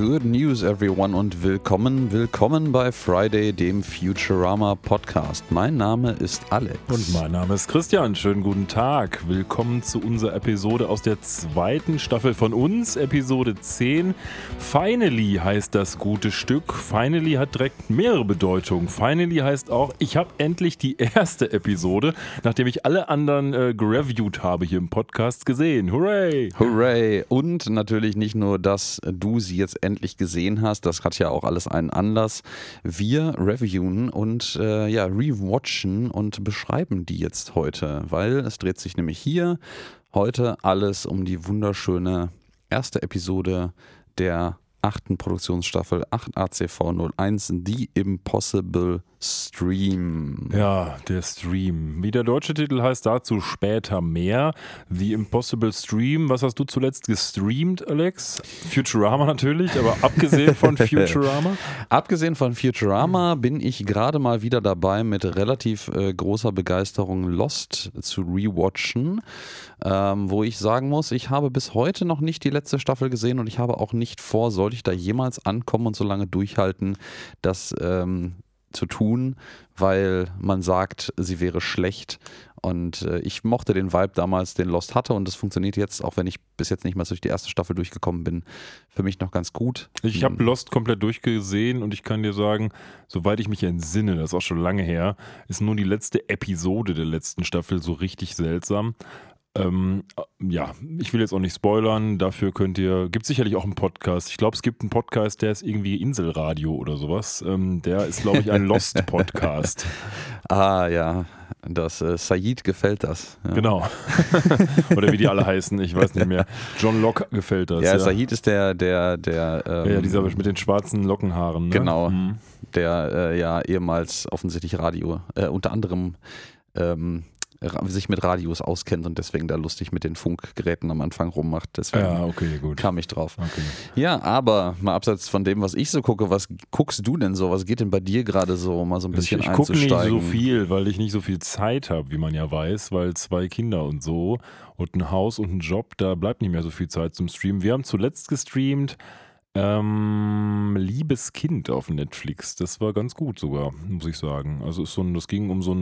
Good news everyone und willkommen bei Friday, dem Futurama Podcast. Mein Name ist Alex. Und mein Name ist Christian. Schönen guten Tag. Willkommen zu unserer Episode aus der zweiten Staffel von uns, Episode 10. Finally heißt das gute Stück. Finally hat direkt mehrere Bedeutungen. Finally heißt auch, ich habe endlich die erste Episode, nachdem ich alle anderen gereviewt habe hier im Podcast, gesehen. Hooray! Hooray! Und natürlich nicht nur, dass du sie jetzt endlich gesehen hast, das hat ja auch alles einen Anlass. Wir reviewen und rewatchen und beschreiben die jetzt heute, weil es dreht sich nämlich hier heute alles um die wunderschöne erste Episode der 8. Produktionsstaffel 8 ACV 01, The Impossible Stream. Ja, der Stream. Wie der deutsche Titel heißt, dazu später mehr. The Impossible Stream. Was hast du zuletzt gestreamt, Alex? Futurama natürlich, aber abgesehen von Futurama? Abgesehen von Futurama bin ich gerade mal wieder dabei, mit relativ großer Begeisterung Lost zu rewatchen, wo ich sagen muss, ich habe bis heute noch nicht die letzte Staffel gesehen und ich habe auch nicht vor, sollte ich da jemals ankommen und so lange durchhalten, das zu tun, weil man sagt, sie wäre schlecht. Und ich mochte den Vibe damals, den Lost hatte, und das funktioniert jetzt, auch wenn ich bis jetzt nicht mal durch die erste Staffel durchgekommen bin, für mich noch ganz gut. Ich habe Lost komplett durchgesehen und ich kann dir sagen, soweit ich mich entsinne, das ist auch schon lange her, ist nur die letzte Episode der letzten Staffel so richtig seltsam. Ich will jetzt auch nicht spoilern, dafür gibt es sicherlich auch einen Podcast. Ich glaube, es gibt einen Podcast, der ist irgendwie Inselradio oder sowas. Der ist, glaube ich, ein Lost-Podcast. Ah ja, das Said gefällt das. Ja. Genau. Oder wie die alle heißen, ich weiß nicht mehr. John Locke gefällt das. Ja, Said ist der dieser mit den schwarzen Lockenhaaren. Ne? Genau, der ehemals offensichtlich Radio, unter anderem sich mit Radios auskennt und deswegen da lustig mit den Funkgeräten am Anfang rummacht. Deswegen kam ich drauf. Okay. Ja, aber mal abseits von dem, was ich so gucke, was guckst du denn so? Was geht denn bei dir gerade so, mal so ein bisschen einzusteigen? Ich gucke nicht so viel, weil ich nicht so viel Zeit habe, wie man ja weiß, weil 2 Kinder und so und ein Haus und ein Job, da bleibt nicht mehr so viel Zeit zum Streamen. Wir haben zuletzt gestreamt Liebes Kind auf Netflix. Das war ganz gut sogar, muss ich sagen. Also das ging um so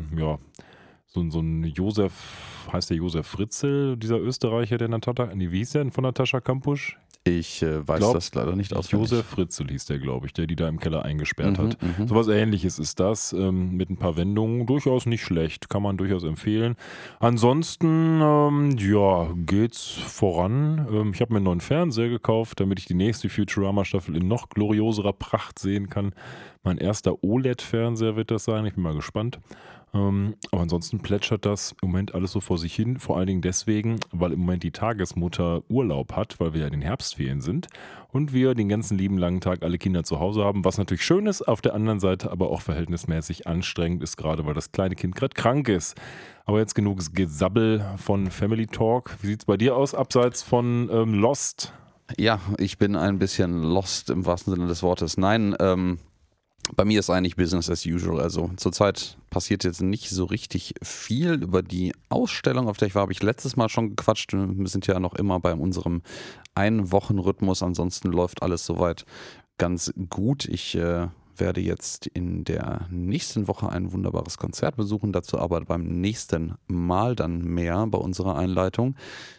ein Josef, heißt der Josef Fritzl, dieser Österreicher, wie hieß der denn von Natascha Kampusch? Ich weiß das leider nicht auswendig. Josef Fritzl hieß der, glaube ich, der die da im Keller eingesperrt hat. So was Ähnliches ist das, mit ein paar Wendungen. Durchaus nicht schlecht, kann man durchaus empfehlen. Ansonsten, geht's voran. Ich habe mir einen neuen Fernseher gekauft, damit ich die nächste Futurama-Staffel in noch glorioserer Pracht sehen kann. Mein erster OLED-Fernseher wird das sein, ich bin mal gespannt. Aber ansonsten plätschert das im Moment alles so vor sich hin, vor allen Dingen deswegen, weil im Moment die Tagesmutter Urlaub hat, weil wir ja in den Herbstferien sind und wir den ganzen lieben langen Tag alle Kinder zu Hause haben, was natürlich schön ist, auf der anderen Seite aber auch verhältnismäßig anstrengend ist, gerade weil das kleine Kind gerade krank ist. Aber jetzt genug Gesabbel von Family Talk. Wie sieht es bei dir aus, abseits von Lost? Ja, ich bin ein bisschen lost im wahrsten Sinne des Wortes. Nein, bei mir ist eigentlich Business as usual. Also zurzeit passiert jetzt nicht so richtig viel. Über die Ausstellung, auf der ich war, habe ich letztes Mal schon gequatscht. Wir sind ja noch immer bei unserem Ein-Wochen-Rhythmus. Ansonsten läuft alles soweit ganz gut. Ich werde jetzt in der nächsten Woche ein wunderbares Konzert besuchen. Dazu aber beim nächsten Mal dann mehr bei unserer Einleitung.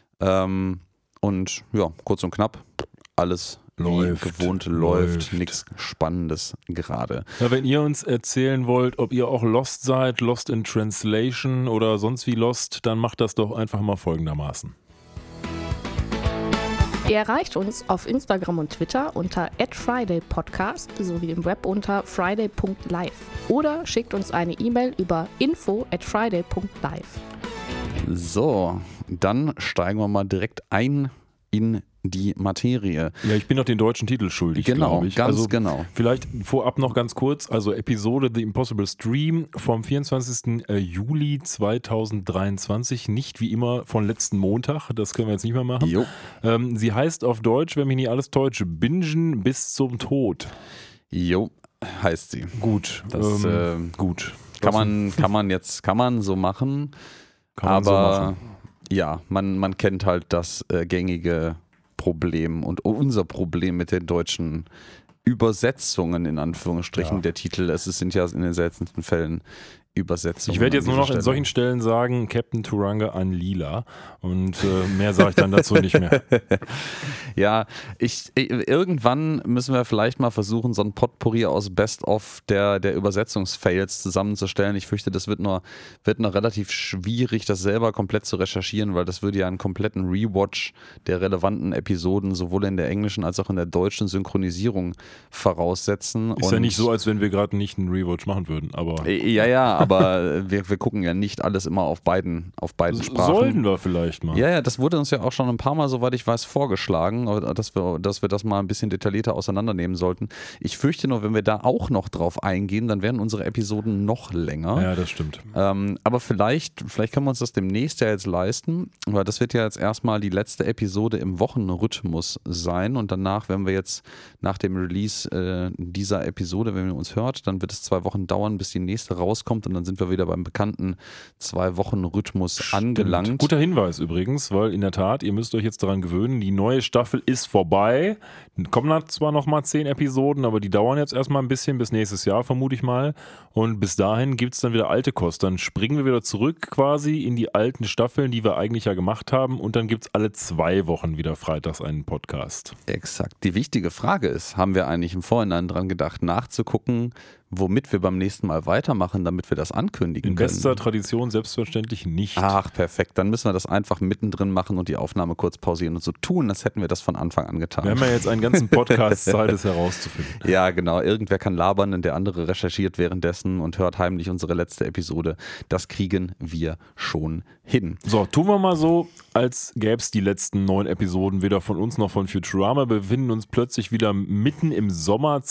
Und ja, kurz und knapp, alles läuft, nichts Spannendes gerade. Ja, wenn ihr uns erzählen wollt, ob ihr auch Lost seid, Lost in Translation oder sonst wie Lost, dann macht das doch einfach mal folgendermaßen. Ihr erreicht uns auf Instagram und Twitter unter @FridayPodcast sowie im Web unter friday.live oder schickt uns eine E-Mail über info@friday.live. So, dann steigen wir mal direkt ein in die Materie. Ja, ich bin noch den deutschen Titel schuldig, glaube ich. Genau. Vielleicht vorab noch ganz kurz, also Episode The Impossible Stream vom 24. Juli 2023, nicht wie immer von letzten Montag, das können wir jetzt nicht mehr machen. Jo. Sie heißt auf Deutsch, wenn mich nicht alles täuscht, Bingen bis zum Tod. Jo, heißt sie. Gut. Das gut. Kann man so machen, Kann man so machen. Ja, man kennt halt das gängige Problem und unser Problem mit den deutschen Übersetzungen, in Anführungsstrichen, der Titel. Es sind ja in den seltensten Fällen Übersetzungen. Ich werde jetzt nur noch in solchen Stellen sagen, Captain Turanga an Lila und mehr sage ich dann dazu nicht mehr. Ja, irgendwann müssen wir vielleicht mal versuchen, so ein Potpourri aus Best-of der Übersetzungsfails zusammenzustellen. Ich fürchte, das wird noch relativ schwierig, das selber komplett zu recherchieren, weil das würde ja einen kompletten Rewatch der relevanten Episoden sowohl in der englischen als auch in der deutschen Synchronisierung voraussetzen. Ist ja nicht so, als wenn wir gerade nicht einen Rewatch machen würden, aber... Ja, aber wir gucken ja nicht alles immer auf beiden Sprachen. Sollten wir vielleicht mal. Ja, das wurde uns ja auch schon ein paar Mal, soweit ich weiß, vorgeschlagen, dass wir das mal ein bisschen detaillierter auseinandernehmen sollten. Ich fürchte nur, wenn wir da auch noch drauf eingehen, dann werden unsere Episoden noch länger. Ja, das stimmt. Aber vielleicht können wir uns das demnächst ja jetzt leisten, weil das wird ja jetzt erstmal die letzte Episode im Wochenrhythmus sein und danach, wenn wir jetzt nach dem Release dieser Episode, wenn ihr uns hört, dann wird es 2 Wochen dauern, bis die nächste rauskommt und dann sind wir wieder beim bekannten 2-Wochen-Rhythmus angelangt. Guter Hinweis übrigens, weil in der Tat, ihr müsst euch jetzt daran gewöhnen, die neue Staffel ist vorbei. Kommen zwar nochmal 10 Episoden, aber die dauern jetzt erstmal ein bisschen bis nächstes Jahr, vermute ich mal. Und bis dahin gibt es dann wieder alte Kost. Dann springen wir wieder zurück quasi in die alten Staffeln, die wir eigentlich ja gemacht haben. Und dann gibt es alle 2 Wochen wieder freitags einen Podcast. Exakt. Die wichtige Frage ist, haben wir eigentlich im Vorhinein dran gedacht, nachzugucken, womit wir beim nächsten Mal weitermachen, damit wir das ankündigen können? In bester Tradition selbstverständlich nicht. Ach, perfekt. Dann müssen wir das einfach mittendrin machen und die Aufnahme kurz pausieren und so tun, als hätten wir das von Anfang an getan. Wir haben ja jetzt einen ganzen Podcast Zeit, es herauszufinden. Ja, genau. Irgendwer kann labern und der andere recherchiert währenddessen und hört heimlich unsere letzte Episode. Das kriegen wir schon hin. So, tun wir mal so, als gäbe es die letzten 9 Episoden weder von uns noch von Futurama. Wir befinden uns plötzlich wieder mitten im Sommer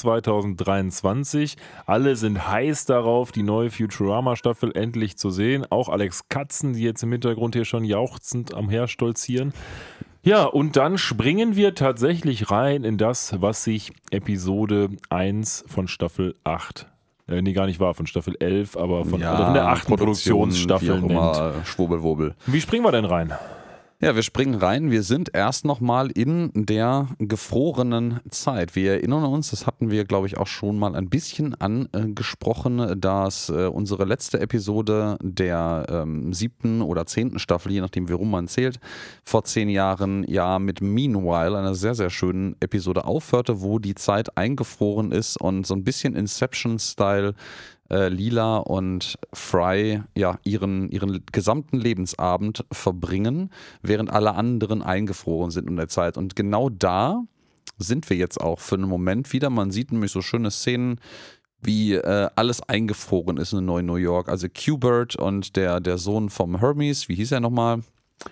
2023. Alle sind heiß darauf, die neue Futurama-Staffel endlich zu sehen. Auch Alex Katzen, die jetzt im Hintergrund hier schon jauchzend am Herstolzieren. Ja, und dann springen wir tatsächlich rein in das, was sich Episode 1 von Staffel 8 gar nicht wahr, von Staffel 11, aber von der 8. Produktionsstaffel nennt. Schwurbelwurbel. Wie springen wir denn rein? Ja, wir springen rein. Wir sind erst nochmal in der gefrorenen Zeit. Wir erinnern uns, das hatten wir, glaube ich, auch schon mal ein bisschen angesprochen, dass unsere letzte Episode der 7. oder 10. Staffel, je nachdem, wie rum man zählt, vor 10 Jahren ja mit Meanwhile, einer sehr, sehr schönen Episode aufhörte, wo die Zeit eingefroren ist und so ein bisschen Inception-Style Lila und Fry ja ihren gesamten Lebensabend verbringen, während alle anderen eingefroren sind in der Zeit. Und genau da sind wir jetzt auch für einen Moment wieder. Man sieht nämlich so schöne Szenen, wie alles eingefroren ist in New York. Also Q-Bert und der Sohn vom Hermes, wie hieß er nochmal?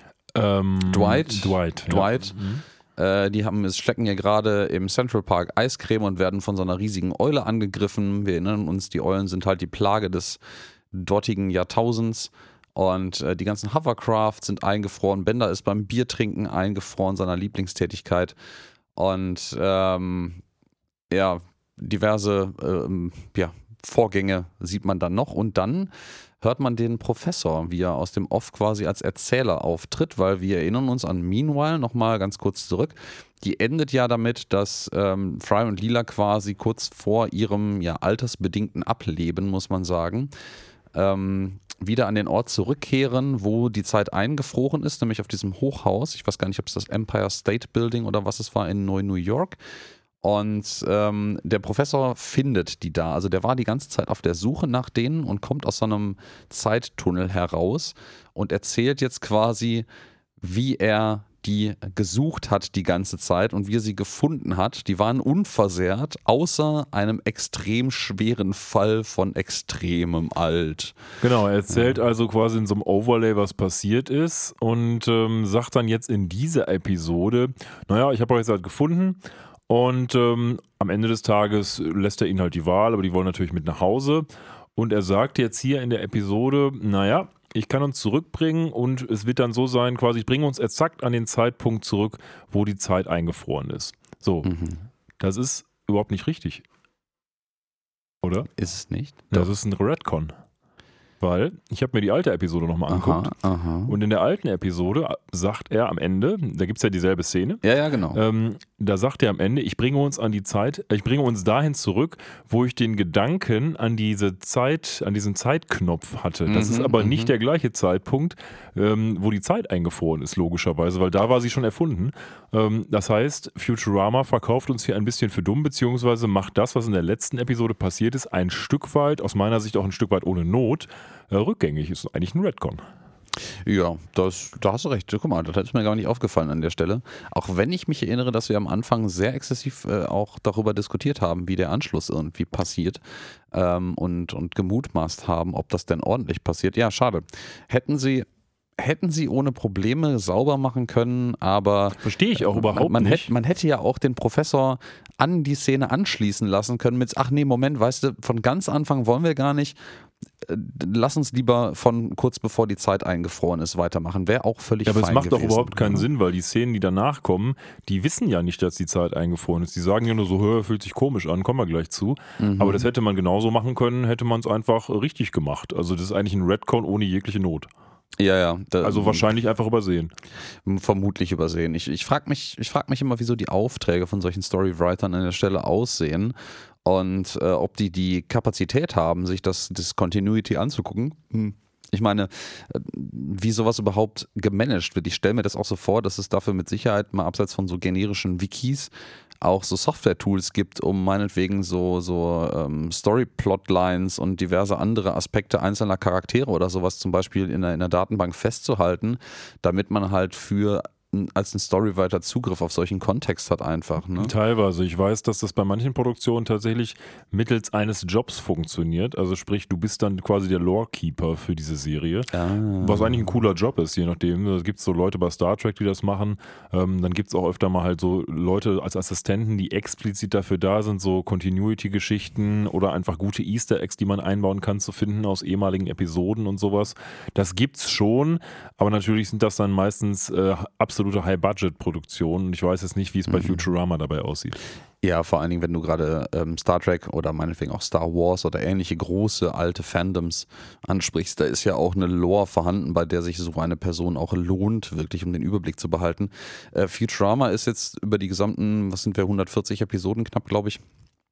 Dwight. Ja. Die schlecken ja gerade im Central Park Eiscreme und werden von so einer riesigen Eule angegriffen. Wir erinnern uns, die Eulen sind halt die Plage des dortigen Jahrtausends. Und die ganzen Hovercrafts sind eingefroren. Bender ist beim Biertrinken eingefroren, seiner Lieblingstätigkeit. Und diverse Vorgänge sieht man dann noch. Und dann hört man den Professor, wie er aus dem Off quasi als Erzähler auftritt, weil wir erinnern uns an Meanwhile, nochmal ganz kurz zurück, die endet ja damit, dass Fry und Lila quasi kurz vor ihrem altersbedingten Ableben, muss man sagen, wieder an den Ort zurückkehren, wo die Zeit eingefroren ist, nämlich auf diesem Hochhaus, ich weiß gar nicht, ob es das Empire State Building oder was es war in New York. Und der Professor findet die da. Also der war die ganze Zeit auf der Suche nach denen und kommt aus so einem Zeittunnel heraus und erzählt jetzt quasi, wie er die gesucht hat die ganze Zeit und wie er sie gefunden hat. Die waren unversehrt, außer einem extrem schweren Fall von extremem Alt. Genau, er erzählt also quasi in so einem Overlay, was passiert ist und sagt dann jetzt in dieser Episode, naja, ich habe euch jetzt halt gefunden. Und am Ende des Tages lässt er ihnen halt die Wahl, aber die wollen natürlich mit nach Hause. Und er sagt jetzt hier in der Episode, naja, ich kann uns zurückbringen und es wird dann so sein, quasi ich bringe uns exakt an den Zeitpunkt zurück, wo die Zeit eingefroren ist. So, Das ist überhaupt nicht richtig. Oder? Ist es nicht? Das ist ein Retcon. Weil ich habe mir die alte Episode nochmal angeguckt. Und in der alten Episode sagt er am Ende, da gibt es ja dieselbe Szene. Ja, genau. Da sagt er am Ende, ich bringe uns dahin zurück, wo ich den Gedanken an diesen Zeitknopf hatte. Das ist aber nicht der gleiche Zeitpunkt, wo die Zeit eingefroren ist, logischerweise, weil da war sie schon erfunden. Das heißt, Futurama verkauft uns hier ein bisschen für dumm, beziehungsweise macht das, was in der letzten Episode passiert ist, ein Stück weit, aus meiner Sicht auch ein Stück weit ohne Not, rückgängig. Ist eigentlich ein Retcon. Ja, da hast du recht. Guck mal, das ist mir gar nicht aufgefallen an der Stelle. Auch wenn ich mich erinnere, dass wir am Anfang sehr exzessiv auch darüber diskutiert haben, wie der Anschluss irgendwie passiert und gemutmaßt haben, ob das denn ordentlich passiert. Ja, schade. Hätten sie ohne Probleme sauber machen können, aber verstehe ich auch überhaupt nicht. Man hätte ja auch den Professor an die Szene anschließen lassen können mit, ach nee, Moment, weißt du, von ganz Anfang wollen wir gar nicht. Lass uns lieber von kurz bevor die Zeit eingefroren ist weitermachen. Wäre auch völlig fein gewesen. Aber es macht doch überhaupt keinen Sinn, weil die Szenen, die danach kommen, die wissen ja nicht, dass die Zeit eingefroren ist. Die sagen ja nur so, fühlt sich komisch an, kommen wir gleich zu. Aber das hätte man genauso machen können, hätte man es einfach richtig gemacht. Also das ist eigentlich ein Retcon ohne jegliche Not. Ja. Also wahrscheinlich einfach übersehen. Vermutlich übersehen. Ich frage mich immer, wieso die Aufträge von solchen Storywritern an der Stelle aussehen und ob die Kapazität haben, sich das Continuity anzugucken. Ich meine, wie sowas überhaupt gemanagt wird. Ich stelle mir das auch so vor, dass es dafür mit Sicherheit mal abseits von so generischen Wikis auch so Software-Tools gibt, um meinetwegen so Story-Plotlines und diverse andere Aspekte einzelner Charaktere oder sowas zum Beispiel in der Datenbank festzuhalten, damit man halt als ein Storywriter Zugriff auf solchen Kontext hat einfach. Ne? Teilweise. Ich weiß, dass das bei manchen Produktionen tatsächlich mittels eines Jobs funktioniert. Also sprich, du bist dann quasi der Lorekeeper für diese Serie. Was eigentlich ein cooler Job ist, je nachdem. Da gibt es so Leute bei Star Trek, die das machen. Dann gibt es auch öfter mal halt so Leute als Assistenten, die explizit dafür da sind, so Continuity-Geschichten oder einfach gute Easter Eggs, die man einbauen kann, zu finden aus ehemaligen Episoden und sowas. Das gibt's schon, aber natürlich sind das dann meistens absolute High-Budget-Produktionen. Ich weiß jetzt nicht, wie es bei Futurama dabei aussieht. Ja, vor allen Dingen, wenn du gerade Star Trek oder meinetwegen auch Star Wars oder ähnliche große alte Fandoms ansprichst, da ist ja auch eine Lore vorhanden, bei der sich so eine Person auch lohnt, wirklich um den Überblick zu behalten. Futurama ist jetzt über die gesamten, 140 Episoden knapp, glaube ich,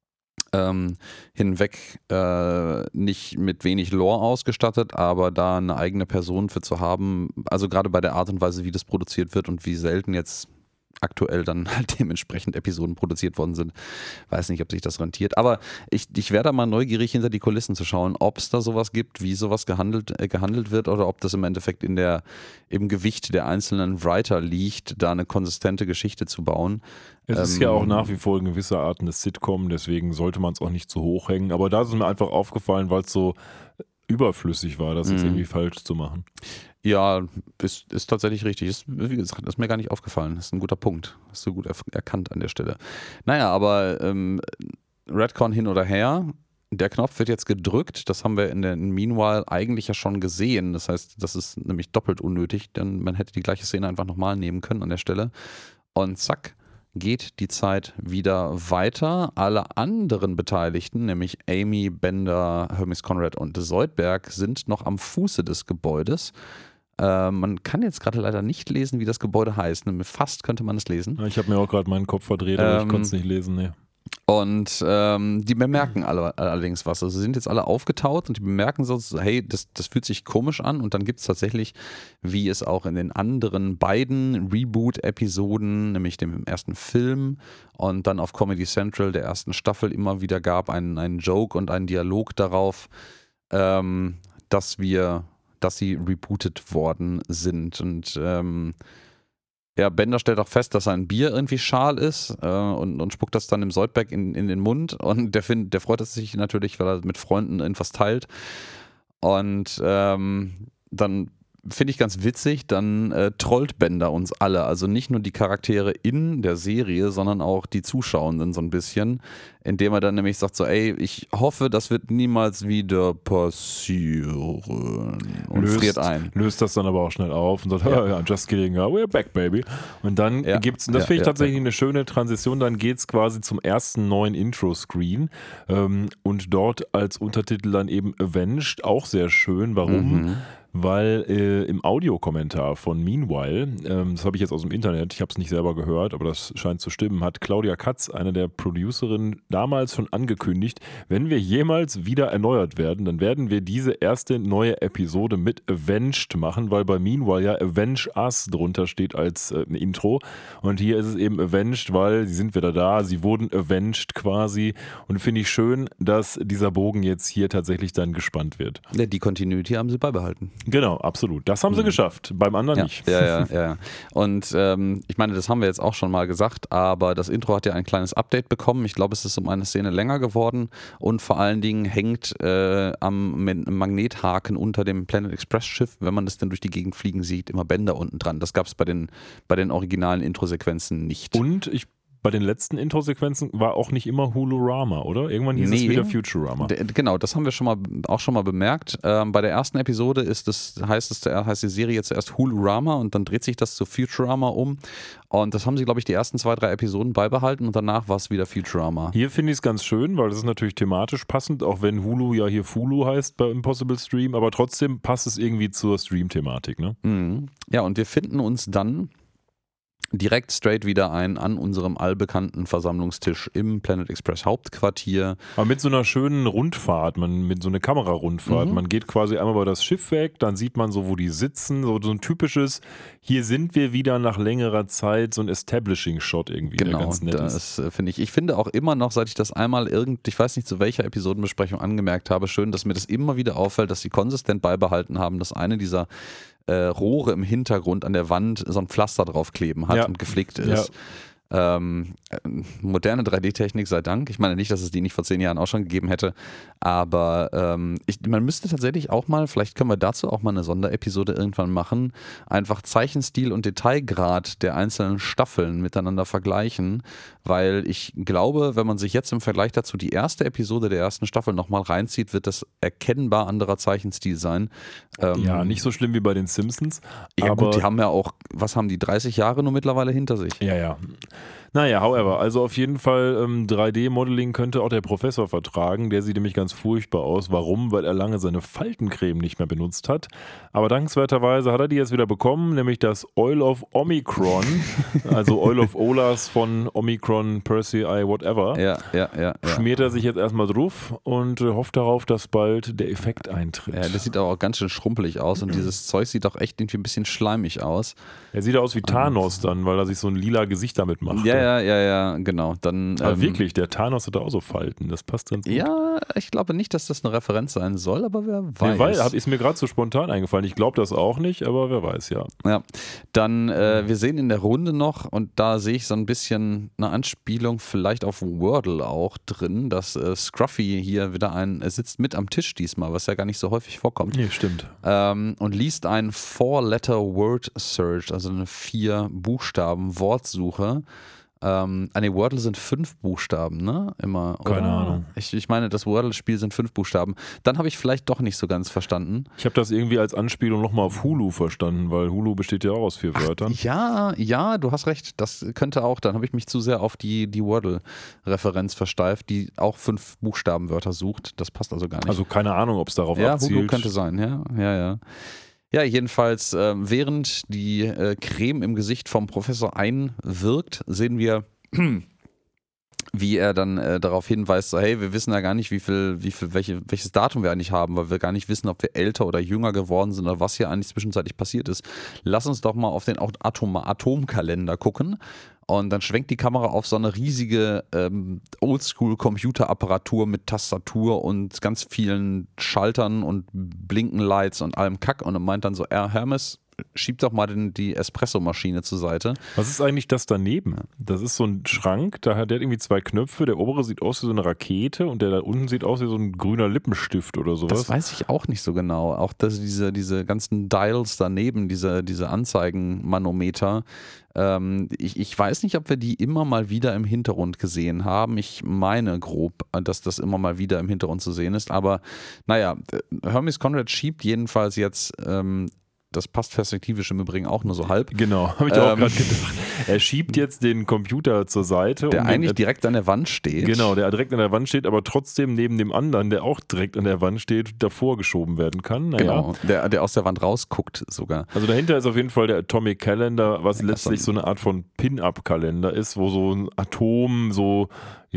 hinweg nicht mit wenig Lore ausgestattet, aber da eine eigene Person für zu haben, also gerade bei der Art und Weise, wie das produziert wird und wie selten jetzt aktuell dann halt dementsprechend Episoden produziert worden sind. Weiß nicht, ob sich das rentiert. Aber ich wäre da mal neugierig, hinter die Kulissen zu schauen, ob es da sowas gibt, wie sowas gehandelt wird oder ob das im Endeffekt im Gewicht der einzelnen Writer liegt, da eine konsistente Geschichte zu bauen. Es ist ja auch nach wie vor in gewisser Art eine Sitcom, deswegen sollte man es auch nicht zu hoch hängen. Aber da ist mir einfach aufgefallen, weil es so überflüssig war, das jetzt irgendwie falsch zu machen. Ja, ist tatsächlich richtig. Wie gesagt, das ist mir gar nicht aufgefallen. Das ist ein guter Punkt. Hast du gut erkannt an der Stelle. Naja, aber Retcon hin oder her, der Knopf wird jetzt gedrückt. Das haben wir in der Meanwhile eigentlich ja schon gesehen. Das heißt, das ist nämlich doppelt unnötig, denn man hätte die gleiche Szene einfach nochmal nehmen können an der Stelle. Und zack, geht die Zeit wieder weiter. Alle anderen Beteiligten, nämlich Amy, Bender, Hermes Conrad und Zoidberg, sind noch am Fuße des Gebäudes. Man kann jetzt gerade leider nicht lesen, wie das Gebäude heißt. Fast könnte man es lesen. Ich habe mir auch gerade meinen Kopf verdreht, aber ich konnte es nicht lesen. Nee. Und die bemerken allerdings was. Also sie sind jetzt alle aufgetaut und die bemerken so, hey, das fühlt sich komisch an. Und dann gibt es tatsächlich, wie es auch in den anderen beiden Reboot-Episoden, nämlich dem ersten Film und dann auf Comedy Central der ersten Staffel immer wieder gab, einen Joke und einen Dialog darauf, dass sie rebootet worden sind. Und Bender stellt auch fest, dass sein Bier irgendwie schal ist und spuckt das dann dem Zoidberg in den Mund. Und der freut sich natürlich, weil er mit Freunden irgendwas teilt. Und dann finde ich ganz witzig, dann trollt Bender uns alle. Also nicht nur die Charaktere in der Serie, sondern auch die Zuschauenden so ein bisschen, indem er dann nämlich sagt so, ey, ich hoffe, das wird niemals wieder passieren und friert ein. Löst das dann aber auch schnell auf und sagt, ja, just kidding, we're back, baby. Und dann gibt's, und das finde ich tatsächlich eine schöne Transition, dann geht's quasi zum ersten neuen Intro-Screen und dort als Untertitel dann eben Avenged, auch sehr schön. Warum? Weil im Audiokommentar von Meanwhile, das habe ich jetzt aus dem Internet, ich habe es nicht selber gehört, aber das scheint zu stimmen, hat Claudia Katz, eine der Producerinnen, damals schon angekündigt, wenn wir jemals wieder erneuert werden, dann werden wir diese erste neue Episode mit Avenged machen, weil bei Meanwhile ja Avenge Us drunter steht als Intro und hier ist es eben Avenged, weil sie sind wieder da, sie wurden avenged quasi und finde ich schön, dass dieser Bogen jetzt hier tatsächlich dann gespannt wird. Ja, die Continuity haben sie beibehalten. Genau, absolut. Das haben sie geschafft, beim anderen nicht. Ja. Und ich meine, das haben wir jetzt auch schon mal gesagt, aber das Intro hat ja ein kleines Update bekommen. Ich glaube, es ist um eine Szene länger geworden und vor allen Dingen hängt am Magnethaken unter dem Planet Express Schiff, wenn man das dann durch die Gegend fliegen sieht, immer Bänder unten dran. Das gab es bei den originalen Intro-Sequenzen nicht. Und bei den letzten Intro-Sequenzen war auch nicht immer Hulurama, oder? Irgendwann hieß es wieder Futurama. Genau, das haben wir auch schon mal bemerkt. Bei der ersten Episode heißt die Serie zuerst Hulurama und dann dreht sich das zu Futurama um. Und das haben sie, glaube ich, die ersten 2-3 Episoden beibehalten und danach war es wieder Futurama. Hier finde ich es ganz schön, weil das ist natürlich thematisch passend, auch wenn Hulu ja hier Fulu heißt bei Impossible Stream, aber trotzdem passt es irgendwie zur Stream-Thematik, ne? Ja, und wir finden uns dann direkt straight wieder an unserem allbekannten Versammlungstisch im Planet Express Hauptquartier. Aber mit so einer schönen Rundfahrt, mit so einer Kamerarundfahrt. Man geht quasi einmal über das Schiff weg, dann sieht man so, wo die sitzen, so ein typisches, hier sind wir wieder nach längerer Zeit, so ein Establishing-Shot irgendwie, der ganz nett ist. Das finde ich. Ich finde auch immer noch, seit ich das einmal ich weiß nicht zu welcher Episodenbesprechung angemerkt habe, schön, dass mir das immer wieder auffällt, dass sie konsistent beibehalten haben, dass eine dieser Rohre im Hintergrund an der Wand so ein Pflaster draufkleben hat und geflickt ist. Moderne 3D-Technik sei Dank. Ich meine nicht, dass es die nicht vor 10 Jahren auch schon gegeben hätte, aber man müsste tatsächlich auch mal, vielleicht können wir dazu auch mal eine Sonderepisode irgendwann machen, einfach Zeichenstil und Detailgrad der einzelnen Staffeln miteinander vergleichen, weil ich glaube, wenn man sich jetzt im Vergleich dazu die erste Episode der ersten Staffel nochmal reinzieht, wird das erkennbar anderer Zeichenstil sein. Ja, nicht so schlimm wie bei den Simpsons. Ja aber gut, die haben ja auch, was haben die, 30 Jahre nur mittlerweile hinter sich? Ja. Naja, however, also auf jeden Fall 3D-Modeling könnte auch der Professor vertragen, der sieht nämlich ganz furchtbar aus. Warum? Weil er lange seine Faltencreme nicht mehr benutzt hat. Aber dankenswerterweise hat er die jetzt wieder bekommen, nämlich das Oil of Omicron, also Oil of Olas von Omicron, Persei, whatever. Ja. Schmiert er sich jetzt erstmal drauf und hofft darauf, dass bald der Effekt eintritt. Ja, das sieht aber auch ganz schön schrumpelig aus und dieses Zeug sieht auch echt irgendwie ein bisschen schleimig aus. Er sieht aus wie Thanos dann, weil er sich so ein lila Gesicht damit macht. Ja, genau. Dann, aber wirklich, der Thanos hat auch so Falten, das passt ganz gut. Ja, ich glaube nicht, dass das eine Referenz sein soll, aber wer weiß. Ist mir gerade so spontan eingefallen. Ich glaube das auch nicht, aber wer weiß, ja. Ja, dann, wir sehen in der Runde noch, und da sehe ich so ein bisschen eine Anspielung vielleicht auf Wordle auch drin, dass Scruffy hier wieder sitzt mit am Tisch diesmal, was ja gar nicht so häufig vorkommt. Nee, stimmt. Und liest ein 4-Letter-Word-Search, also eine 4-Buchstaben-Wortsuche. Wordle sind 5 Buchstaben, ne? Immer. Oder? Keine Ahnung. Ich meine, das Wordle-Spiel sind 5 Buchstaben. Dann habe ich vielleicht doch nicht so ganz verstanden. Ich habe das irgendwie als Anspielung nochmal auf Hulu verstanden, weil Hulu besteht ja auch aus 4 Wörtern. Ja, du hast recht. Das könnte auch. Dann habe ich mich zu sehr auf die Wordle-Referenz versteift, die auch 5 Buchstabenwörter sucht. Das passt also gar nicht. Also keine Ahnung, ob es darauf abzielt. Ja, Hulu könnte sein, ja. Ja, jedenfalls, während die Creme im Gesicht vom Professor einwirkt, sehen wir, wie er dann darauf hinweist, so, hey, wir wissen ja gar nicht, welches Datum wir eigentlich haben, weil wir gar nicht wissen, ob wir älter oder jünger geworden sind oder was hier eigentlich zwischenzeitlich passiert ist. Lass uns doch mal auf den Atomkalender gucken. Und dann schwenkt die Kamera auf so eine riesige Oldschool-Computerapparatur mit Tastatur und ganz vielen Schaltern und Blinkenlights und allem Kack und meint dann so, Hermes, schieb doch mal die Espresso-Maschine zur Seite. Was ist eigentlich das daneben? Das ist so ein Schrank, der hat irgendwie 2 Knöpfe, der obere sieht aus wie so eine Rakete und der da unten sieht aus wie so ein grüner Lippenstift oder sowas. Das weiß ich auch nicht so genau. Auch diese ganzen Dials daneben, diese Anzeigenmanometer, ich weiß nicht, ob wir die immer mal wieder im Hintergrund gesehen haben. Ich meine grob, dass das immer mal wieder im Hintergrund zu sehen ist. Aber naja, Hermes Conrad schiebt jedenfalls jetzt, das passt perspektivisch im Übrigen auch nur so halb. Genau, habe ich auch gerade gedacht. Er schiebt jetzt den Computer zur Seite. Der eigentlich direkt an der Wand steht. Genau, der direkt an der Wand steht, aber trotzdem neben dem anderen, der auch direkt an der Wand steht, davor geschoben werden kann. Genau, der aus der Wand rausguckt sogar. Also dahinter ist auf jeden Fall der Atomic Calendar, was letztlich so eine Art von Pin-Up-Kalender ist, wo so ein Atom so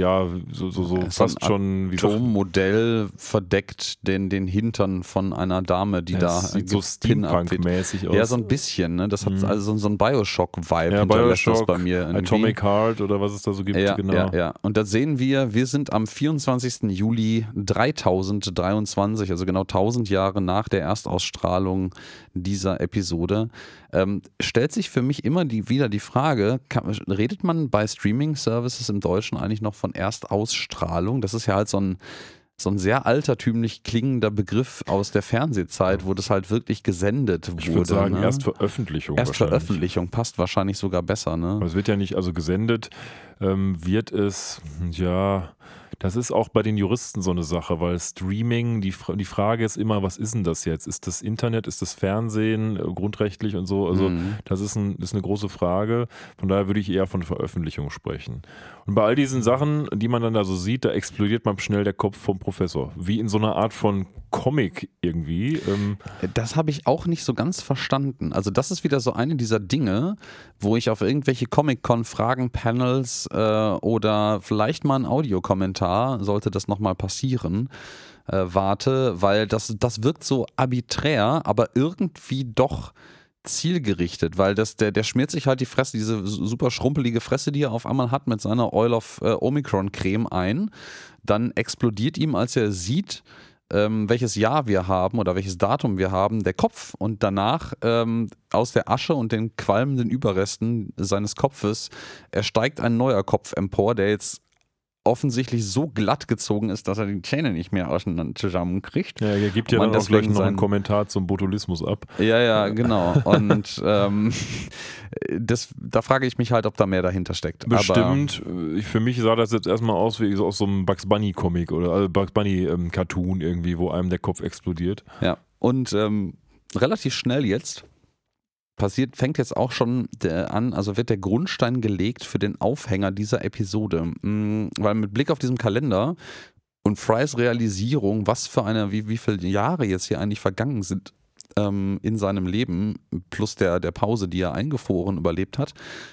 fast schon wie Atommodell verdeckt den Hintern von einer Dame, die da sieht so Steampunk-mäßig aus. Ja, so ein bisschen, ne? Das hat also so ein Bioshock-Vibe hinterlässt das bei mir irgendwie. Atomic Heart oder was es da so gibt, genau. Ja. Und da sehen wir sind am 24. Juli 3023, also genau 1000 Jahre nach der Erstausstrahlung dieser Episode. Stellt sich für mich immer wieder die Frage, redet man bei Streaming-Services im Deutschen eigentlich noch von Erstausstrahlung? Das ist ja halt so ein sehr altertümlich klingender Begriff aus der Fernsehzeit, wo das halt wirklich gesendet wurde. Ich würde sagen, Erstveröffentlichung. Erstveröffentlichung passt wahrscheinlich sogar besser, ne? Aber es wird ja nicht, also gesendet wird es, das ist auch bei den Juristen so eine Sache, weil Streaming, die Frage ist immer, was ist denn das jetzt? Ist das Internet, ist das Fernsehen, grundrechtlich und so? Also das ist eine große Frage. Von daher würde ich eher von Veröffentlichung sprechen. Und bei all diesen Sachen, die man dann da so sieht, da explodiert man schnell der Kopf vom Professor. Wie in so einer Art von Comic irgendwie. Das habe ich auch nicht so ganz verstanden. Also das ist wieder so eine dieser Dinge, wo ich auf irgendwelche Comic-Con-Fragen-Panels oder vielleicht mal ein Audiokommentar, sollte das nochmal passieren, warte, weil das wirkt so arbiträr, aber irgendwie doch zielgerichtet, weil der schmiert sich halt die Fresse, diese super schrumpelige Fresse, die er auf einmal hat, mit seiner Oil of Omicron Creme ein. Dann explodiert ihm, als er sieht, welches Jahr wir haben oder welches Datum wir haben, der Kopf, und danach aus der Asche und den qualmenden Überresten seines Kopfes ersteigt ein neuer Kopf empor, der jetzt offensichtlich so glatt gezogen ist, dass er die Zähne nicht mehr zusammenkriegt. Ja, er gibt ja dann auch gleich noch einen Kommentar zum Botulismus ab. Ja, genau. Und da frage ich mich halt, ob da mehr dahinter steckt. Bestimmt. Für mich sah das jetzt erstmal aus wie aus so einem Bugs Bunny Comic oder Bugs Bunny Cartoon irgendwie, wo einem der Kopf explodiert. Ja, und relativ schnell jetzt fängt jetzt auch schon an, also wird der Grundstein gelegt für den Aufhänger dieser Episode. Weil mit Blick auf diesen Kalender und Frys Realisierung, was für wie viele Jahre jetzt hier eigentlich vergangen sind in seinem Leben, plus der Pause, die er eingefroren überlebt hat,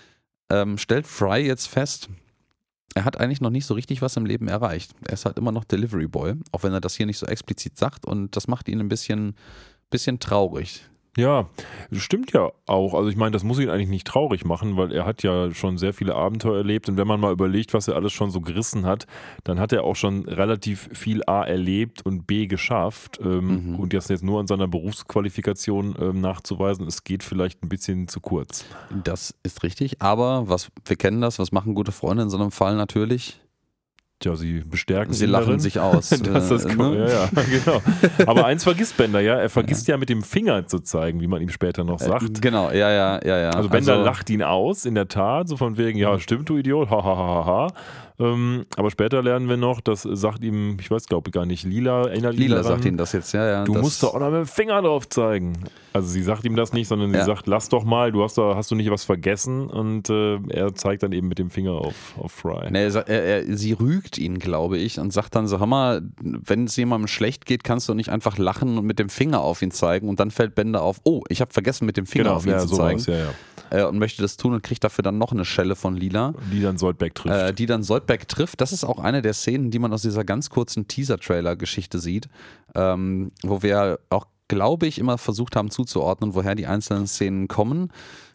stellt Fry jetzt fest, er hat eigentlich noch nicht so richtig was im Leben erreicht. Er ist halt immer noch Delivery Boy, auch wenn er das hier nicht so explizit sagt, und das macht ihn ein bisschen traurig. Ja, stimmt ja auch. Also ich meine, das muss ihn eigentlich nicht traurig machen, weil er hat ja schon sehr viele Abenteuer erlebt, und wenn man mal überlegt, was er alles schon so gerissen hat, dann hat er auch schon relativ viel A erlebt und B geschafft, und das jetzt nur an seiner Berufsqualifikation nachzuweisen, es geht vielleicht ein bisschen zu kurz. Das ist richtig, aber wir kennen das, was machen gute Freunde in so einem Fall natürlich? Tja, sie bestärken sie lachen darin, sich aus. Ja, genau. Aber eins vergisst Bender, ja. Er vergisst ja mit dem Finger zu zeigen, wie man ihm später noch sagt. Genau, ja. Also Bender lacht ihn aus, in der Tat, so von wegen, ja, stimmt, du Idiot, ha. Aber später lernen wir noch, das sagt ihm, ich weiß, glaube ich gar nicht, Lila sagt ihm das jetzt, ja. Du musst doch auch noch mit dem Finger drauf zeigen. Also sie sagt ihm das nicht, sondern sie sagt, lass doch mal, hast du nicht was vergessen? Und er zeigt dann eben mit dem Finger auf Fry. Nee, sie rügt ihn, glaube ich, und sagt dann so, hör mal, wenn es jemandem schlecht geht, kannst du nicht einfach lachen und mit dem Finger auf ihn zeigen, und dann fällt Bender auf, oh, ich habe vergessen, mit dem Finger auf ihn zu zeigen. Und möchte das tun und kriegt dafür dann noch eine Schelle von Lila. Die dann Soldberg trifft. Das ist auch eine der Szenen, die man aus dieser ganz kurzen Teaser-Trailer-Geschichte sieht, wo wir auch, glaube ich, immer versucht haben zuzuordnen, woher die einzelnen Szenen kommen.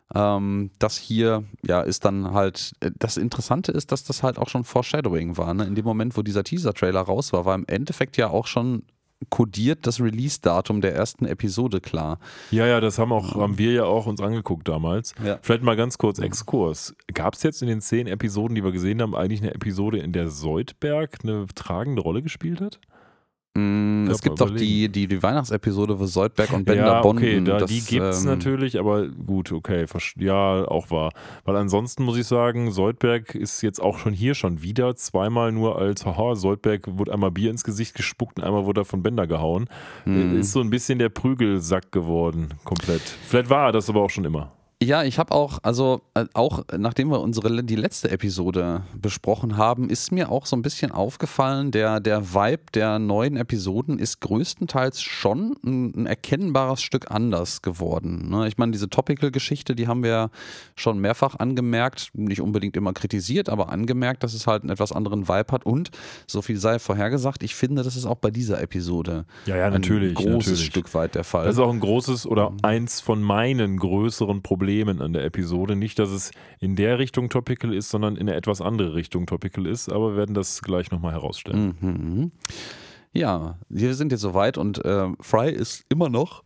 Das hier, ist dann halt, das Interessante ist, dass das halt auch schon Foreshadowing war. Ne? In dem Moment, wo dieser Teaser-Trailer raus war im Endeffekt ja auch schon kodiert das Release-Datum der ersten Episode klar. Ja, das haben wir ja auch uns angeguckt damals. Ja. Vielleicht mal ganz kurz Exkurs. Gab es jetzt in den 10 Episoden, die wir gesehen haben, eigentlich eine Episode, in der Soldberg eine tragende Rolle gespielt hat? Es gibt doch die Weihnachtsepisode, wo Soldberg und Bender bonden. Die gibt es natürlich, aber gut, okay, ja, auch wahr. Weil ansonsten muss ich sagen, Soldberg ist jetzt auch schon wieder zweimal nur als, Soldberg wurde einmal Bier ins Gesicht gespuckt und einmal wurde er von Bender gehauen. Ist so ein bisschen der Prügelsack geworden, komplett. Vielleicht war er das aber auch schon immer. Ja, ich habe auch nachdem wir die letzte Episode besprochen haben, ist mir auch so ein bisschen aufgefallen, der Vibe der neuen Episoden ist größtenteils schon ein erkennbares Stück anders geworden. Ne? Ich meine, diese Topical-Geschichte, die haben wir schon mehrfach angemerkt, nicht unbedingt immer kritisiert, aber angemerkt, dass es halt einen etwas anderen Vibe hat und, so viel sei vorhergesagt, ich finde, das ist auch bei dieser Episode ein großes Stück weit der Fall. Das ist auch ein großes oder eins von meinen größeren Problemen an der Episode. Nicht, dass es in der Richtung topical ist, sondern in eine etwas andere Richtung topical ist, aber wir werden das gleich nochmal herausstellen. Mhm. Ja, wir sind jetzt soweit und Fry ist immer noch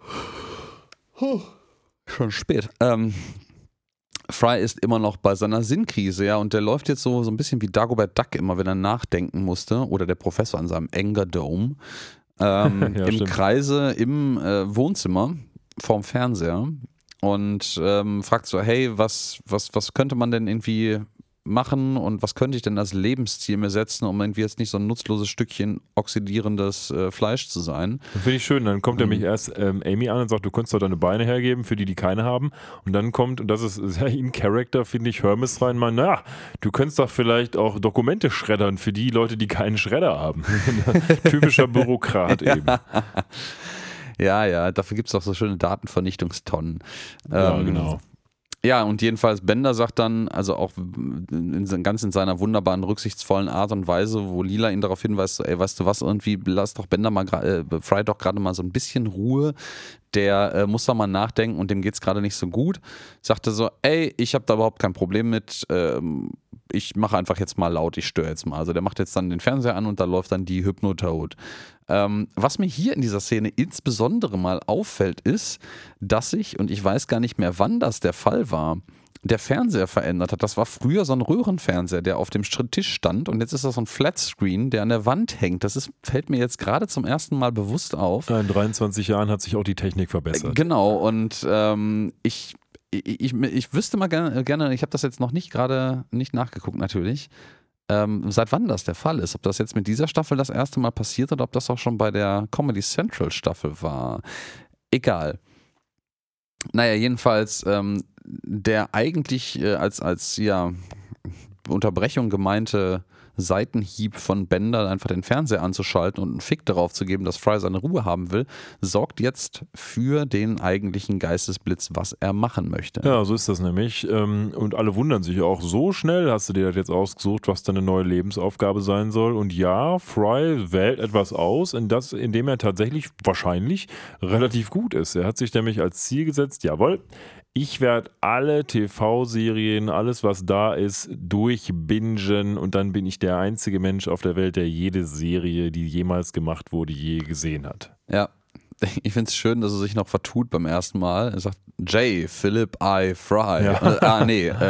schon spät. Fry ist immer noch bei seiner Sinnkrise, ja, und der läuft jetzt so ein bisschen wie Dagobert Duck immer, wenn er nachdenken musste, oder der Professor an seinem Anger Dome, im Kreise im Wohnzimmer vorm Fernseher. Und fragt so, hey, was könnte man denn irgendwie machen und was könnte ich denn als Lebensziel mir setzen, um irgendwie jetzt nicht so ein nutzloses Stückchen oxidierendes Fleisch zu sein. Das finde ich schön. Dann kommt nämlich erst Amy an und sagt, du könntest doch deine Beine hergeben, für die keine haben. Und dann kommt, und das ist sehr in Character, finde ich, Hermes rein, mal, du könntest doch vielleicht auch Dokumente schreddern für die Leute, die keinen Schredder haben. Typischer Bürokrat eben. Ja, dafür gibt es auch so schöne Datenvernichtungstonnen. Ja, genau. Ja, und jedenfalls Bender sagt dann, also auch ganz in seiner wunderbaren, rücksichtsvollen Art und Weise, wo Lila ihn darauf hinweist, so, ey, weißt du was, irgendwie lass doch Bender mal, Fry doch gerade mal so ein bisschen Ruhe, der muss da mal nachdenken und dem geht's gerade nicht so gut. Sagte so, ey, ich habe da überhaupt kein Problem mit, ich mache einfach jetzt mal laut, ich störe jetzt mal. Also der macht jetzt dann den Fernseher an und da läuft dann die Hypnotoad. Was mir hier in dieser Szene insbesondere mal auffällt, ist, dass sich, und ich weiß gar nicht mehr, wann das der Fall war, der Fernseher verändert hat. Das war früher so ein Röhrenfernseher, der auf dem Tisch stand und jetzt ist das so ein Flatscreen, der an der Wand hängt. Fällt mir jetzt gerade zum ersten Mal bewusst auf. In 23 Jahren hat sich auch die Technik verbessert. Genau, und ich wüsste mal gerne, ich habe das jetzt noch nicht nachgeguckt natürlich, seit wann das der Fall ist. Ob das jetzt mit dieser Staffel das erste Mal passiert oder ob das auch schon bei der Comedy Central Staffel war. Egal. Naja, jedenfalls der eigentlich als Unterbrechung gemeinte Seitenhieb von Bender, einfach den Fernseher anzuschalten und einen Fick darauf zu geben, dass Fry seine Ruhe haben will, sorgt jetzt für den eigentlichen Geistesblitz, was er machen möchte. Ja, so ist das nämlich. Und alle wundern sich auch, so schnell hast du dir das jetzt ausgesucht, was deine neue Lebensaufgabe sein soll. Und ja, Fry wählt etwas aus, in dem er tatsächlich wahrscheinlich relativ gut ist. Er hat sich nämlich als Ziel gesetzt, jawohl, ich werde alle TV-Serien, alles was da ist, durchbingen und dann bin ich der einzige Mensch auf der Welt, der jede Serie, die jemals gemacht wurde, je gesehen hat. Ja, ich finde es schön, dass er sich noch vertut beim ersten Mal. Er sagt J. Philip I. Fry. Ja.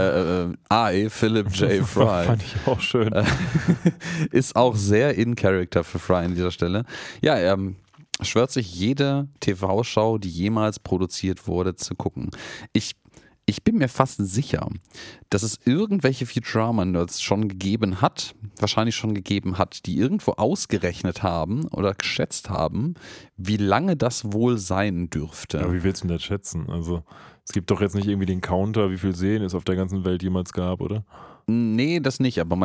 I. Philip J. Fry. Fand ich auch schön. Ist auch sehr in Character für Fry an dieser Stelle. Ja, er schwört sich jede TV-Show, die jemals produziert wurde, zu gucken. Ich bin mir fast sicher, dass es irgendwelche Futurama-Nerds wahrscheinlich schon gegeben hat, die irgendwo ausgerechnet haben oder geschätzt haben, wie lange das wohl sein dürfte. Ja, wie willst du denn das schätzen? Also es gibt doch jetzt nicht irgendwie den Counter, wie viel Serien es auf der ganzen Welt jemals gab, oder? Nee, das nicht, aber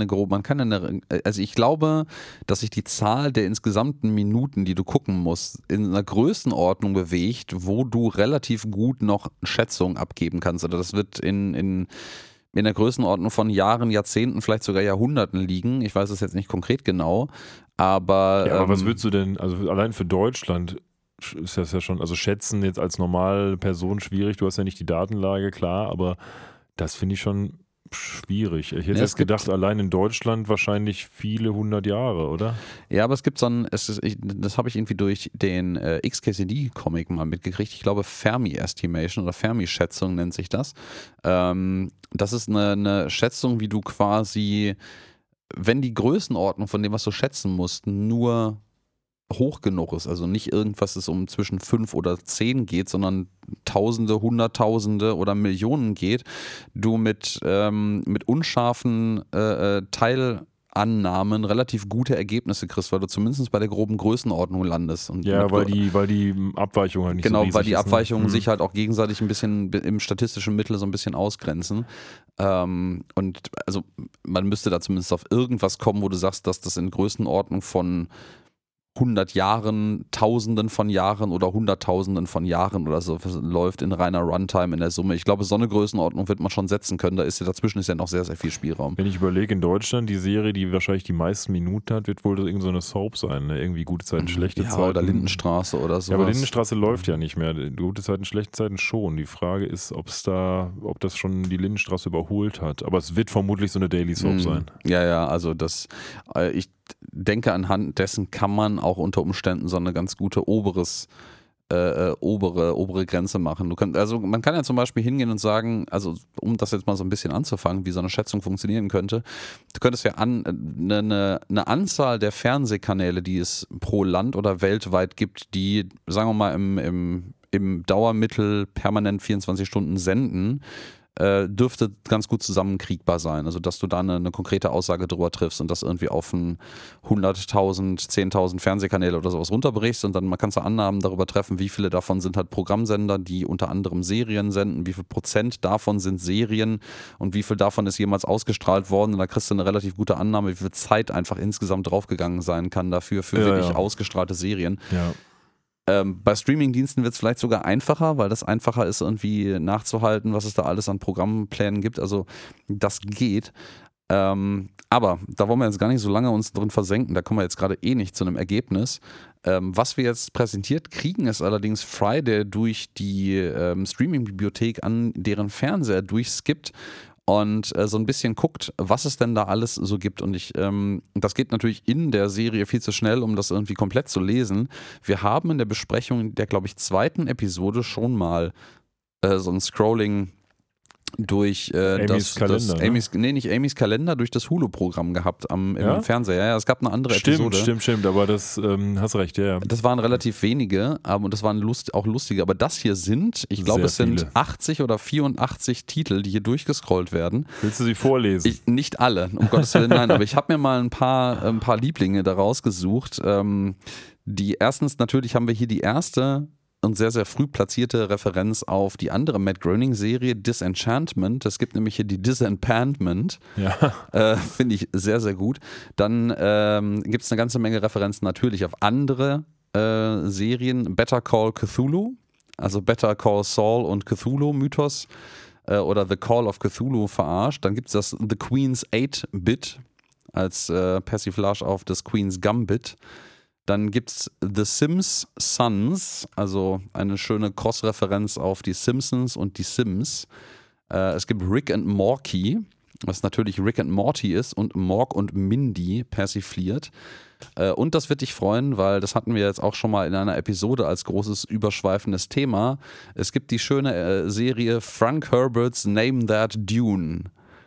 also ich glaube, dass sich die Zahl der insgesamten Minuten, die du gucken musst, in einer Größenordnung bewegt, wo du relativ gut noch Schätzungen abgeben kannst. Also das wird in der Größenordnung von Jahren, Jahrzehnten, vielleicht sogar Jahrhunderten liegen. Ich weiß es jetzt nicht konkret genau, aber... Ja, aber was würdest du denn, also allein für Deutschland ist das ja schon, also schätzen jetzt als normale Person schwierig, du hast ja nicht die Datenlage, klar, aber das finde ich schon schwierig. Ich hätte jetzt gedacht, allein in Deutschland wahrscheinlich viele 100 Jahre, oder? Ja, aber es gibt das habe ich irgendwie durch den XKCD-Comic mal mitgekriegt. Ich glaube, Fermi-Estimation oder Fermi-Schätzung nennt sich das. Das ist eine Schätzung, wie du quasi, wenn die Größenordnung von dem, was du schätzen musst, nur hoch genug ist, also nicht irgendwas ist um zwischen 5 oder 10 geht, sondern Tausende, Hunderttausende oder Millionen geht, du mit unscharfen Teilannahmen relativ gute Ergebnisse kriegst, weil du zumindest bei der groben Größenordnung landest. Und weil die Abweichungen halt nicht so riesig ist. Genau, weil die Abweichungen sich halt auch gegenseitig ein bisschen im statistischen Mittel so ein bisschen ausgrenzen. Und also man müsste da zumindest auf irgendwas kommen, wo du sagst, dass das in Größenordnung von 100 Jahren, Tausenden von Jahren oder Hunderttausenden von Jahren oder so läuft in reiner Runtime in der Summe. Ich glaube, so eine Größenordnung wird man schon setzen können. Dazwischen ist ja noch sehr, sehr viel Spielraum. Wenn ich überlege, in Deutschland, die Serie, die wahrscheinlich die meisten Minuten hat, wird wohl irgend so eine Soap sein. Ne? Irgendwie gute Zeiten, schlechte Zeiten. Oder Lindenstraße oder so. Ja, aber Lindenstraße läuft ja nicht mehr. Gute Zeiten, schlechte Zeiten schon. Die Frage ist, ob das schon die Lindenstraße überholt hat. Aber es wird vermutlich so eine Daily Soap sein. Ja, also ich denke, anhand dessen kann man auch unter Umständen so eine ganz gute obere Grenze machen. Man kann ja zum Beispiel hingehen und sagen, also um das jetzt mal so ein bisschen anzufangen, wie so eine Schätzung funktionieren könnte, du könntest ja eine Anzahl der Fernsehkanäle, die es pro Land oder weltweit gibt, die, sagen wir mal, im Dauermittel permanent 24 Stunden senden, dürfte ganz gut zusammenkriegbar sein. Also, dass du da eine konkrete Aussage drüber triffst und das irgendwie auf 100.000, 10.000 Fernsehkanäle oder sowas runterbrichst und dann kannst du Annahmen darüber treffen, wie viele davon sind halt Programmsender, die unter anderem Serien senden, wie viel Prozent davon sind Serien und wie viel davon ist jemals ausgestrahlt worden und da kriegst du eine relativ gute Annahme, wie viel Zeit einfach insgesamt draufgegangen sein kann dafür für wirklich ausgestrahlte Serien. Ja. Bei Streamingdiensten wird es vielleicht sogar einfacher, weil das einfacher ist, irgendwie nachzuhalten, was es da alles an Programmplänen gibt. Also das geht. Aber da wollen wir jetzt gar nicht so lange uns drin versenken. Da kommen wir jetzt gerade nicht zu einem Ergebnis. Was wir jetzt präsentiert kriegen, ist allerdings Friday durch die Streaming-Bibliothek an deren Fernseher durchskippt und so ein bisschen guckt, was es denn da alles so gibt. Und das geht natürlich in der Serie viel zu schnell, um das irgendwie komplett zu lesen. Wir haben in der Besprechung der, glaube ich, 2. Episode schon mal so ein Scrolling durch Amy's Kalender, nicht Amy's Kalender, durch das Hulu-Programm gehabt im Fernseher. Ja, es gab eine andere Episode. Stimmt, aber das hast recht, ja. Das waren relativ wenige, und das waren auch lustige, aber das hier sind, ich glaube, es sind 80 oder 84 Titel, die hier durchgescrollt werden. Willst du sie vorlesen? Nicht alle, um Gottes Willen, nein, aber ich habe mir mal ein paar Lieblinge da rausgesucht. Erstens natürlich haben wir hier die erste und sehr, sehr früh platzierte Referenz auf die andere Matt Groening-Serie Disenchantment. Es gibt nämlich hier die Disenchantment. Ja. Finde ich sehr, sehr gut. Dann gibt es eine ganze Menge Referenzen natürlich auf andere Serien. Better Call Cthulhu, also Better Call Saul und Cthulhu-Mythos oder The Call of Cthulhu verarscht. Dann gibt es das The Queen's 8-Bit als Persiflage auf das Queen's Gambit. Dann gibt es The Sims Sons, also eine schöne Cross-Referenz auf die Simpsons und die Sims. Es gibt Rick and Morty, was natürlich Rick and Morty ist und Mork und Mindy persifliert. Und das wird dich freuen, weil das hatten wir jetzt auch schon mal in einer Episode als großes überschweifendes Thema. Es gibt die schöne Serie Frank Herbert's Name That Dune.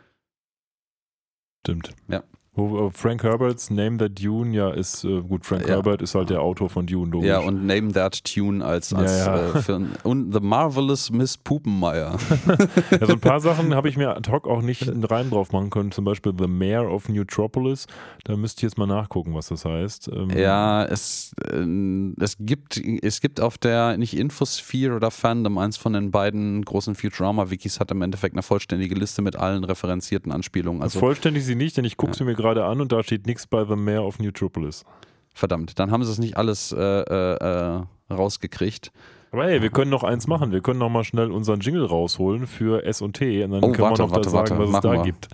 Stimmt. Ja. Frank Herbert's Name That Dune, ja, ist gut. Frank Herbert ist halt der Autor von Dune, logisch. Ja, und Name That Tune als und The Marvelous Miss Pupenmeier. Ja, so ein paar Sachen habe ich mir ad hoc auch nicht einen Reim drauf machen können. Zum Beispiel The Mayor of Neutropolis. Da müsst ihr jetzt mal nachgucken, was das heißt. Ja, es gibt auf der, nicht Infosphere oder Fandom, eins von den beiden großen Futurama-Wikis hat im Endeffekt eine vollständige Liste mit allen referenzierten Anspielungen. Also vollständig sie nicht, denn ich gucke sie mir gerade an und da steht nichts bei The Mayor of Neutropolis. Verdammt, dann haben sie es nicht alles rausgekriegt. Aber hey, wir können noch eins machen. Wir können noch mal schnell unseren Jingle rausholen für S&T und dann können wir noch sagen, was es da gibt.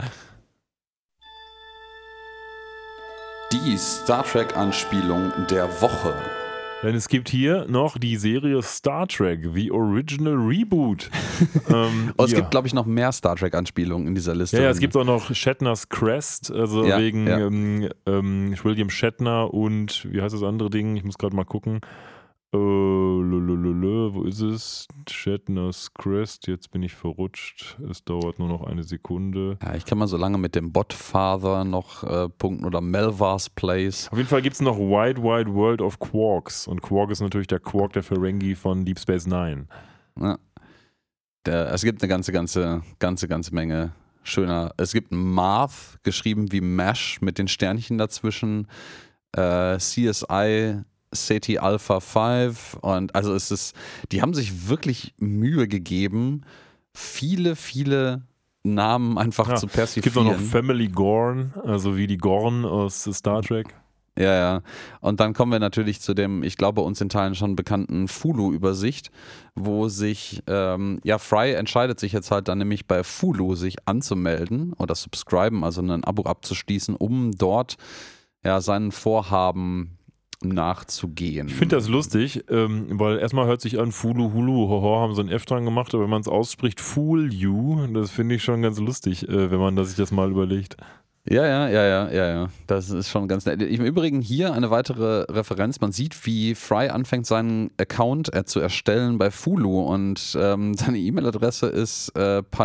Die Star Trek-Anspielung der Woche. Denn es gibt hier noch die Serie Star Trek, The Original Reboot. Es gibt, glaube ich, noch mehr Star Trek-Anspielungen in dieser Liste. Ja, es gibt auch noch Shatner's Crest, also wegen William Shatner und, wie heißt das andere Ding? Ich muss gerade mal gucken. Wo ist es? Shatner's Crest, jetzt bin ich verrutscht. Es dauert nur noch eine Sekunde. Ja, ich kann mal so lange mit dem Botfather noch punkten oder Melvar's Place. Auf jeden Fall gibt es noch Wide World of Quarks. Und Quark ist natürlich der Quark der Ferengi von Deep Space Nine. Ja. Es gibt eine ganze Menge schöner. Es gibt Marth, geschrieben wie Mash mit den Sternchen dazwischen. CSI Ceti Alpha 5 und also die haben sich wirklich Mühe gegeben, viele Namen einfach zu persiflieren. Es gibt auch noch Family Gorn, also wie die Gorn aus Star Trek. Ja. Und dann kommen wir natürlich zu dem, ich glaube, uns in Teilen schon bekannten Fulu-Übersicht, wo sich, Fry entscheidet sich jetzt halt dann nämlich bei Fulu sich anzumelden oder subscriben, also ein Abo abzuschließen, um dort seinen Vorhaben nachzugehen. Ich finde das lustig, weil erstmal hört sich an, Fulu, Hulu, Hoho, haben so ein F dran gemacht, aber wenn man es ausspricht, Fool You, das finde ich schon ganz lustig, wenn man sich das mal überlegt. Ja. Das ist schon ganz nett. Im Übrigen hier eine weitere Referenz. Man sieht, wie Fry anfängt, seinen Account zu erstellen bei Fulu und seine E-Mail-Adresse ist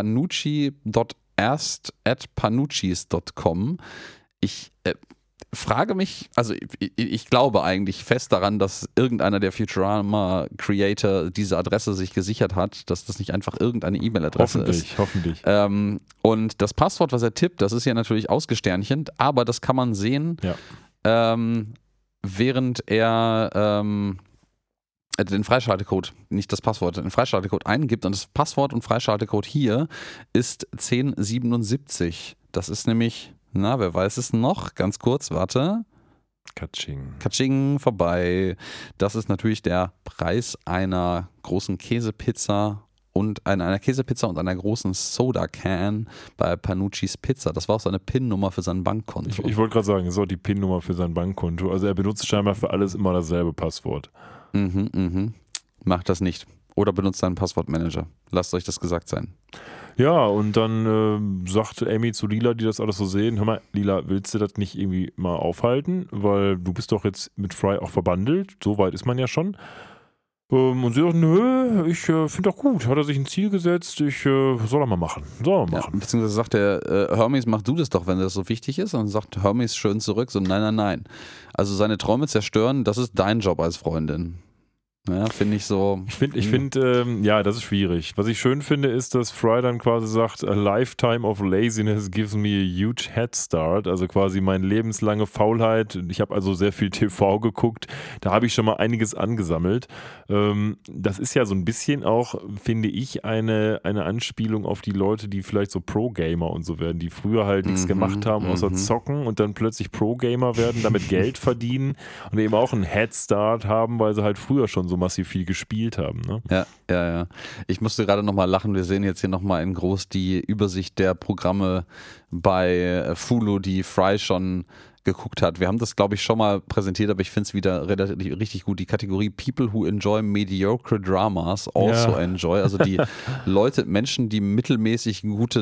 panucci.erst@panuccis.com. Ich frage mich, also ich glaube eigentlich fest daran, dass irgendeiner der Futurama-Creator diese Adresse sich gesichert hat, dass das nicht einfach irgendeine E-Mail-Adresse ist. Hoffentlich. Und das Passwort, was er tippt, das ist ja natürlich ausgesternchent, aber das kann man sehen, während er den Freischaltecode, nicht das Passwort, den Freischaltecode eingibt und das Passwort und Freischaltecode hier ist 1077. Das ist nämlich... Na, wer weiß es noch? Ganz kurz, warte. Katsching, vorbei. Das ist natürlich der Preis einer großen Käsepizza und einer Käsepizza und einer großen Soda-Can bei Panucci's Pizza. Das war auch seine PIN-Nummer für sein Bankkonto. Ich wollte gerade sagen, das ist auch die PIN-Nummer für sein Bankkonto. Also er benutzt scheinbar für alles immer dasselbe Passwort. Macht das nicht. Oder benutzt einen Passwortmanager. Lasst euch das gesagt sein. Ja, und dann sagt Amy zu Lila, die das alles so sehen, hör mal, Lila, willst du das nicht irgendwie mal aufhalten? Weil du bist doch jetzt mit Fry auch verbandelt, so weit ist man ja schon. Und sie sagt, nö, ich finde doch gut, hat er sich ein Ziel gesetzt, soll er mal machen. Ja, beziehungsweise sagt der Hermes, mach du das doch, wenn das so wichtig ist. Und dann sagt Hermes schön zurück, so nein. Also seine Träume zerstören, das ist dein Job als Freundin. Ja, finde ich so. Ich finde, das ist schwierig. Was ich schön finde, ist, dass Fry dann quasi sagt, a lifetime of laziness gives me a huge head start. Also quasi meine lebenslange Faulheit. Ich habe also sehr viel TV geguckt. Da habe ich schon mal einiges angesammelt. Das ist ja so ein bisschen auch, finde ich, eine Anspielung auf die Leute, die vielleicht so Pro-Gamer und so werden, die früher halt nichts gemacht haben, außer zocken und dann plötzlich Pro-Gamer werden, damit Geld verdienen und eben auch einen Head Start haben, weil sie halt früher schon so massiv viel gespielt haben. Ne? Ja. Ich musste gerade nochmal lachen. Wir sehen jetzt hier nochmal in groß die Übersicht der Programme bei Fulu, die Fry schon geguckt hat. Wir haben das, glaube ich, schon mal präsentiert, aber ich finde es wieder richtig gut. Die Kategorie People who enjoy mediocre dramas also enjoy. Also die Menschen, die mittelmäßig gute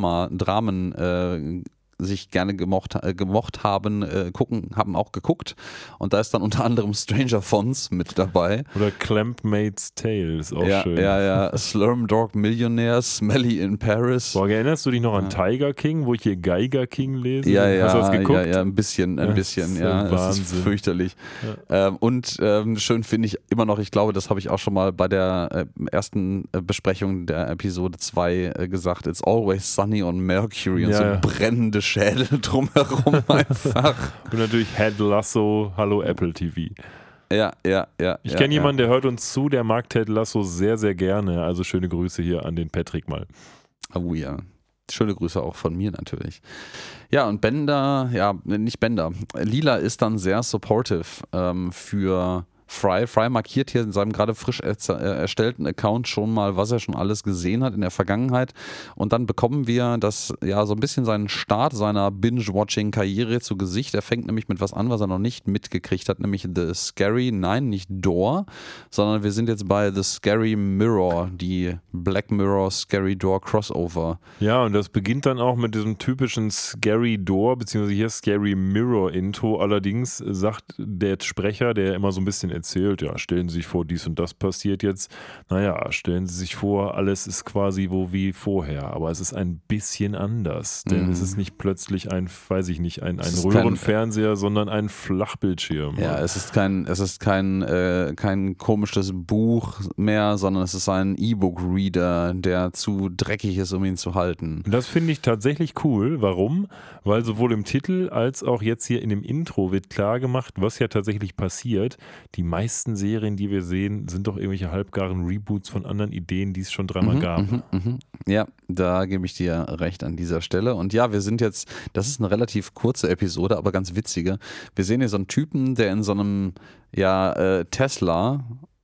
Dramen sich gerne gemocht haben, haben auch geguckt. Und da ist dann unter anderem Stranger Things mit dabei. Oder Clampmaid's Tale ist auch schön. Ja. Slumdog Millionaire, Smelly in Paris. Boah, erinnerst du dich noch an Tiger King, wo ich hier Geiger King lese? Ja. Hast du das geguckt? Ja, ein bisschen. Das ist fürchterlich. Ja. Und schön finde ich immer noch, ich glaube, das habe ich auch schon mal bei der ersten Besprechung der Episode 2 gesagt, it's always sunny on Mercury und so brennende Schädel drumherum einfach. Und natürlich Ted Lasso, hallo Apple TV. Ja. Ich kenne jemanden, der hört uns zu, der mag Ted Lasso sehr, sehr gerne. Also schöne Grüße hier an den Patrick mal. Oh ja. Schöne Grüße auch von mir natürlich. Ja, und Bender, nicht Bender. Lila ist dann sehr supportive für Fry. Fry markiert hier in seinem gerade frisch erstellten Account schon mal, was er schon alles gesehen hat in der Vergangenheit. Und dann bekommen wir das, ja, so ein bisschen seinen Start seiner Binge-Watching-Karriere zu Gesicht. Er fängt nämlich mit was an, was er noch nicht mitgekriegt hat, nämlich nicht Door, sondern wir sind jetzt bei The Scary Mirror, die Black Mirror Scary Door Crossover. Ja, und das beginnt dann auch mit diesem typischen Scary Door, beziehungsweise hier Scary Mirror Intro. Allerdings sagt der Sprecher, der immer so ein bisschen erzählt, ja, stellen Sie sich vor, dies und das passiert jetzt. Naja, stellen Sie sich vor, alles ist quasi wie vorher, aber es ist ein bisschen anders, denn es ist nicht plötzlich ein Röhrenfernseher, sondern ein Flachbildschirm. Ja, es ist kein komisches Buch mehr, sondern es ist ein E-Book-Reader, der zu dreckig ist, um ihn zu halten. Und das finde ich tatsächlich cool. Warum? Weil sowohl im Titel als auch jetzt hier in dem Intro wird klar gemacht, was ja tatsächlich passiert. Die meisten Serien, die wir sehen, sind doch irgendwelche halbgaren Reboots von anderen Ideen, die es schon dreimal gab. Ja, da gebe ich dir recht an dieser Stelle. Und ja, wir sind jetzt, das ist eine relativ kurze Episode, aber ganz witzige. Wir sehen hier so einen Typen, der in so einem Tesla,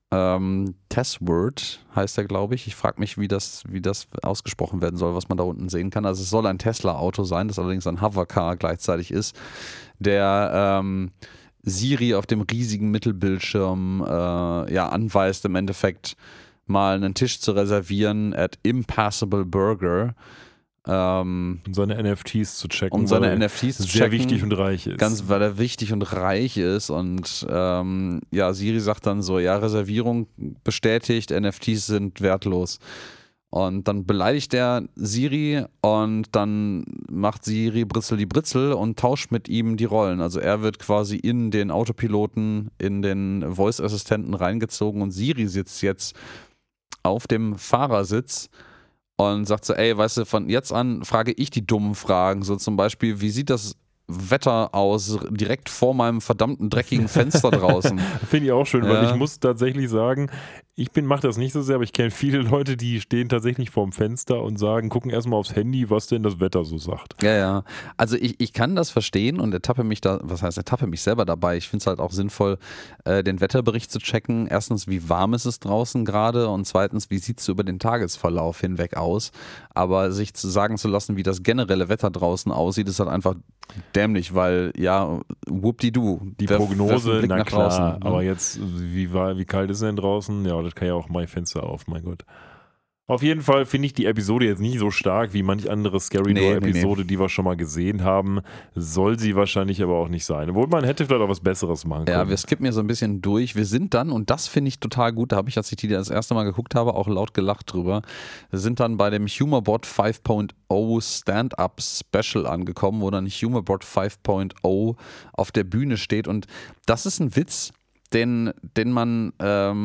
Tessword heißt er, glaube ich. Ich frage mich, wie das ausgesprochen werden soll, was man da unten sehen kann. Also es soll ein Tesla-Auto sein, das allerdings ein Hovercar gleichzeitig ist, der Siri auf dem riesigen Mittelbildschirm anweist, im Endeffekt mal einen Tisch zu reservieren at Impassable Burger. Um seine NFTs zu checken. Sehr wichtig und reich ist. Weil er wichtig und reich ist. Und Siri sagt dann so, ja, Reservierung bestätigt, NFTs sind wertlos. Und dann beleidigt er Siri und dann macht Siri Britzel die Britzel und tauscht mit ihm die Rollen. Also er wird quasi in den Autopiloten, in den Voice-Assistenten reingezogen und Siri sitzt jetzt auf dem Fahrersitz und sagt so, ey, weißt du, von jetzt an frage ich die dummen Fragen. So zum Beispiel, wie sieht das Wetter aus, direkt vor meinem verdammten dreckigen Fenster draußen? Finde ich auch schön, weil ich muss tatsächlich sagen, mache das nicht so sehr, aber ich kenne viele Leute, die stehen tatsächlich vorm Fenster und gucken erstmal aufs Handy, was denn das Wetter so sagt. Ja. Also ich kann das verstehen und ertappe mich selber dabei. Ich finde es halt auch sinnvoll, den Wetterbericht zu checken. Erstens, wie warm ist es draußen gerade und zweitens, wie sieht es über den Tagesverlauf hinweg aus. Aber sich sagen zu lassen, wie das generelle Wetter draußen aussieht, ist halt einfach dämlich, weil whoop-di-doo. Die Prognose, na klar, draußen, aber jetzt, wie kalt ist es denn draußen? Ja, das kann ja auch mein Fenster auf, mein Gott. Auf jeden Fall finde ich die Episode jetzt nicht so stark wie manch andere Scary Door-Episode, die wir schon mal gesehen haben. Soll sie wahrscheinlich aber auch nicht sein. Obwohl man hätte vielleicht auch was Besseres machen können. Ja, wir skippen hier so ein bisschen durch. Wir sind dann, und das finde ich total gut, da habe ich, als ich die das erste Mal geguckt habe, auch laut gelacht drüber, wir sind dann bei dem Humorbot 5.0 Stand-Up Special angekommen, wo dann Humorbot 5.0 auf der Bühne steht. Und das ist ein Witz, den man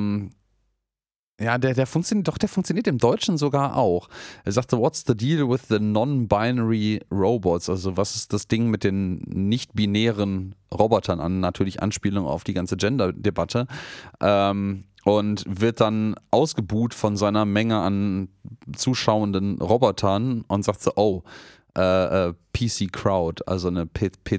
der funktioniert im Deutschen sogar auch. Er sagte, what's the deal with the non-binary robots? Also was ist das Ding mit den nicht-binären Robotern an? Natürlich Anspielung auf die ganze Gender-Debatte. Und wird dann ausgebuht von seiner Menge an zuschauenden Robotern und sagt so, PC Crowd, also eine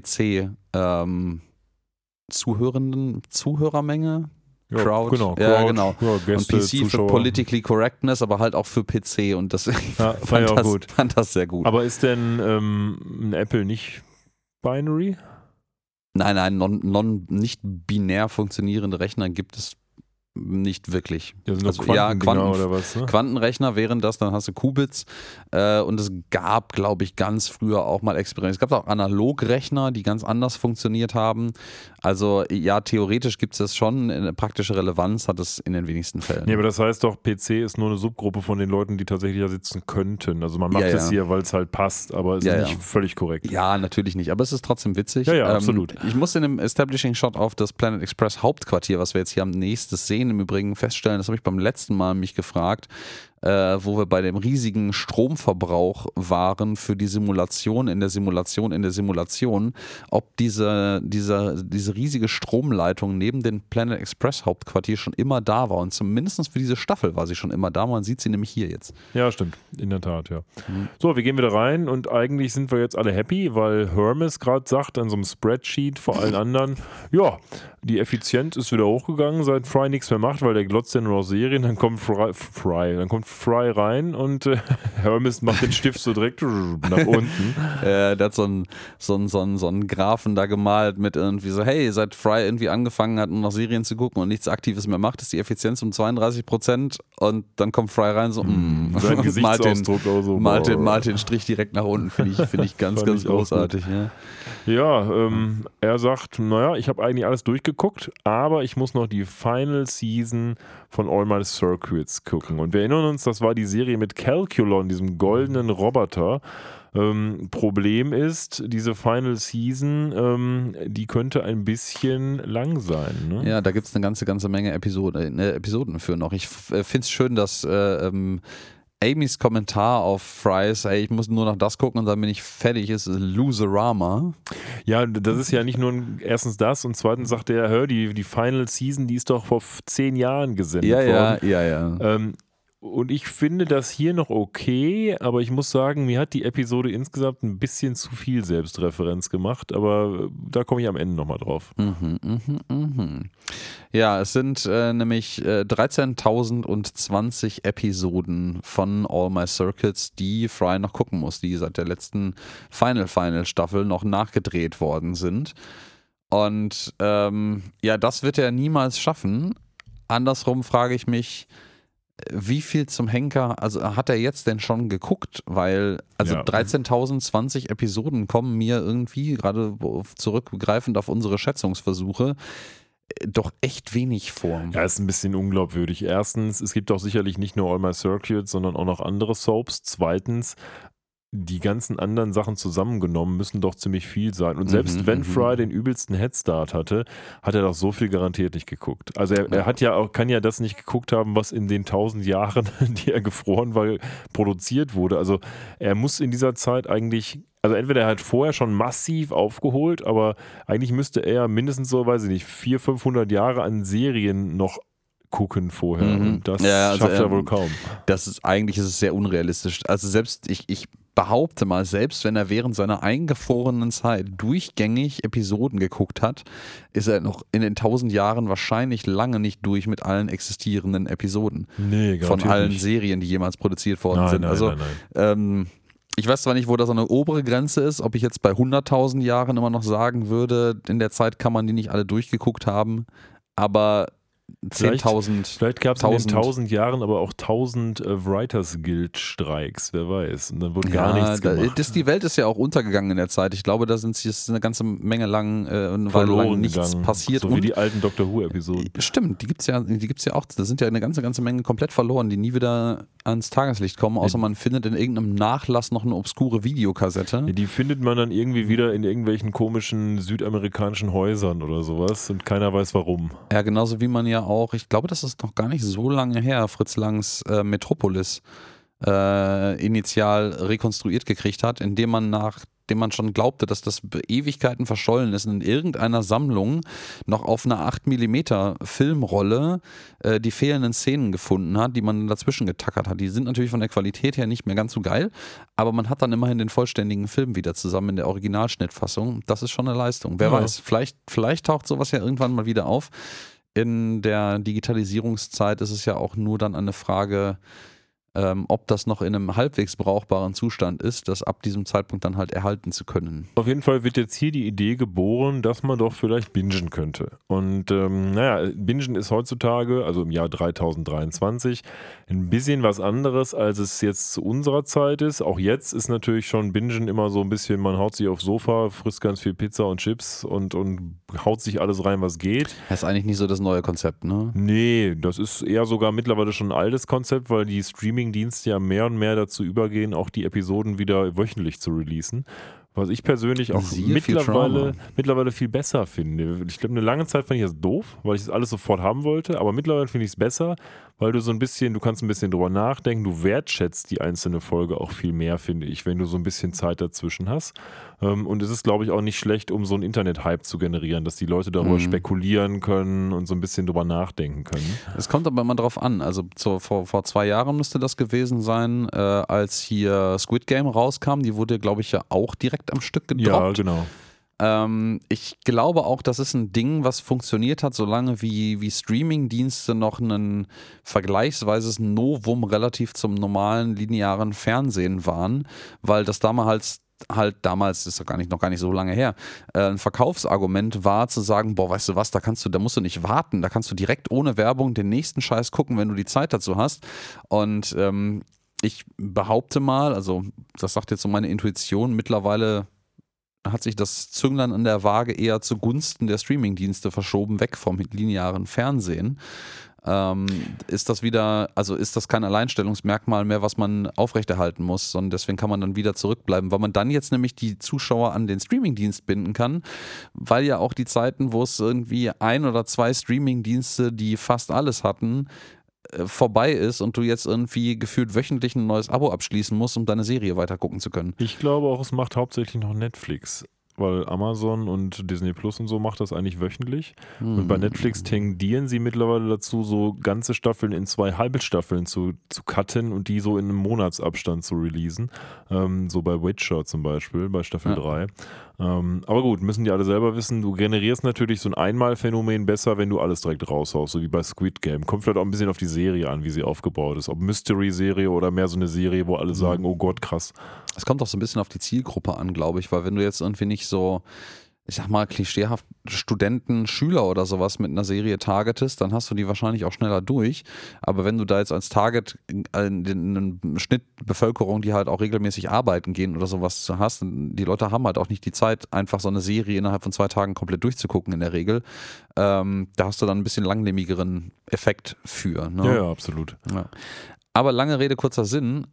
Zuhörermenge. Crowd. Ja, genau. Ja, Gäste, und PC Zuschauer. für Politically Correctness, aber halt auch für PC und das fand das sehr gut. Aber ist denn ein Apple nicht binary? Nein, nicht binär funktionierende Rechner gibt es nicht wirklich. Ja, sind oder was, ne? Quantenrechner wären das, dann hast du Qubits und es gab, glaube ich, ganz früher auch mal Experimente. Es gab auch Analogrechner, die ganz anders funktioniert haben. Also ja, theoretisch gibt es das schon, eine praktische Relevanz hat es in den wenigsten Fällen. Ja, aber das heißt doch, PC ist nur eine Subgruppe von den Leuten, die tatsächlich da sitzen könnten. Also man macht es hier, weil es halt passt, aber es ist nicht völlig korrekt. Ja, natürlich nicht, aber es ist trotzdem witzig. Ja, absolut. Ich muss in dem Establishing Shot auf das Planet Express Hauptquartier, was wir jetzt hier am nächsten sehen, im Übrigen feststellen, das habe ich beim letzten Mal mich gefragt, wo wir bei dem riesigen Stromverbrauch waren für die Simulation in der Simulation, ob diese riesige Stromleitung neben dem Planet Express Hauptquartier schon immer da war. Und zumindest für diese Staffel war sie schon immer da. Man sieht sie nämlich hier jetzt. Ja, stimmt. In der Tat, ja. So, wir gehen wieder rein und eigentlich sind wir jetzt alle happy, weil Hermes gerade sagt an so einem Spreadsheet vor allen anderen, ja, die Effizienz ist wieder hochgegangen, seit Fry nichts mehr macht, weil der glotzt ja nur noch Serien, dann kommt Fry rein und Hermes macht den Stift so direkt nach unten. Der hat so einen Graphen da gemalt mit irgendwie so, hey, seit Fry irgendwie angefangen hat, nur noch Serien zu gucken und nichts Aktives mehr macht, ist die Effizienz um 32% und dann kommt Fry rein so, sein Gesichtsausdruck auch so. Malt den Strich direkt nach unten, finde ich ganz großartig. Ja, er sagt, naja, ich habe eigentlich alles durchgeguckt, aber ich muss noch die Final Season von All My Circuits gucken. Und wir erinnern uns, das war die Serie mit Calculon, diesem goldenen Roboter. Problem ist, diese Final Season, die könnte ein bisschen lang sein. Ne? Ja, da gibt es eine ganze Menge Episoden für noch. Ich finde es schön, dass Amys Kommentar auf Fry's, ey, ich muss nur noch das gucken und dann bin ich fertig, ist Loserama. Ja, das ist ja nicht nur erstens das und zweitens sagt er, hör, die Final Season, die ist doch vor 10 Jahren gesendet worden. Ja. Und ich finde das hier noch okay, aber ich muss sagen, mir hat die Episode insgesamt ein bisschen zu viel Selbstreferenz gemacht, aber da komme ich am Ende nochmal drauf. Ja, es sind nämlich 13.020 Episoden von All My Circuits, die Fry noch gucken muss, die seit der letzten Final Staffel noch nachgedreht worden sind. Und das wird er niemals schaffen. Andersrum frage ich mich, wie viel zum Henker, also hat er jetzt denn schon geguckt? Weil, 13.020 Episoden kommen mir irgendwie, gerade zurückgreifend auf unsere Schätzungsversuche, doch echt wenig vor. Ja, ist ein bisschen unglaubwürdig. Erstens, es gibt auch sicherlich nicht nur All My Circuits, sondern auch noch andere Soaps. Zweitens, die ganzen anderen Sachen zusammengenommen müssen doch ziemlich viel sein. Und selbst wenn Fry den übelsten Headstart hatte, hat er doch so viel garantiert nicht geguckt. Also er hat ja auch, kann ja das nicht geguckt haben, was in den 1000 Jahren, die er gefroren war, produziert wurde. Also er muss in dieser Zeit eigentlich, also entweder er hat vorher schon massiv aufgeholt, aber eigentlich müsste er mindestens so, weiß ich nicht, 400-500 Jahre an Serien noch gucken vorher. Und das schafft er wohl kaum. Eigentlich ist es sehr unrealistisch. Also selbst ich behaupte mal, selbst wenn er während seiner eingefrorenen Zeit durchgängig Episoden geguckt hat, ist er noch in den 1000 Jahren wahrscheinlich lange nicht durch mit allen existierenden Episoden. Nee, von allen Serien, die jemals produziert worden sind. Nein. Ich weiß zwar nicht, wo da so eine obere Grenze ist, ob ich jetzt bei 100.000 Jahren immer noch sagen würde, in der Zeit kann man die nicht alle durchgeguckt haben, aber 10.000. Vielleicht gab es in den 1000 Jahren aber auch 1000 Writers Guild Streiks, wer weiß. Und dann wurde gar nichts gemacht. Die Welt ist ja auch untergegangen in der Zeit. Ich glaube, da ist eine ganze Menge lang nichts passiert. So wie die alten Doctor Who-Episoden. Stimmt, die gibt's ja auch. Da sind ja eine ganze Menge komplett verloren, die nie wieder ans Tageslicht kommen, außer man findet in irgendeinem Nachlass noch eine obskure Videokassette. Ja, die findet man dann irgendwie wieder in irgendwelchen komischen südamerikanischen Häusern oder sowas und keiner weiß warum. Ja, genauso wie man ja auch, ich glaube, das ist noch gar nicht so lange her, Fritz Langs Metropolis initial rekonstruiert gekriegt hat, indem man schon glaubte, dass das Ewigkeiten verschollen ist, in irgendeiner Sammlung noch auf einer 8mm Filmrolle die fehlenden Szenen gefunden hat, die man dazwischen getackert hat. Die sind natürlich von der Qualität her nicht mehr ganz so geil, aber man hat dann immerhin den vollständigen Film wieder zusammen in der Originalschnittfassung. Das ist schon eine Leistung. Wer weiß, vielleicht taucht sowas ja irgendwann mal wieder auf. In der Digitalisierungszeit ist es ja auch nur dann eine Frage, ob das noch in einem halbwegs brauchbaren Zustand ist, das ab diesem Zeitpunkt dann halt erhalten zu können. Auf jeden Fall wird jetzt hier die Idee geboren, dass man doch vielleicht bingen könnte. Und bingen ist heutzutage, also im Jahr 3023, ein bisschen was anderes, als es jetzt zu unserer Zeit ist. Auch jetzt ist natürlich schon Bingen immer so ein bisschen, man haut sich aufs Sofa, frisst ganz viel Pizza und Chips und haut sich alles rein, was geht. Das ist eigentlich nicht so das neue Konzept, ne? Nee, das ist eher sogar mittlerweile schon ein altes Konzept, weil die Streaming-Dienste ja mehr und mehr dazu übergehen, auch die Episoden wieder wöchentlich zu releasen. Was ich persönlich auch mittlerweile viel besser finde. Ich glaube, eine lange Zeit fand ich das doof, weil ich das alles sofort haben wollte, aber mittlerweile finde ich es besser, weil du kannst ein bisschen drüber nachdenken, du wertschätzt die einzelne Folge auch viel mehr, finde ich, wenn du so ein bisschen Zeit dazwischen hast. Und es ist, glaube ich, auch nicht schlecht, um so einen Internet-Hype zu generieren, dass die Leute darüber spekulieren können und so ein bisschen drüber nachdenken können. Es kommt aber immer drauf an. Also vor 2 Jahren müsste das gewesen sein, als hier Squid Game rauskam. Die wurde, glaube ich, ja auch direkt am Stück gedroppt. Ja, genau. Ich glaube auch, das ist ein Ding, was funktioniert hat, solange wie Streaming-Dienste noch ein vergleichsweises Novum relativ zum normalen linearen Fernsehen waren, weil das damals ist doch noch gar nicht so lange her, ein Verkaufsargument war zu sagen, boah, weißt du was, da musst du nicht warten, da kannst du direkt ohne Werbung den nächsten Scheiß gucken, wenn du die Zeit dazu hast. Und ich behaupte mal, also das sagt jetzt so meine Intuition, mittlerweile hat sich das Zünglein an der Waage eher zugunsten der Streamingdienste verschoben, weg vom linearen Fernsehen. Ist das kein Alleinstellungsmerkmal mehr, was man aufrechterhalten muss, sondern deswegen kann man dann wieder zurückbleiben, weil man dann jetzt nämlich die Zuschauer an den Streamingdienst binden kann, weil ja auch die Zeiten, wo es irgendwie 1 oder 2 Streamingdienste, die fast alles hatten, vorbei ist und du jetzt irgendwie gefühlt wöchentlich ein neues Abo abschließen musst, um deine Serie weiter gucken zu können. Ich glaube auch, es macht hauptsächlich noch Netflix, weil Amazon und Disney Plus und so macht das eigentlich wöchentlich. Und bei Netflix tendieren sie mittlerweile dazu, so ganze Staffeln in 2 Halbstaffeln zu cutten und die so in einem Monatsabstand zu releasen. So bei Witcher zum Beispiel, bei Staffel 3. Aber gut, müssen die alle selber wissen. Du generierst natürlich so ein Einmalphänomen besser, wenn du alles direkt raushaust, so wie bei Squid Game. Kommt vielleicht auch ein bisschen auf die Serie an, wie sie aufgebaut ist. Ob Mystery-Serie oder mehr so eine Serie, wo alle sagen, oh Gott, krass. Es kommt auch so ein bisschen auf die Zielgruppe an, glaube ich, weil wenn du jetzt irgendwie nicht so, ich sag mal, klischeehaft Studenten, Schüler oder sowas mit einer Serie targetest, dann hast du die wahrscheinlich auch schneller durch. Aber wenn du da jetzt als Target eine Schnittbevölkerung, die halt auch regelmäßig arbeiten gehen oder sowas hast, die Leute haben halt auch nicht die Zeit, einfach so eine Serie innerhalb von 2 Tagen komplett durchzugucken in der Regel. Da hast du dann ein bisschen langlebigeren Effekt für. Ne? Ja, absolut. Ja. Aber lange Rede, kurzer Sinn.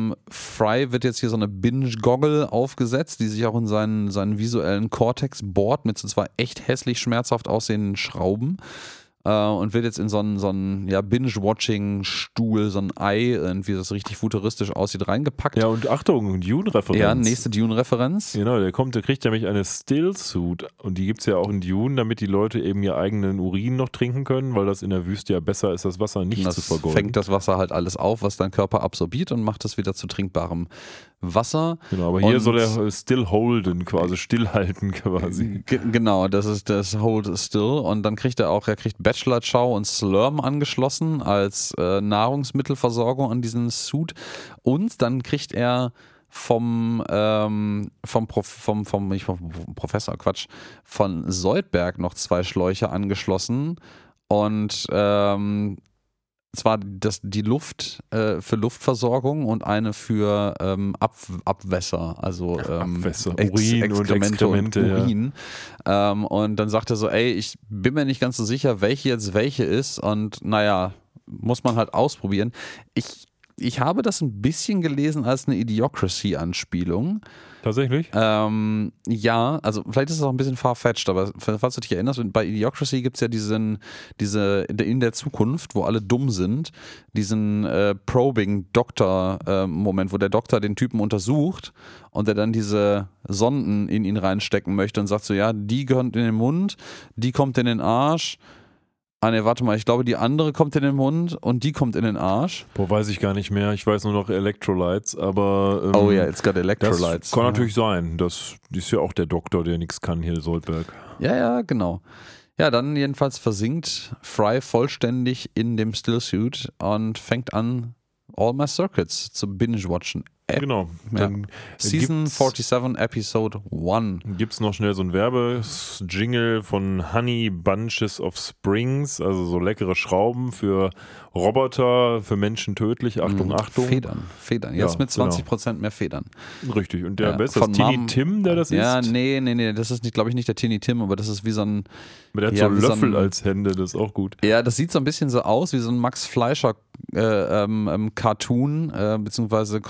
Fry wird jetzt hier so eine Binge-Goggle aufgesetzt, die sich auch in seinen visuellen Cortex bohrt mit so 2 echt hässlich schmerzhaft aussehenden Schrauben. Und wird jetzt in so einen Binge-Watching-Stuhl, so ein Ei, irgendwie das richtig futuristisch aussieht, reingepackt. Ja, und Achtung, Dune-Referenz. Ja, nächste Dune-Referenz. Genau, der kriegt nämlich eine Still-Suit und die gibt es ja auch in Dune, damit die Leute eben ihr eigenen Urin noch trinken können, weil das in der Wüste ja besser ist, das Wasser nicht zu vergeuden. Fängt das Wasser halt alles auf, was dein Körper absorbiert und macht es wieder zu trinkbarem Wasser. Genau, aber hier soll er still holden, quasi stillhalten quasi. Genau, das ist das Hold Still und dann kriegt er kriegt Bachelor Chow und Slurm angeschlossen als Nahrungsmittelversorgung an diesen Suit und dann kriegt er von Soldberg noch 2 Schläuche angeschlossen und zwar die Luft für Luftversorgung und eine für Abwässer, also Abwässer, Urin und Exkremente und Urin. Ja. Und dann sagt er so, ey, ich bin mir nicht ganz so sicher, welche jetzt welche ist und naja, muss man halt ausprobieren. Ich habe das ein bisschen gelesen als eine Idiocracy-Anspielung. Tatsächlich? Ja, also vielleicht ist es auch ein bisschen farfetched, aber falls du dich erinnerst, bei Idiocracy gibt es ja in der Zukunft, wo alle dumm sind, diesen Probing-Doktor-Moment, wo der Doktor den Typen untersucht und der dann diese Sonden in ihn reinstecken möchte und sagt so, ja, die gehört in den Mund, die kommt in den Arsch. Ah ne, warte mal, ich glaube, die andere kommt in den Mund und die kommt in den Arsch. Boah, weiß ich gar nicht mehr. Ich weiß nur noch Electrolytes, aber... oh ja, it's got Electrolytes. Das kann natürlich sein. Das ist ja auch der Doktor, der nichts kann hier, Soldberg. Ja, genau. Ja, dann jedenfalls versinkt Fry vollständig in dem Stillsuit und fängt an, All My Circuits zu binge-watchen. Genau. Dann Season 47, Episode 1. Gibt es noch schnell so ein Werbejingle von Honey Bunches of Springs, also so leckere Schrauben für Roboter, für Menschen tödlich. Achtung, Achtung. Federn. Jetzt mit 20% mehr Federn. Richtig. Und der ist das Tiny Tim, der das ist? Ja, nee. Das ist, glaube ich, nicht der Tiny Tim, aber das ist wie so ein... Der hat so einen Löffel als Hände, das ist auch gut. Ja, das sieht so ein bisschen so aus wie so ein Max Fleischer Cartoon, beziehungsweise Comic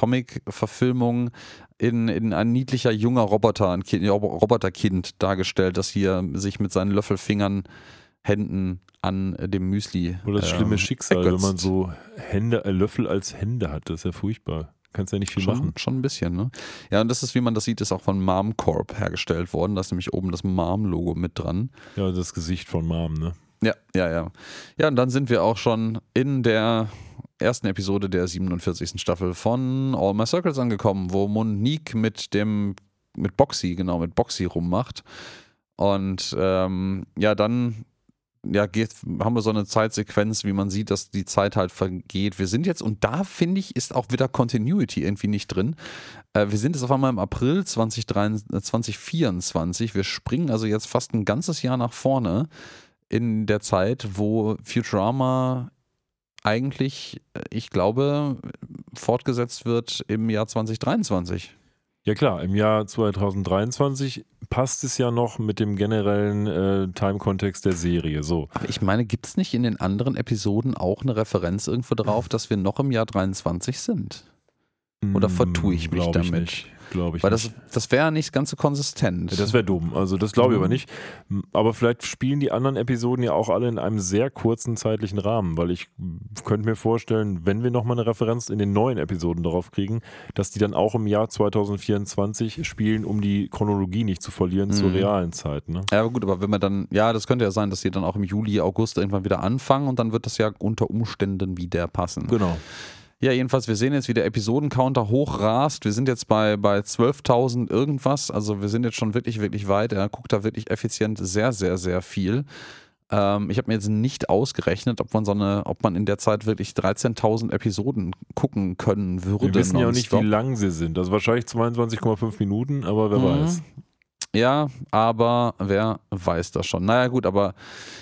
Comic-Verfilmung in ein niedlicher junger Roboter, ein Roboterkind dargestellt, das hier sich mit seinen Löffelfingern, Händen an dem Müsli Oder das schlimme Schicksal, ergötzt. wenn man so Löffel als Hände hat. Das ist ja furchtbar. Kannst ja nicht viel machen. Schon ein bisschen, ne? Ja, und das ist, wie man das sieht, ist auch von Mom Corp hergestellt worden. Da ist nämlich oben das Mom-Logo mit dran. Ja, das Gesicht von Mom, ne? Ja. Ja, und dann sind wir auch schon in der ersten Episode der 47. Staffel von All My Circles angekommen, wo Monique mit Boxy rummacht. Und dann haben wir so eine Zeitsequenz, wie man sieht, dass die Zeit halt vergeht. Wir sind jetzt, und da finde ich, ist auch wieder Continuity irgendwie nicht drin. Wir sind jetzt auf einmal im April 2024. Wir springen also jetzt fast ein ganzes Jahr nach vorne in der Zeit, wo Futurama eigentlich, ich glaube, fortgesetzt wird im Jahr 2023. Ja klar, im Jahr 2023 passt es ja noch mit dem generellen Time-Kontext der Serie. So. Aber ich meine, gibt es nicht in den anderen Episoden auch eine Referenz irgendwo drauf, dass wir noch im Jahr 23 sind? Oder vertue ich mich damit? Glaube ich Weil nicht. das wäre nicht ganz so konsistent. Ja, das wäre dumm. Also das glaube ich aber nicht. Aber vielleicht spielen die anderen Episoden ja auch alle in einem sehr kurzen zeitlichen Rahmen, weil ich könnte mir vorstellen, wenn wir nochmal eine Referenz in den neuen Episoden darauf kriegen, dass die dann auch im Jahr 2024 spielen, um die Chronologie nicht zu verlieren zur realen Zeit. Ne? Ja, aber gut, aber wenn man dann, ja, das könnte ja sein, dass die dann auch im Juli, August irgendwann wieder anfangen und dann wird das ja unter Umständen wieder passen. Genau. Ja, jedenfalls, wir sehen jetzt, wie der Episodencounter hochrast. Wir sind jetzt bei 12.000 irgendwas. Also wir sind jetzt schon wirklich, wirklich weit. Er guckt da wirklich effizient sehr, sehr, sehr viel. Ich habe mir jetzt nicht ausgerechnet, ob man in der Zeit wirklich 13.000 Episoden gucken können würde. Wir wissen ja auch nicht, wie lang sie sind. Also wahrscheinlich 22,5 Minuten, aber wer weiß. Ja, aber wer weiß das schon. Naja gut, aber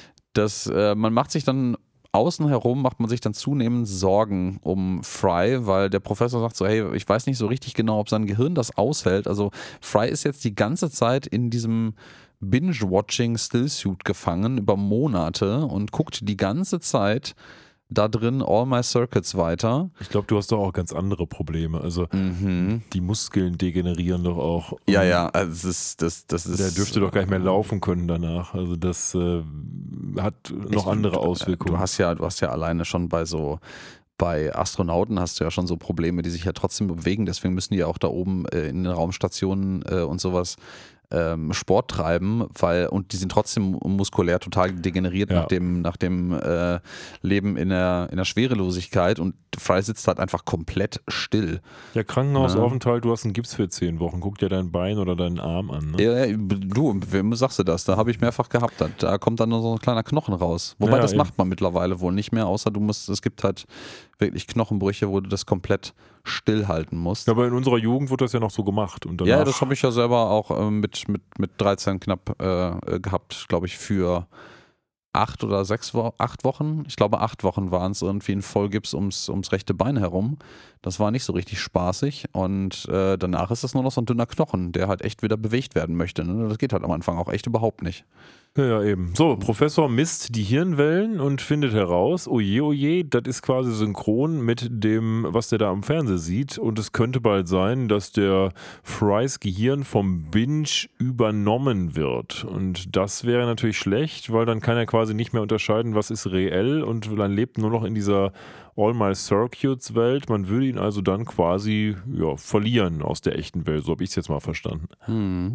man macht sich dann außen herum macht man sich dann zunehmend Sorgen um Fry, weil der Professor sagt so, hey, ich weiß nicht so richtig genau, ob sein Gehirn das aushält. Also Fry ist jetzt die ganze Zeit in diesem Binge-Watching-Stillsuit gefangen über Monate und guckt die ganze Zeit da drin All My Circuits weiter. Ich glaube, du hast doch auch ganz andere Probleme. Also die Muskeln degenerieren doch auch. Ja, also das ist... Der dürfte doch gar nicht mehr laufen können danach. Also das hat noch andere Auswirkungen. Du hast ja alleine schon bei Astronauten hast du ja schon so Probleme, die sich ja trotzdem bewegen. Deswegen müssen die ja auch da oben in den Raumstationen und sowas Sport treiben, und die sind trotzdem muskulär total degeneriert nach dem Leben in der Schwerelosigkeit, und Fry sitzt halt einfach komplett still. Ja, Krankenhausaufenthalt, du hast einen Gips für 10 Wochen, guck dir dein Bein oder deinen Arm an. Ne? Ja, du, wem sagst du das? Da habe ich mehrfach gehabt. Da kommt dann nur so ein kleiner Knochen raus. Wobei das macht man mittlerweile wohl nicht mehr, außer es gibt halt wirklich Knochenbrüche, wo du das komplett stillhalten musst. Ja, aber in unserer Jugend wurde das ja noch so gemacht. Und ja, das habe ich ja selber auch mit 13 knapp gehabt, glaube ich, für 8 Wochen. Ich glaube, 8 Wochen waren es irgendwie in Vollgips ums rechte Bein herum. Das war nicht so richtig spaßig, und danach ist das nur noch so ein dünner Knochen, der halt echt wieder bewegt werden möchte. Ne? Das geht halt am Anfang auch echt überhaupt nicht. Ja, eben. So, Professor misst die Hirnwellen und findet heraus, oje, das ist quasi synchron mit dem, was der da am Fernseher sieht, und es könnte bald sein, dass der Frys Gehirn vom Binge übernommen wird, und das wäre natürlich schlecht, weil dann kann er quasi nicht mehr unterscheiden, was ist reell, und dann lebt nur noch in dieser All My Circuits Welt. Man würde ihn also dann quasi verlieren aus der echten Welt, so habe ich es jetzt mal verstanden.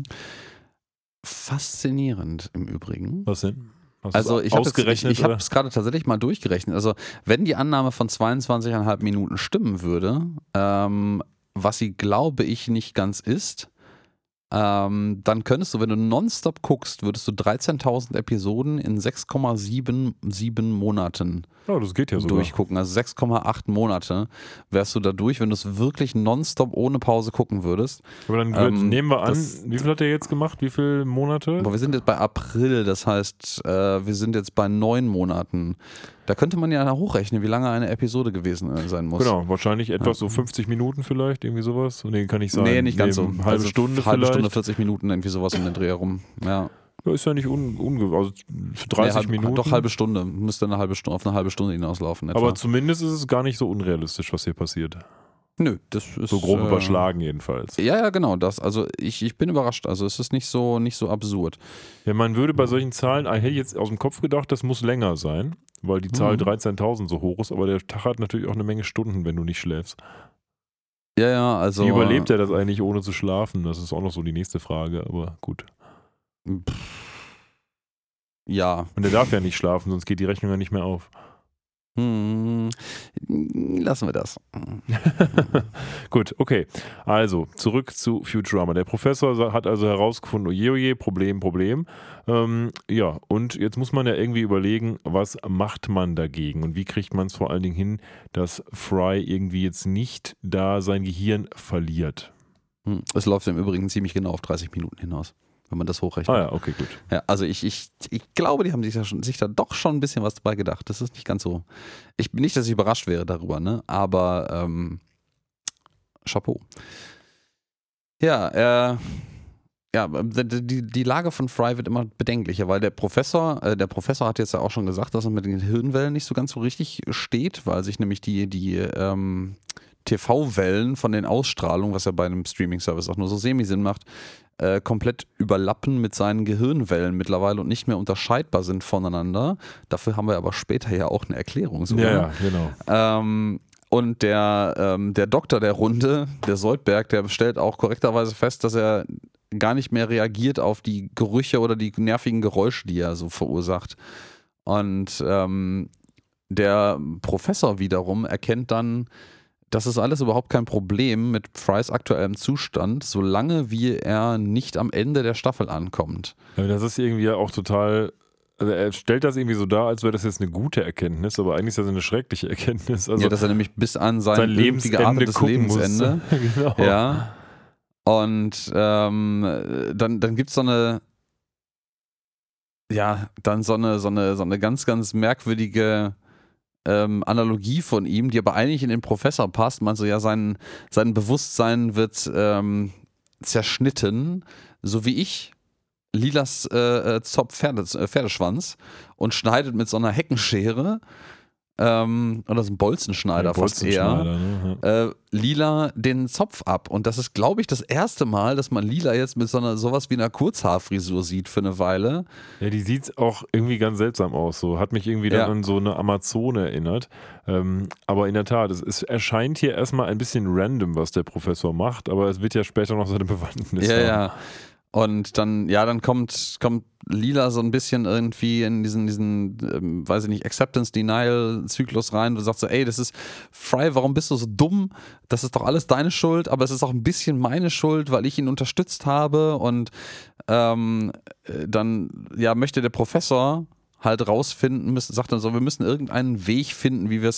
Faszinierend im Übrigen. Was denn? Also ich habe es gerade tatsächlich mal durchgerechnet. Also wenn die Annahme von 22,5 Minuten stimmen würde, was sie, glaube ich, nicht ganz ist, dann könntest du, wenn du nonstop guckst, würdest du 13.000 Episoden in 6,77 Monaten das geht ja durchgucken. Also 6,8 Monate wärst du da durch, wenn du es wirklich nonstop ohne Pause gucken würdest. Aber dann nehmen wir an, wie viel hat er jetzt gemacht? Wie viele Monate? Aber wir sind jetzt bei April, das heißt, wir sind jetzt bei 9 Monaten. Da könnte man ja hochrechnen, wie lange eine Episode gewesen sein muss. Genau, wahrscheinlich etwas so 50 Minuten vielleicht, irgendwie sowas. Nee, kann ich sagen. Nee, nicht ganz so. Halbe Stunde vielleicht. Halbe Stunde, 40 Minuten, irgendwie sowas um den Dreh herum. Ja. Ja, ist ja nicht also 30 Minuten. Doch halbe Stunde, müsste auf eine halbe Stunde hinauslaufen. Etwa. Aber zumindest ist es gar nicht so unrealistisch, was hier passiert. Nö, das ist so grob überschlagen jedenfalls. Ja, genau, das. Also ich bin überrascht. Also es ist nicht so absurd. Ja, man würde bei solchen Zahlen, hätte ich jetzt aus dem Kopf gedacht, das muss länger sein, weil die Zahl 13.000 so hoch ist, aber der Tag hat natürlich auch eine Menge Stunden, wenn du nicht schläfst. Ja, also. Wie überlebt er das eigentlich ohne zu schlafen? Das ist auch noch so die nächste Frage, aber gut. Ja. Und er darf ja nicht schlafen, sonst geht die Rechnung ja nicht mehr auf. Lassen wir das. Gut, okay. Also, zurück zu Futurama. Der Professor hat also herausgefunden, oje, Problem. Ja, und jetzt muss man ja irgendwie überlegen, was macht man dagegen und wie kriegt man es vor allen Dingen hin, dass Fry irgendwie jetzt nicht da sein Gehirn verliert. Es läuft im Übrigen ziemlich genau auf 30 Minuten hinaus, wenn man das hochrechnet. Ah ja, okay, gut. Ja, also ich glaube, die haben sich da doch schon ein bisschen was dabei gedacht. Das ist nicht ganz so. Ich bin nicht, dass ich überrascht wäre darüber, ne? Aber Chapeau. Ja, die Lage von Fry wird immer bedenklicher, weil der Professor hat jetzt ja auch schon gesagt, dass er mit den Hirnwellen nicht so ganz so richtig steht, weil sich nämlich die TV-Wellen von den Ausstrahlungen, was ja bei einem Streaming-Service auch nur so Semi-Sinn macht, komplett überlappen mit seinen Gehirnwellen mittlerweile und nicht mehr unterscheidbar sind voneinander. Dafür haben wir aber später ja auch eine Erklärung. Sogar. Ja, genau. Und der Doktor der Runde, der Soldberg, der stellt auch korrekterweise fest, dass er gar nicht mehr reagiert auf die Gerüche oder die nervigen Geräusche, die er so verursacht. Und der Professor wiederum erkennt dann, das ist alles überhaupt kein Problem mit Frys aktuellem Zustand, solange wie er nicht am Ende der Staffel ankommt. Ja, das ist irgendwie auch total, also er stellt das irgendwie so dar, als wäre das jetzt eine gute Erkenntnis, aber eigentlich ist das eine schreckliche Erkenntnis. Also ja, dass er nämlich bis an sein Lebensende Lebensende. Genau. Ja. Und dann gibt es so eine ganz, ganz merkwürdige Analogie von ihm, die aber eigentlich in den Professor passt. Man so, ja, sein Bewusstsein wird zerschnitten, so wie ich, Lilas Pferdeschwanz, und schneidet mit so einer Heckenschere oder so ein Bolzenschneider fast eher, ne? Lila den Zopf ab. Und das ist, glaube ich, das erste Mal, dass man Lila jetzt mit sowas wie einer Kurzhaarfrisur sieht für eine Weile. Ja, die sieht auch irgendwie ganz seltsam aus. So. Hat mich irgendwie dann an so eine Amazone erinnert. Aber in der Tat, es erscheint hier erstmal ein bisschen random, was der Professor macht, aber es wird ja später noch seine Bewandtnis haben. Ja. Und dann kommt Lila so ein bisschen irgendwie in diesen weiß ich nicht, Acceptance-Denial-Zyklus rein. Du sagst so, ey, das ist Fry, warum bist du so dumm? Das ist doch alles deine Schuld, aber es ist auch ein bisschen meine Schuld, weil ich ihn unterstützt habe. Und dann möchte der Professor halt rausfinden, sagt dann so, wir müssen irgendeinen Weg finden, wie wir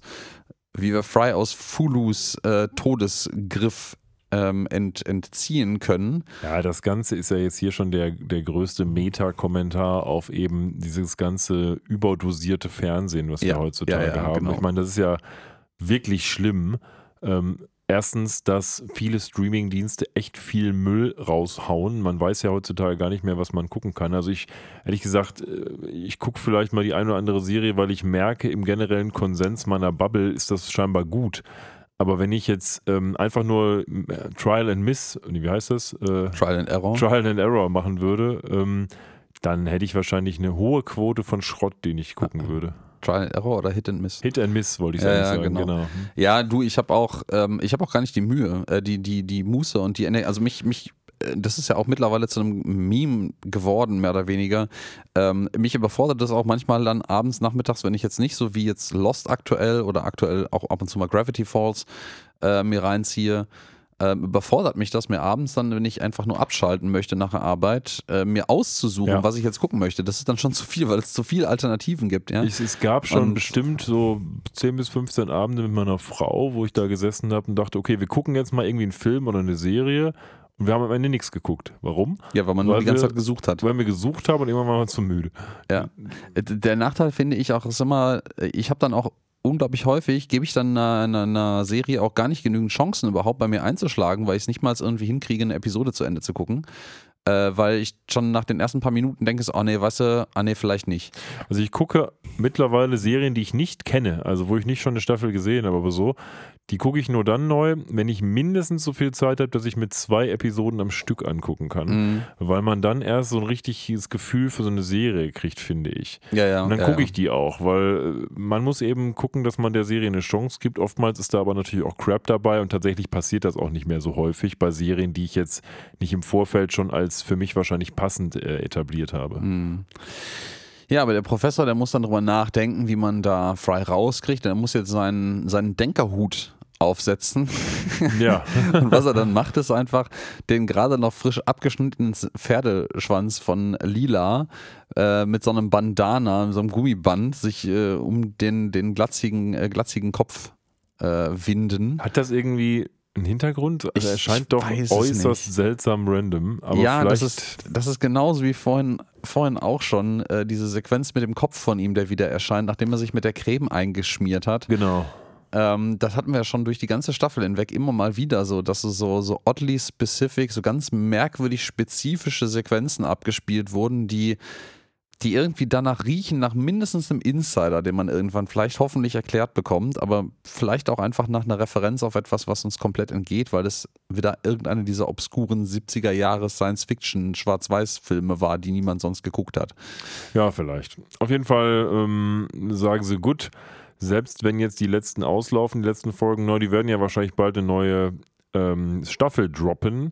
Fry aus Fulus Todesgriff entziehen können. Ja, das Ganze ist ja jetzt hier schon der größte Meta-Kommentar auf eben dieses ganze überdosierte Fernsehen, was wir heutzutage haben. Genau. Ich meine, das ist ja wirklich schlimm. Erstens, dass viele Streaming-Dienste echt viel Müll raushauen. Man weiß ja heutzutage gar nicht mehr, was man gucken kann. Also ehrlich gesagt, ich gucke vielleicht mal die eine oder andere Serie, weil ich merke, im generellen Konsens meiner Bubble ist das scheinbar gut. Aber wenn ich jetzt einfach nur Trial and Miss, wie heißt das? Trial and Error. Trial and Error machen würde, dann hätte ich wahrscheinlich eine hohe Quote von Schrott, den ich gucken würde. Trial and Error oder Hit and Miss? Hit and Miss wollte ich sagen. Genau. Ja, du, ich habe auch gar nicht die Mühe, die Muße und die Energie, also mich das ist ja auch mittlerweile zu einem Meme geworden, mehr oder weniger. Mich überfordert das auch manchmal dann abends, nachmittags, wenn ich jetzt nicht so wie jetzt Lost aktuell oder aktuell auch ab und zu mal Gravity Falls mir reinziehe, überfordert mich das mir abends dann, wenn ich einfach nur abschalten möchte nach der Arbeit, mir auszusuchen, was ich jetzt gucken möchte. Das ist dann schon zu viel, weil es zu viele Alternativen gibt. Ja? Es gab schon bestimmt so 10 bis 15 Abende mit meiner Frau, wo ich da gesessen habe und dachte, okay, wir gucken jetzt mal irgendwie einen Film oder eine Serie. Und wir haben am Ende nichts geguckt. Warum? Ja, weil man nur die ganze Zeit gesucht hat. Weil wir gesucht haben und irgendwann waren wir zu müde. Ja. Der Nachteil finde ich auch, ist immer, ich habe dann auch unglaublich häufig, gebe ich dann einer Serie auch gar nicht genügend Chancen überhaupt bei mir einzuschlagen, weil ich es nicht mal irgendwie hinkriege, eine Episode zu Ende zu gucken. weil ich schon nach den ersten paar Minuten denke, oh nee, weißt du, vielleicht nicht. Also ich gucke mittlerweile Serien, die ich nicht kenne, also wo ich nicht schon eine Staffel gesehen habe, aber so, die gucke ich nur dann neu, wenn ich mindestens so viel Zeit habe, dass ich mit 2 Episoden am Stück angucken kann, weil man dann erst so ein richtiges Gefühl für so eine Serie kriegt, finde ich. Ja. Und dann gucke ich die auch, weil man muss eben gucken, dass man der Serie eine Chance gibt. Oftmals ist da aber natürlich auch Crap dabei und tatsächlich passiert das auch nicht mehr so häufig bei Serien, die ich jetzt nicht im Vorfeld schon als für mich wahrscheinlich passend etabliert habe. Ja, aber der Professor, der muss dann drüber nachdenken, wie man da Fry rauskriegt. Er muss jetzt seinen Denkerhut aufsetzen. Ja. Und was er dann macht, ist einfach den gerade noch frisch abgeschnittenen Pferdeschwanz von Lila mit so einem Bandana, so einem Gummiband sich um den glatzigen Kopf winden. Hat das irgendwie einen Hintergrund? Also er scheint doch äußerst seltsam random. Aber ja, das ist genauso wie vorhin auch schon diese Sequenz mit dem Kopf von ihm, der wieder erscheint, nachdem er sich mit der Creme eingeschmiert hat. Genau. Das hatten wir ja schon durch die ganze Staffel hinweg immer mal wieder so, dass so oddly specific, so ganz merkwürdig spezifische Sequenzen abgespielt wurden, die irgendwie danach riechen, nach mindestens einem Insider, den man irgendwann vielleicht hoffentlich erklärt bekommt, aber vielleicht auch einfach nach einer Referenz auf etwas, was uns komplett entgeht, weil es wieder irgendeine dieser obskuren 70er Jahre Science-Fiction Schwarz-Weiß-Filme war, die niemand sonst geguckt hat. Ja, vielleicht. Auf jeden Fall sagen sie, gut, selbst wenn jetzt die letzten auslaufen, die letzten Folgen, die werden ja wahrscheinlich bald eine neue Staffel droppen.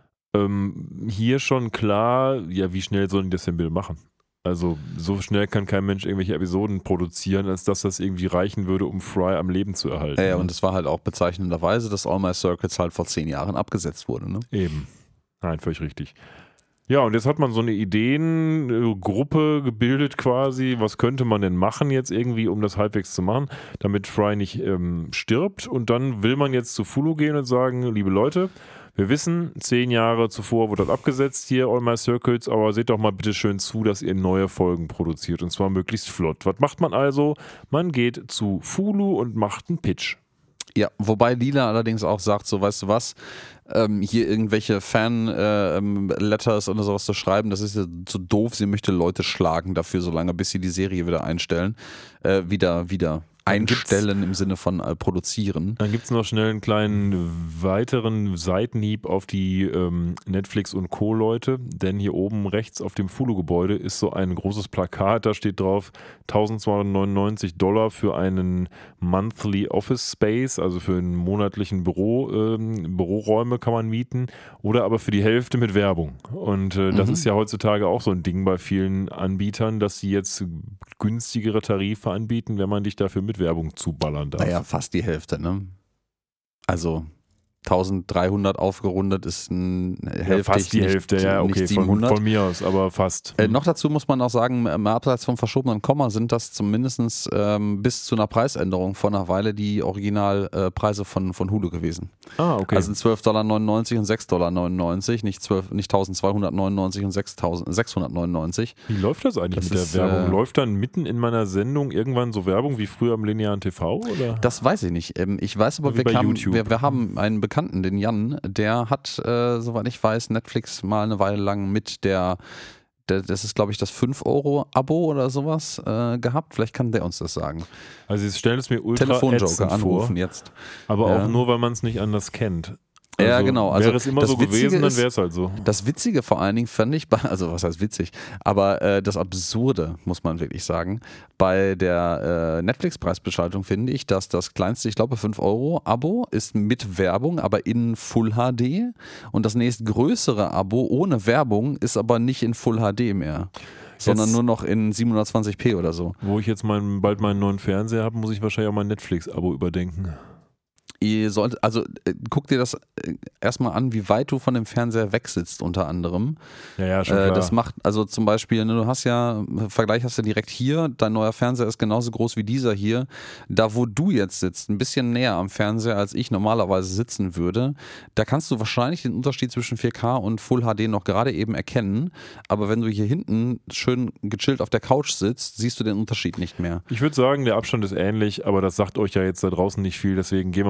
Hier schon klar, ja, wie schnell sollen die das denn bitte machen? Also so schnell kann kein Mensch irgendwelche Episoden produzieren, als dass das irgendwie reichen würde, um Fry am Leben zu erhalten. Ja, und es war halt auch bezeichnenderweise, dass All My Circuits halt vor 10 Jahren abgesetzt wurde. Ne? Eben. Nein, völlig richtig. Ja, und jetzt hat man so eine Ideengruppe gebildet quasi. Was könnte man denn machen jetzt irgendwie, um das halbwegs zu machen, damit Fry nicht stirbt? Und dann will man jetzt zu Hulu gehen und sagen, liebe Leute, wir wissen, 10 Jahre zuvor wurde das abgesetzt hier, All My Circuits, aber seht doch mal bitte schön zu, dass ihr neue Folgen produziert und zwar möglichst flott. Was macht man also? Man geht zu Hulu und macht einen Pitch. Ja, wobei Lila allerdings auch sagt, so weißt du was, hier irgendwelche Fan-Letters oder sowas zu schreiben, das ist ja zu doof, sie möchte Leute schlagen dafür, solange bis sie die Serie wieder einstellen, wieder einstellen im Sinne von produzieren. Dann gibt es noch schnell einen kleinen weiteren Seitenhieb auf die Netflix und Co-Leute, denn hier oben rechts auf dem Hulu-Gebäude ist so ein großes Plakat, da steht drauf $1.299 für einen Monthly Office Space, also für einen monatlichen Büroräume kann man mieten oder aber für die Hälfte mit Werbung. Und das ist ja heutzutage auch so ein Ding bei vielen Anbietern, dass sie jetzt günstigere Tarife anbieten, wenn man dich dafür mit Werbung zuballern darf. Naja, fast die Hälfte, ne? Also 1300 aufgerundet ist heftig. Fast die Hälfte, ja, okay, von mir aus, aber fast. Noch dazu muss man auch sagen, mal abseits vom verschobenen Komma sind das zumindest bis zu einer Preisänderung vor einer Weile die Originalpreise von Hulu gewesen. Ah, okay. Also $12,99 und $6,99, nicht 1.299 und 6.699. Wie läuft das eigentlich mit der Werbung? Läuft dann mitten in meiner Sendung irgendwann so Werbung wie früher am linearen TV? Oder? Das weiß ich nicht. Ich weiß aber, wir haben einen Bekannten, den Jan, der hat, soweit ich weiß, Netflix mal eine Weile lang mit das ist, glaube ich, das 5-Euro-Abo oder sowas gehabt. Vielleicht kann der uns das sagen. Also sie stellen es mir ultra Telefonjoker anrufen vor, jetzt. Aber auch nur, weil man es nicht anders kennt. Also ja, genau. Also wäre es immer so gewesen, dann wäre es halt so. Das Witzige vor allen Dingen fand ich, also was heißt witzig, aber das Absurde, muss man wirklich sagen, bei der Netflix-Preisbeschaltung finde ich, dass das kleinste, ich glaube 5-Euro-Abo ist mit Werbung, aber in Full HD und das nächstgrößere Abo ohne Werbung ist aber nicht in Full HD mehr. Sondern nur noch in 720p oder so. Wo ich jetzt bald meinen neuen Fernseher habe, muss ich wahrscheinlich auch mein Netflix-Abo überdenken. Guck dir das erstmal an, wie weit du von dem Fernseher wegsitzt unter anderem. Ja, schon klar. Das macht, also zum Beispiel, du hast ja, Vergleich hast du direkt hier, dein neuer Fernseher ist genauso groß wie dieser hier. Da, wo du jetzt sitzt, ein bisschen näher am Fernseher, als ich normalerweise sitzen würde, da kannst du wahrscheinlich den Unterschied zwischen 4K und Full HD noch gerade eben erkennen, aber wenn du hier hinten schön gechillt auf der Couch sitzt, siehst du den Unterschied nicht mehr. Ich würde sagen, der Abstand ist ähnlich, aber das sagt euch ja jetzt da draußen nicht viel, deswegen gehen wir mal weiter.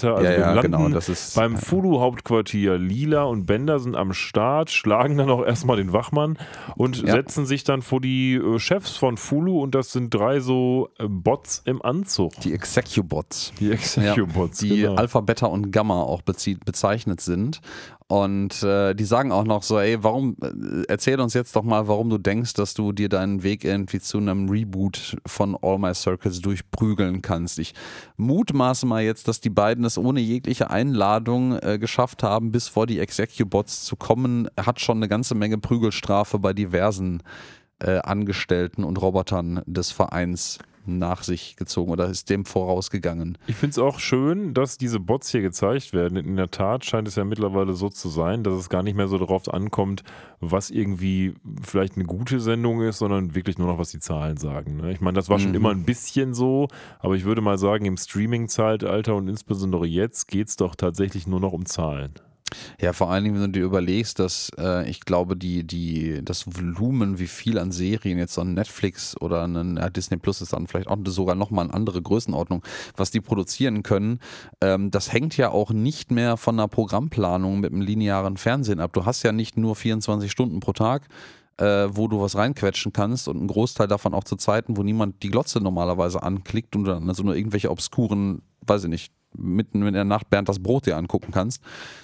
weiter. Also wir landen genau, das ist beim Fulu-Hauptquartier. Lila und Bender sind am Start, schlagen dann auch erstmal den Wachmann und setzen sich dann vor die Chefs von Fulu und das sind 3 so Bots im Anzug. Die Execubots. Die Execubots, die genau. Alpha, Beta und Gamma auch bezeichnet sind. Und die sagen auch noch so, ey, erzähl uns jetzt doch mal, warum du denkst, dass du dir deinen Weg irgendwie zu einem Reboot von All My Circles durchprügeln kannst. Ich mutmaße mal jetzt, dass die beiden es ohne jegliche Einladung geschafft haben, bis vor die Execubots zu kommen. Er hat schon eine ganze Menge Prügelstrafe bei diversen Angestellten und Robotern des Vereins nach sich gezogen oder ist dem vorausgegangen. Ich finde es auch schön, dass diese Bots hier gezeigt werden. In der Tat scheint es ja mittlerweile so zu sein, dass es gar nicht mehr so darauf ankommt, was irgendwie vielleicht eine gute Sendung ist, sondern wirklich nur noch, was die Zahlen sagen. Ne? Ich meine, das war schon immer ein bisschen so, aber ich würde mal sagen, im Streaming-Zeitalter und insbesondere jetzt geht es doch tatsächlich nur noch um Zahlen. Ja, vor allen Dingen, wenn du dir überlegst, dass ich glaube, das Volumen, wie viel an Serien jetzt an Netflix oder an Disney Plus ist dann vielleicht auch sogar nochmal eine andere Größenordnung, was die produzieren können, das hängt ja auch nicht mehr von einer Programmplanung mit dem linearen Fernsehen ab. Du hast ja nicht nur 24 Stunden pro Tag, wo du was reinquetschen kannst und einen Großteil davon auch zu Zeiten, wo niemand die Glotze normalerweise anklickt und dann also nur irgendwelche obskuren, weiß ich nicht, mitten in der Nacht Bernd das Brot dir angucken kannst.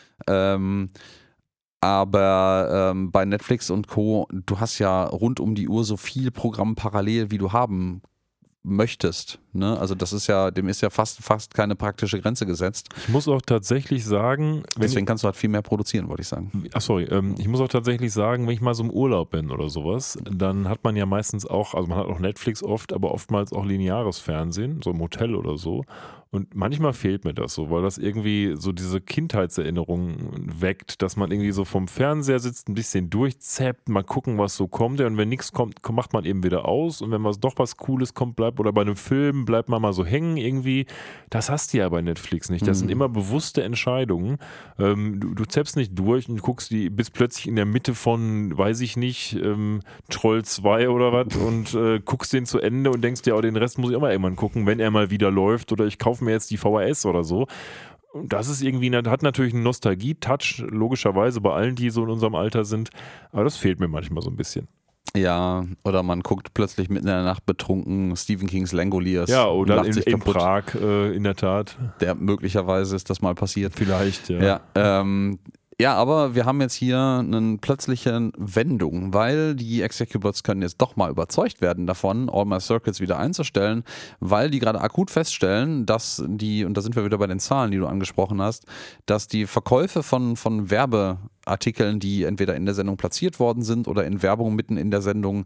Aber bei Netflix und Co., du hast ja rund um die Uhr so viel Programm parallel, wie du haben möchtest. Ne? Also das ist ja, dem ist ja fast keine praktische Grenze gesetzt. Ich muss auch tatsächlich sagen... Deswegen kannst du halt viel mehr produzieren, wollte ich sagen. Ich muss auch tatsächlich sagen, wenn ich mal so im Urlaub bin oder sowas, dann hat man ja meistens auch, also man hat auch Netflix oft, aber oftmals auch lineares Fernsehen, so im Hotel oder so. Und manchmal fehlt mir das so, weil das irgendwie so diese Kindheitserinnerungen weckt, dass man irgendwie so vom Fernseher sitzt, ein bisschen durchzappt, mal gucken, was so kommt. Und wenn nichts kommt, macht man eben wieder aus. Und wenn mal doch was Cooles kommt, oder bei einem Film bleibt man mal so hängen irgendwie. Das hast du ja bei Netflix nicht. Das sind immer bewusste Entscheidungen. Du zappst nicht durch und guckst bist plötzlich in der Mitte von, weiß ich nicht, Troll 2 oder was und guckst den zu Ende und denkst dir, den Rest muss ich auch mal irgendwann gucken, wenn er mal wieder läuft oder ich kaufe mir jetzt die VHS oder so. Und das ist irgendwie, hat natürlich einen Nostalgie-Touch, logischerweise bei allen, die so in unserem Alter sind, aber das fehlt mir manchmal so ein bisschen. Ja, oder man guckt plötzlich mitten in der Nacht betrunken Stephen Kings Langoliers. Ja, oder in Prag, in der Tat. Möglicherweise ist das mal passiert. Vielleicht, ja. Ja, aber wir haben jetzt hier eine plötzliche Wendung, weil die Execubots können jetzt doch mal überzeugt werden davon, All My Circles wieder einzustellen, weil die gerade akut feststellen, dass und da sind wir wieder bei den Zahlen, die du angesprochen hast, dass die Verkäufe von Werbeartikeln, die entweder in der Sendung platziert worden sind oder in Werbung mitten in der Sendung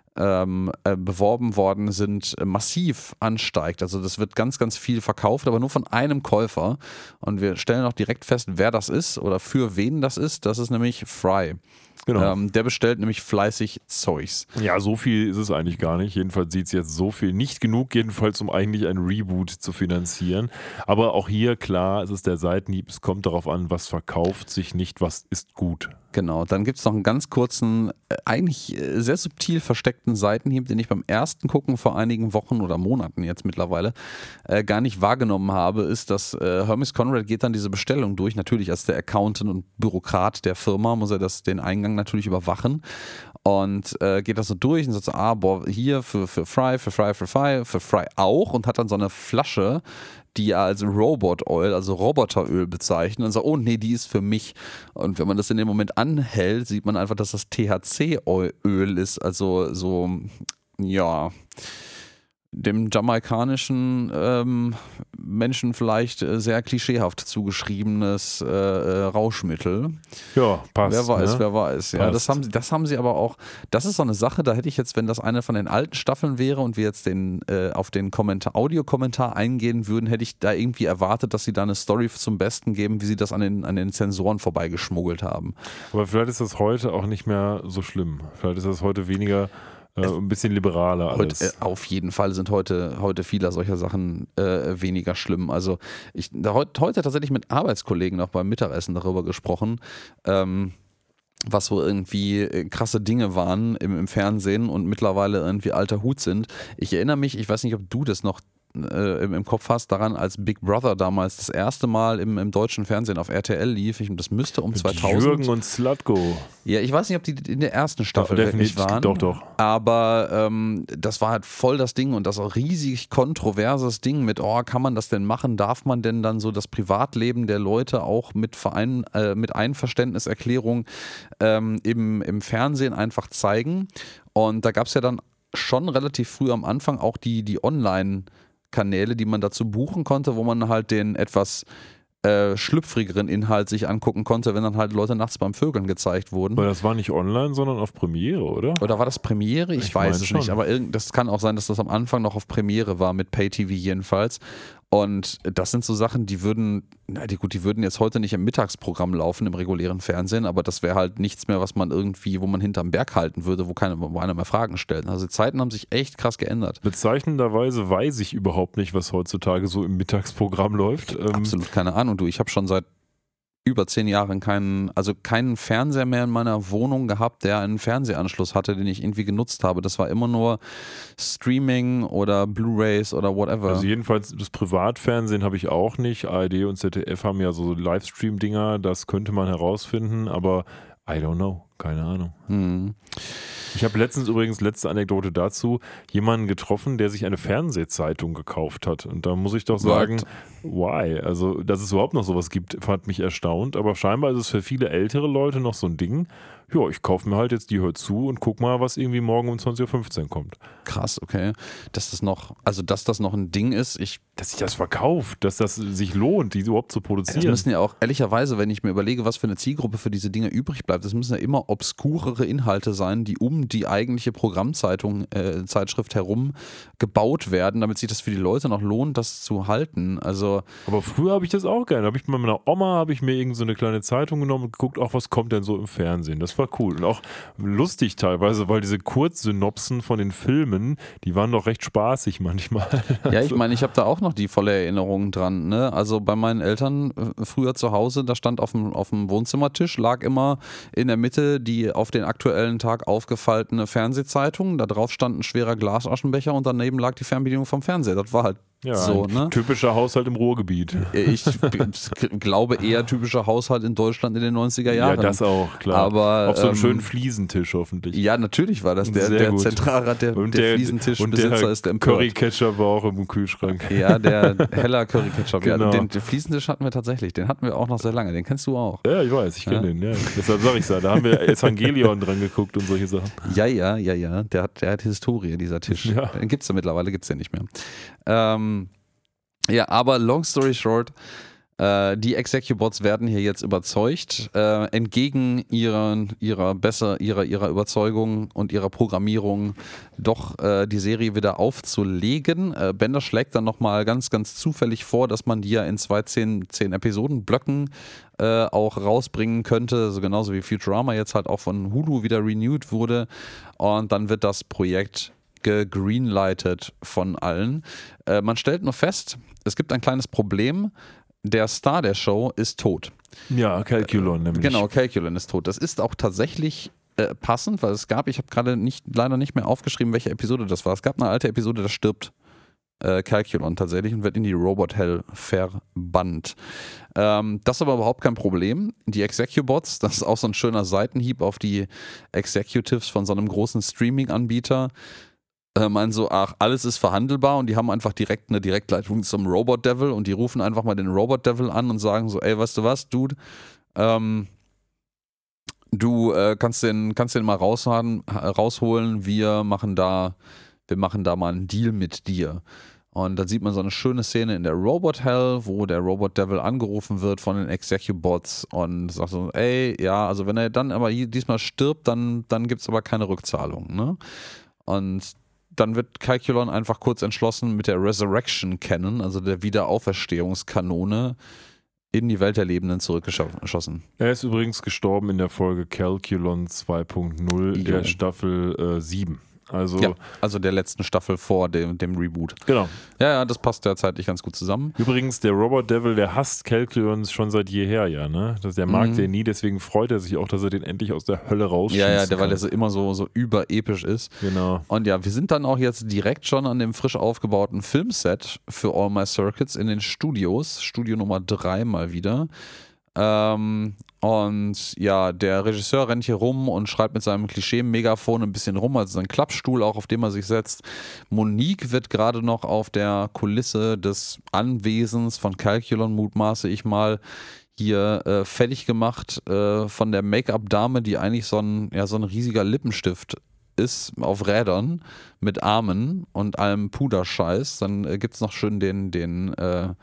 beworben worden sind, massiv ansteigt. Also das wird ganz, ganz viel verkauft, aber nur von einem Käufer. Und wir stellen auch direkt fest, wer das ist oder für wen das ist. Das ist nämlich Fry. Genau. Der bestellt nämlich fleißig Zeugs. Ja, so viel ist es eigentlich gar nicht. Jedenfalls sieht es jetzt so viel. Nicht genug jedenfalls, um eigentlich ein Reboot zu finanzieren. Aber auch hier, klar, es ist der Seitenhieb. Es kommt darauf an, was verkauft sich nicht, was ist gut. Genau, dann gibt es noch einen ganz kurzen, eigentlich sehr subtil versteckten Seitenhieb, den ich beim ersten Gucken vor einigen Wochen oder Monaten jetzt mittlerweile gar nicht wahrgenommen habe, ist, dass Hermes Conrad geht dann diese Bestellung durch. Natürlich als der Accountant und Bürokrat der Firma muss er den Eingang natürlich überwachen und geht das so durch und sagt so, hier für Fry auch und hat dann so eine Flasche, die er als Robot Oil, also Roboteröl bezeichnet und sagt, oh nee, die ist für mich. Und wenn man das in dem Moment anhält, sieht man einfach, dass das THC-Öl ist, also so, ja, dem jamaikanischen Menschen vielleicht sehr klischeehaft zugeschriebenes Rauschmittel. Ja, passt. Wer weiß. Ja, das haben sie aber auch, das ist so eine Sache, da hätte ich jetzt, wenn das eine von den alten Staffeln wäre und wir jetzt auf den Audiokommentar eingehen würden, hätte ich da irgendwie erwartet, dass sie da eine Story zum Besten geben, wie sie das an den Sensoren vorbeigeschmuggelt haben. Aber vielleicht ist das heute auch nicht mehr so schlimm. Vielleicht ist das heute weniger... ein bisschen liberaler alles. Auf jeden Fall sind heute viele solcher Sachen weniger schlimm. Also heute tatsächlich mit Arbeitskollegen noch beim Mittagessen darüber gesprochen, was so irgendwie krasse Dinge waren im Fernsehen und mittlerweile irgendwie alter Hut sind. Ich erinnere mich, ich weiß nicht, ob du das noch im Kopf hast, daran, als Big Brother damals das erste Mal im deutschen Fernsehen auf RTL lief. Das müsste um 2000. Jürgen und Slutko. Ja, ich weiß nicht, ob die in der ersten Staffel wirklich waren. Doch. Aber das war halt voll das Ding und das auch riesig kontroverses Ding mit, kann man das denn machen? Darf man denn dann so das Privatleben der Leute auch mit Einverständniserklärung im Fernsehen einfach zeigen? Und da gab es ja dann schon relativ früh am Anfang auch die Online-Kanäle, die man dazu buchen konnte, wo man halt den etwas schlüpfrigeren Inhalt sich angucken konnte, wenn dann halt Leute nachts beim Vögeln gezeigt wurden. Aber das war nicht online, sondern auf Premiere, oder? Oder war das Premiere? Ich weiß es nicht, aber das kann auch sein, dass das am Anfang noch auf Premiere war, mit Pay-TV jedenfalls. Und das sind so Sachen, die würden jetzt heute nicht im Mittagsprogramm laufen, im regulären Fernsehen, aber das wäre halt nichts mehr, was man wo man hinterm Berg halten würde, wo einer mehr Fragen stellt. Also die Zeiten haben sich echt krass geändert. Bezeichnenderweise weiß ich überhaupt nicht, was heutzutage so im Mittagsprogramm läuft. Absolut keine Ahnung. Ich habe schon seit über 10 Jahren keinen Fernseher mehr in meiner Wohnung gehabt, der einen Fernsehanschluss hatte, den ich irgendwie genutzt habe. Das war immer nur Streaming oder Blu-rays oder whatever. Also jedenfalls das Privatfernsehen habe ich auch nicht. ARD und ZDF haben ja so Livestream-Dinger, das könnte man herausfinden, aber I don't know, keine Ahnung. Ich habe letztens übrigens, letzte Anekdote dazu, jemanden getroffen, der sich eine Fernsehzeitung gekauft hat. Und da muss ich doch sagen, why? Also, dass es überhaupt noch sowas gibt, hat mich erstaunt. Aber scheinbar ist es für viele ältere Leute noch so ein Ding. Ja, ich kaufe mir halt jetzt die Hör zu und guck mal, was irgendwie morgen um 20.15 Uhr kommt. Krass, dass das noch ein Ding ist. Dass sich das verkauft, dass das sich lohnt, die überhaupt zu produzieren. Das müssen ja auch, ehrlicherweise, wenn ich mir überlege, was für eine Zielgruppe für diese Dinge übrig bleibt, das müssen ja immer obskurere Inhalte sein, die um die eigentliche Zeitschrift herum gebaut werden, damit sich das für die Leute noch lohnt, das zu halten. Also, aber früher habe ich das auch gerne. Bei meiner Oma habe ich mir irgend so eine kleine Zeitung genommen und geguckt, auch was kommt denn so im Fernsehen. Das war cool und auch lustig teilweise, weil diese Kurzsynopsen von den Filmen, die waren doch recht spaßig manchmal. Ja, ich meine, ich habe da auch noch die volle Erinnerung dran. Ne? Also bei meinen Eltern früher zu Hause, da stand auf dem Wohnzimmertisch, lag immer in der Mitte die auf den aktuellen Tag aufgefaltete Fernsehzeitung. Da drauf stand ein schwerer Glasaschenbecher und daneben lag die Fernbedienung vom Fernseher. Das war halt so, ne? Typischer Haushalt im Ruhrgebiet. Ich glaube eher typischer Haushalt in Deutschland in den 90er Jahren. Ja, das auch, klar. Aber, auf so einem schönen Fliesentisch hoffentlich. Ja, natürlich war das der Zentralrat, der Fliesentischbesitzer ist. Der Curry-Ketchup war auch im Kühlschrank. Ja, der heller Curry-Ketchup. Genau. Den Fliesentisch hatten wir tatsächlich. Den hatten wir auch noch sehr lange. Den kennst du auch. Ja, ich weiß, ich kenne den. Ja. Deshalb sage ich es ja. Da haben wir Evangelion dran geguckt und solche Sachen. Ja. Der hat Historie, dieser Tisch. Ja. Den gibt es ja mittlerweile, gibt es ja nicht mehr. Ja, aber long story short, die Execubots werden hier jetzt überzeugt, entgegen ihrer Überzeugung und ihrer Programmierung doch die Serie wieder aufzulegen. Bender schlägt dann nochmal ganz, ganz zufällig vor, dass man die ja in 2 10 Episodenblöcken auch rausbringen könnte, also genauso wie Futurama jetzt halt auch von Hulu wieder renewed wurde, und dann wird das Projekt gegreenlightet von allen. Man stellt nur fest, es gibt ein kleines Problem. Der Star der Show ist tot. Ja, Calculon nämlich. Genau, Calculon ist tot. Das ist auch tatsächlich passend, weil ich habe gerade leider nicht mehr aufgeschrieben, welche Episode das war. Es gab eine alte Episode, da stirbt Calculon tatsächlich und wird in die Robot Hell verbannt. Das ist aber überhaupt kein Problem. Die Execubots, das ist auch so ein schöner Seitenhieb auf die Executives von so einem großen Streaming-Anbieter, meinen so, alles ist verhandelbar, und die haben einfach direkt eine Direktleitung zum Robot Devil und die rufen einfach mal den Robot Devil an und sagen so, ey, weißt du was, Dude, du kannst den mal rausholen, wir machen da mal einen Deal mit dir. Und dann sieht man so eine schöne Szene in der Robot Hell, wo der Robot Devil angerufen wird von den Execubots und sagt so, ey, ja, also wenn er dann aber diesmal stirbt, dann gibt es aber keine Rückzahlung, ne? Und dann wird Calculon einfach kurz entschlossen mit der Resurrection Cannon, also der Wiederauferstehungskanone, in die Welt der Lebenden zurückgeschossen. Er ist übrigens gestorben in der Folge Calculon 2.0 der Staffel 7. Also der letzten Staffel vor dem Reboot. Genau. Ja, das passt ja zeitlich ganz gut zusammen. Übrigens, der Robot Devil, der hasst Calculon schon seit jeher, ja, ne? Der mag den nie, deswegen freut er sich auch, dass er den endlich aus der Hölle rausschießt. Weil er so immer so überepisch ist. Genau. Und ja, wir sind dann auch jetzt direkt schon an dem frisch aufgebauten Filmset für All My Circuits in den Studios. Studio Nummer 3 mal wieder. Und ja, der Regisseur rennt hier rum und schreibt mit seinem Klischee-Megafon ein bisschen rum, also sein Klappstuhl auch, auf dem er sich setzt. Monique wird gerade noch auf der Kulisse des Anwesens von Calculon, mutmaße ich mal, hier fertig gemacht von der Make-up-Dame, die eigentlich so ein riesiger Lippenstift ist, auf Rädern mit Armen und allem Puderscheiß. Dann gibt es noch schön den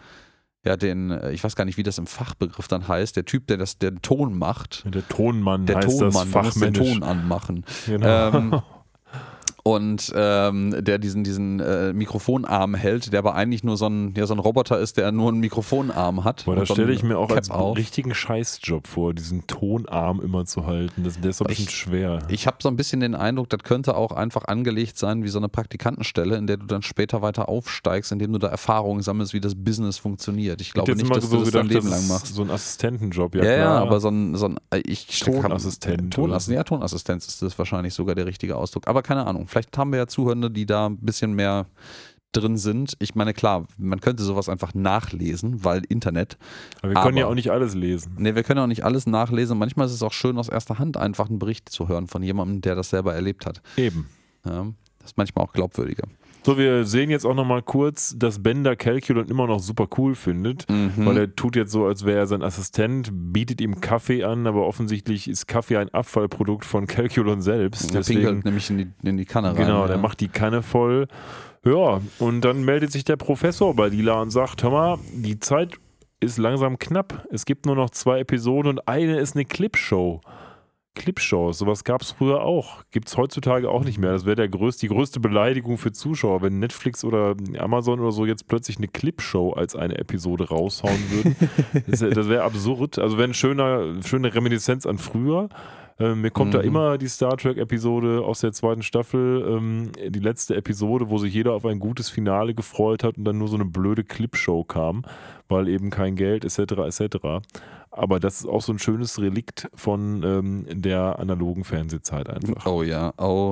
ich weiß gar nicht, wie das im Fachbegriff dann heißt, der Typ, der den Ton macht. Der Tonmann der heißt Tonmann, das fachmännisch. Den Ton anmachen. Genau. Und der diesen Mikrofonarm hält, der aber eigentlich nur so ein Roboter ist, der nur einen Mikrofonarm hat. Boah, da stelle ich mir auch als auf. richtigen Scheißjob vor, diesen Tonarm immer zu halten. Der ist so ein bisschen schwer. Ich habe so ein bisschen den Eindruck, das könnte auch einfach angelegt sein wie so eine Praktikantenstelle, in der du dann später weiter aufsteigst, indem du da Erfahrungen sammelst, wie das Business funktioniert. Ich glaube nicht, dass du das dein Leben lang machst. So ein Assistentenjob, ja klar. Ja, aber so ein Tonassistent. Tonassistenz ist das wahrscheinlich sogar der richtige Ausdruck. Aber keine Ahnung. Vielleicht haben wir ja Zuhörende, die da ein bisschen mehr drin sind. Ich meine, klar, man könnte sowas einfach nachlesen, weil Internet. Aber wir können ja auch nicht alles lesen. Nee, wir können auch nicht alles nachlesen. Manchmal ist es auch schön, aus erster Hand einfach einen Bericht zu hören von jemandem, der das selber erlebt hat. Eben. Ja, das ist manchmal auch glaubwürdiger. So, wir sehen jetzt auch nochmal kurz, dass Bender Calculon immer noch super cool findet, weil er tut jetzt so, als wäre er sein Assistent, bietet ihm Kaffee an, aber offensichtlich ist Kaffee ein Abfallprodukt von Calculon selbst. Der pinkelt nämlich in die Kanne rein. Genau, der macht die Kanne voll. Ja, und dann meldet sich der Professor bei Lila und sagt, hör mal, die Zeit ist langsam knapp. Es gibt nur noch 2 Episoden und eine ist eine Clipshow. Clipshows, sowas gab es früher auch. Gibt es heutzutage auch nicht mehr. Das wäre die größte Beleidigung für Zuschauer, wenn Netflix oder Amazon oder so jetzt plötzlich eine Clipshow als eine Episode raushauen würden. Das wäre absurd. Also wäre eine schöne Reminiszenz an früher. Mir kommt da immer die Star Trek-Episode aus der 2. Staffel, die letzte Episode, wo sich jeder auf ein gutes Finale gefreut hat und dann nur so eine blöde Clipshow kam, weil eben kein Geld etc. etc. Aber das ist auch so ein schönes Relikt von der analogen Fernsehzeit einfach. Oh ja.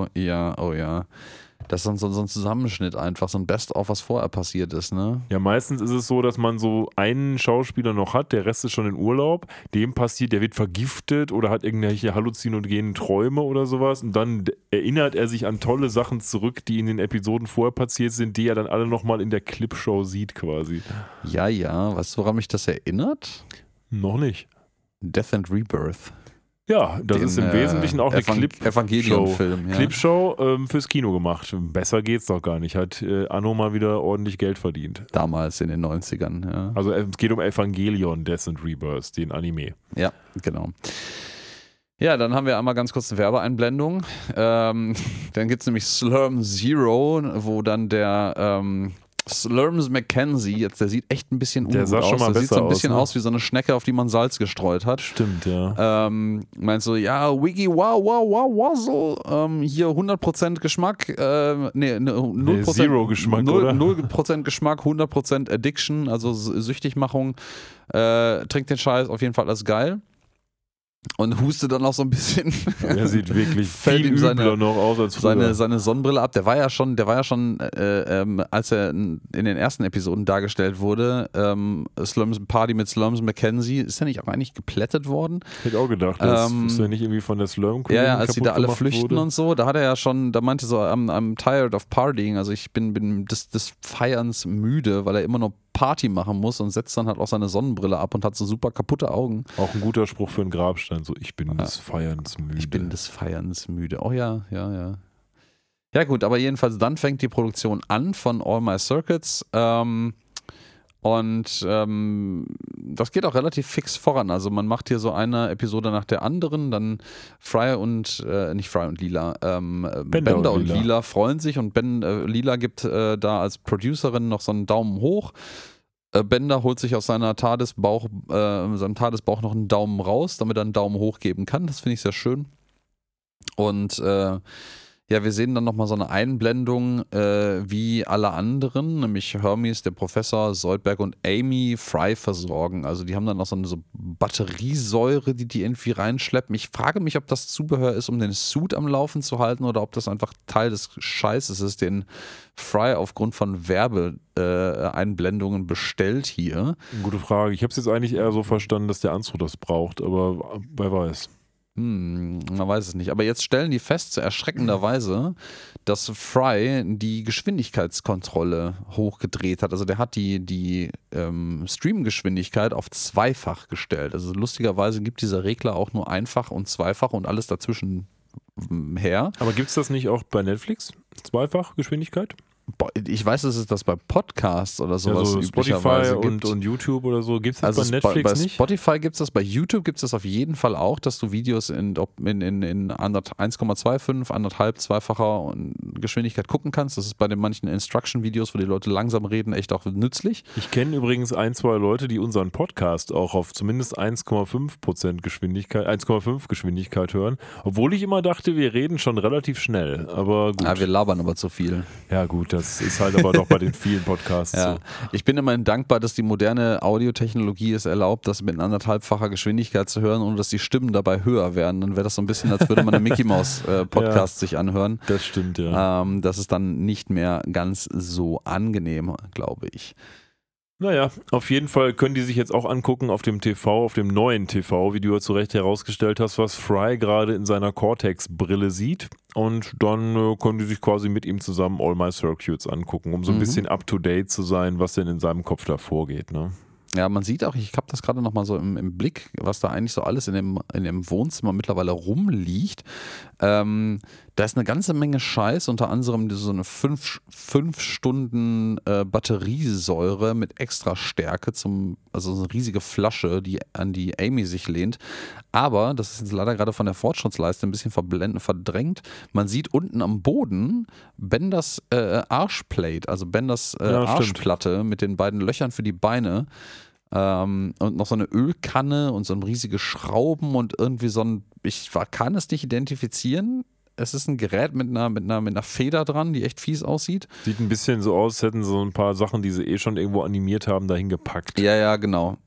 Das ist so ein Zusammenschnitt einfach, so ein Best-of, was vorher passiert ist, ne? Ja, meistens ist es so, dass man so einen Schauspieler noch hat, der Rest ist schon in Urlaub, dem passiert, der wird vergiftet oder hat irgendwelche halluzinogenen Träume oder sowas und dann erinnert er sich an tolle Sachen zurück, die in den Episoden vorher passiert sind, die er dann alle nochmal in der Clipshow sieht quasi. Ja, weißt du, woran mich das erinnert? Noch nicht. Death and Rebirth. Ja, das ist im Wesentlichen auch eine Evangelion-Film. Ja. Clipshow fürs Kino gemacht. Besser geht's doch gar nicht. Hat Anno mal wieder ordentlich Geld verdient. Damals in den 90ern, ja. Also es geht um Evangelion, Death and Rebirth, den Anime. Ja, genau. Ja, dann haben wir einmal ganz kurz eine Werbeeinblendung. Dann gibt es nämlich Slurm Zero, wo dann der Slurms McKenzie, jetzt, der sieht echt ein bisschen ungut aus. Der sah schon mal besser sieht so ein bisschen aus, ne? aus wie so eine Schnecke, auf die man Salz gestreut hat. Stimmt, ja. Meinst du, ja, Wiggy, wow, so, hier 100% Geschmack, 0%, Zero Geschmack, oder? 0% Geschmack, 100% Addiction, also Süchtigmachung. Trinkt den Scheiß, auf jeden Fall alles geil. Und hustet dann auch so ein bisschen. Er sieht wirklich viel übler noch aus als früher. Seine Sonnenbrille ab. Der war ja schon, als er in den ersten Episoden dargestellt wurde, Party mit Slurms McKenzie, ist er nicht auch eigentlich geplättet worden? Hätte ich auch gedacht, das ist ja nicht irgendwie von der Slurm-Crew Ja, als sie da alle flüchten wurde. Und so, da hat er ja schon, da meinte so, I'm tired of partying, also ich bin des Feierns müde, weil er immer noch Party machen muss und setzt dann halt auch seine Sonnenbrille ab und hat so super kaputte Augen. Auch ein guter Spruch für einen Grabstein, so ich bin des Feierns müde. Ich bin des Feierns müde. Oh ja. Ja gut, aber jedenfalls dann fängt die Produktion an von All My Circuits und das geht auch relativ fix voran. Also man macht hier so eine Episode nach der anderen, dann Bender und Lila freuen sich und Lila gibt da als Producerin noch so einen Daumen hoch. Bender holt sich aus seinem TARDIS-Bauch noch einen Daumen raus, damit er einen Daumen hoch geben kann. Das finde ich sehr schön. Und Ja, wir sehen dann nochmal so eine Einblendung, wie alle anderen, nämlich Hermes, der Professor, Zoidberg und Amy Fry versorgen. Also die haben dann noch so eine Batteriesäure, die irgendwie reinschleppen. Ich frage mich, ob das Zubehör ist, um den Suit am Laufen zu halten oder ob das einfach Teil des Scheißes ist, den Fry aufgrund von Werbeeinblendungen bestellt hier. Gute Frage. Ich habe es jetzt eigentlich eher so verstanden, dass der Anzug das braucht, aber wer weiß. Man weiß es nicht. Aber jetzt stellen die fest, erschreckenderweise, dass Fry die Geschwindigkeitskontrolle hochgedreht hat. Also der hat die Streamgeschwindigkeit auf zweifach gestellt. Also lustigerweise gibt dieser Regler auch nur einfach und zweifach und alles dazwischen her. Aber gibt es das nicht auch bei Netflix? Zweifach Geschwindigkeit? Ich weiß, dass es das bei Podcasts oder sowas so üblicherweise Spotify gibt. und YouTube oder so. Gibt es das Also bei Netflix bei nicht? Spotify gibt es das, bei YouTube gibt es das auf jeden Fall auch, dass du Videos in 1,25, 1,5, zweifacher Geschwindigkeit gucken kannst. Das ist bei den manchen Instruction-Videos, wo die Leute langsam reden, echt auch nützlich. Ich kenne übrigens 1, 2 Leute, die unseren Podcast auch auf zumindest 1,5% Geschwindigkeit, 1,5 Geschwindigkeit hören. Obwohl ich immer dachte, wir reden schon relativ schnell. Aber gut. Ja, wir labern aber zu viel. Ja gut, das ist halt aber doch bei den vielen Podcasts ja. so. Ich bin immerhin dankbar, dass die moderne Audiotechnologie es erlaubt, das mit 1,5-facher Geschwindigkeit zu hören, ohne dass die Stimmen dabei höher werden. Dann wäre das so ein bisschen, als würde man einen Mickey Mouse Podcast sich anhören. Das stimmt, ja. Das ist dann nicht mehr ganz so angenehm, glaube ich. Naja, auf jeden Fall können die sich jetzt auch angucken auf dem TV, auf dem neuen TV, wie du ja zu Recht herausgestellt hast, was Fry gerade in seiner Cortex-Brille sieht. Und dann können die sich quasi mit ihm zusammen All My Circuits angucken, um so ein bisschen up-to-date zu sein, was denn in seinem Kopf da vorgeht, ne? Ja, man sieht auch, ich habe das gerade nochmal so im Blick, was da eigentlich so alles in dem Wohnzimmer mittlerweile rumliegt. Da ist eine ganze Menge Scheiß, unter anderem so eine 5 Stunden Batteriesäure mit extra Stärke, also so eine riesige Flasche, die an die Amy sich lehnt. Aber, das ist jetzt leider gerade von der Fortschrittsleiste ein bisschen verdrängt, man sieht unten am Boden Benders Arschplate, also Benders Arschplatte mit den beiden Löchern für die Beine. Und noch so eine Ölkanne und so ein riesige Schrauben und irgendwie kann es nicht identifizieren. Es ist ein Gerät mit einer Feder dran, die echt fies aussieht. Sieht ein bisschen so aus, hätten so ein paar Sachen, die sie schon irgendwo animiert haben, dahin gepackt. Ja, genau.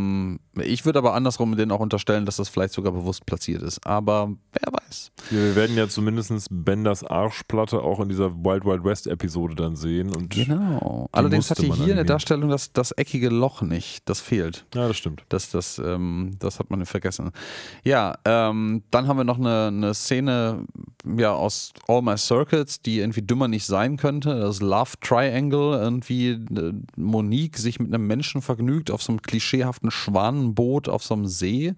Ich würde aber andersrum denen auch unterstellen, dass das vielleicht sogar bewusst platziert ist. Aber wer weiß. Wir werden ja zumindest Benders Arschplatte auch in dieser Wild Wild West Episode dann sehen. Und genau. Allerdings hat hier in der Darstellung das eckige Loch nicht. Das fehlt. Ja, das stimmt. Das hat man vergessen. Ja, dann haben wir noch eine Szene aus All My Circuits, die irgendwie dümmer nicht sein könnte. Das Love Triangle, irgendwie Monique sich mit einem Menschen vergnügt auf so einem klischeehaften Schwanenboot auf so einem See.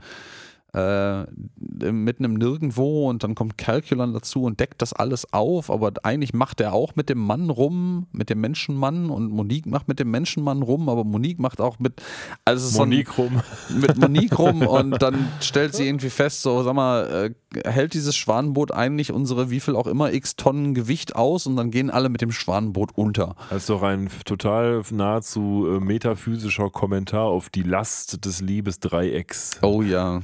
Mitten im Nirgendwo und dann kommt Calculon dazu und deckt das alles auf, aber eigentlich macht er auch mit dem Mann rum, mit dem Menschenmann und Monique macht mit dem Menschenmann rum, aber Monique macht auch mit Monique rum. Mit Monique rum und dann stellt sie irgendwie fest, so sag mal, hält dieses Schwanenboot eigentlich unsere wie viel auch immer x Tonnen Gewicht aus und dann gehen alle mit dem Schwanenboot unter. Das ist doch ein total nahezu metaphysischer Kommentar auf die Last des Liebesdreiecks. Oh ja.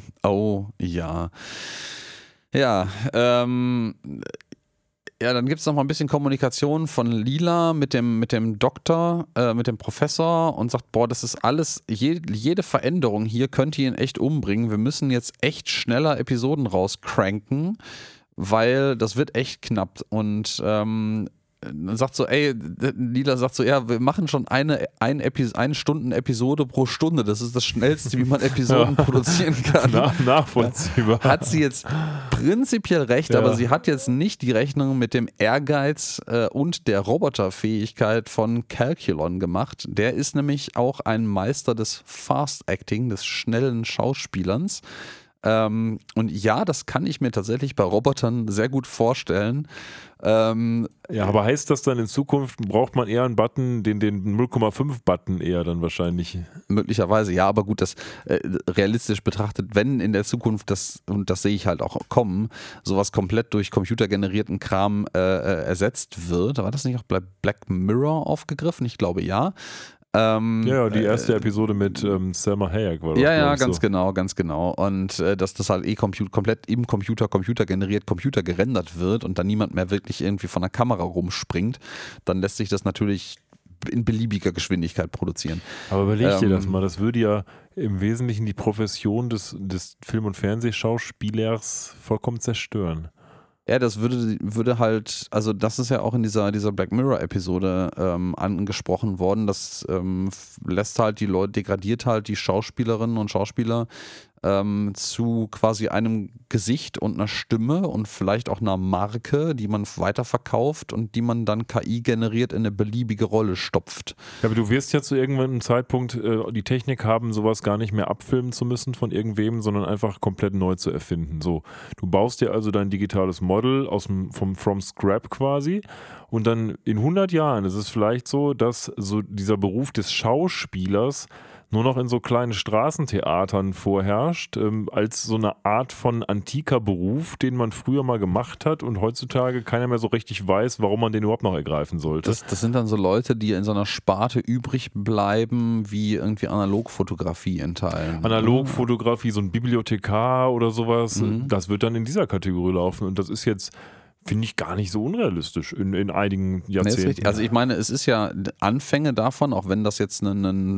Ja, dann gibt es noch mal ein bisschen Kommunikation von Lila mit dem Doktor, mit dem Professor und sagt, boah, das ist alles, jede Veränderung hier könnte ihn echt umbringen. Wir müssen jetzt echt schneller Episoden rauskranken, weil das wird echt knapp. Und sagt so, Lila sagt so, ja, wir machen schon eine Stunden-Episode pro Stunde. Das ist das Schnellste, wie man Episoden produzieren kann. Nachvollziehbar. Hat sie jetzt prinzipiell recht, aber sie hat jetzt nicht die Rechnung mit dem Ehrgeiz und der Roboterfähigkeit von Calculon gemacht. Der ist nämlich auch ein Meister des Fast Acting, des schnellen Schauspielerns. Und ja, das kann ich mir tatsächlich bei Robotern sehr gut vorstellen. Ja, aber heißt das dann in Zukunft, braucht man eher einen Button, den 0,5-Button eher dann wahrscheinlich? Möglicherweise, ja, aber gut, das realistisch betrachtet, wenn in der Zukunft und das sehe ich halt auch kommen, sowas komplett durch computergenerierten Kram ersetzt wird. War das nicht auch bei Black Mirror aufgegriffen? Ich glaube ja. Ja, die erste Episode mit Salma Hayek war das. Ja, ganz genau. Und dass das halt komplett im Computer generiert, Computer gerendert wird und dann niemand mehr wirklich irgendwie von der Kamera rumspringt, dann lässt sich das natürlich in beliebiger Geschwindigkeit produzieren. Aber überleg dir das mal, das würde ja im Wesentlichen die Profession des Film- und Fernsehschauspielers vollkommen zerstören. Ja, das würde halt, also das ist ja auch in dieser Black Mirror-Episode angesprochen worden, das lässt halt die Leute, degradiert halt die Schauspielerinnen und Schauspieler zu quasi einem Gesicht und einer Stimme und vielleicht auch einer Marke, die man weiterverkauft und die man dann KI generiert in eine beliebige Rolle stopft. Ja, aber du wirst ja zu irgendeinem Zeitpunkt die Technik haben, sowas gar nicht mehr abfilmen zu müssen von irgendwem, sondern einfach komplett neu zu erfinden. So, du baust dir also dein digitales Model from scrap quasi und dann in 100 Jahren ist es vielleicht so, dass so dieser Beruf des Schauspielers nur noch in so kleinen Straßentheatern vorherrscht, als so eine Art von antiker Beruf, den man früher mal gemacht hat und heutzutage keiner mehr so richtig weiß, warum man den überhaupt noch ergreifen sollte. Das sind dann so Leute, die in so einer Sparte übrig bleiben, wie irgendwie Analogfotografie in Teilen. Analogfotografie, so ein Bibliothekar oder sowas, das wird dann in dieser Kategorie laufen und das ist jetzt, finde ich, gar nicht so unrealistisch in einigen Jahrzehnten. Nee, also ich meine, es ist ja Anfänge davon, auch wenn das jetzt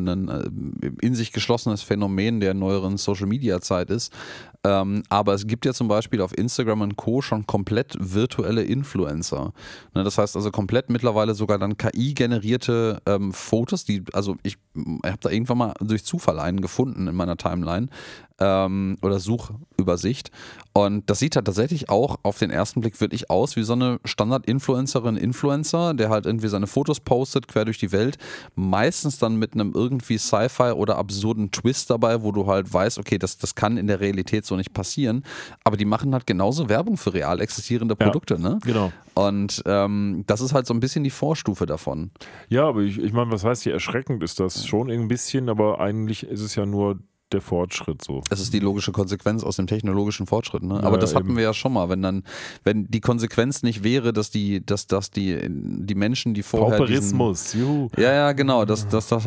ein in sich geschlossenes Phänomen der neueren Social-Media-Zeit ist, aber es gibt ja zum Beispiel auf Instagram und Co. schon komplett virtuelle Influencer. Ne, das heißt also komplett mittlerweile sogar dann KI-generierte Fotos, also ich habe da irgendwann mal durch Zufall einen gefunden in meiner Timeline, oder Suchübersicht. Und das sieht halt tatsächlich auch auf den ersten Blick wirklich aus wie so eine Standard-Influencerin-Influencer, der halt irgendwie seine Fotos postet, quer durch die Welt. Meistens dann mit einem irgendwie Sci-Fi oder absurden Twist dabei, wo du halt weißt, okay, das kann in der Realität so nicht passieren. Aber die machen halt genauso Werbung für real existierende Produkte, ja, ne? Genau. Und das ist halt so ein bisschen die Vorstufe davon. Ja, aber ich meine, was heißt hier erschreckend ist das schon ein bisschen, aber eigentlich ist es ja nur der Fortschritt so. Das ist die logische Konsequenz aus dem technologischen Fortschritt, ne? Aber das hatten wir ja schon mal, wenn die Konsequenz nicht wäre, dass die Menschen, die vorher Pauperismus, juhu. Ja, genau, dass da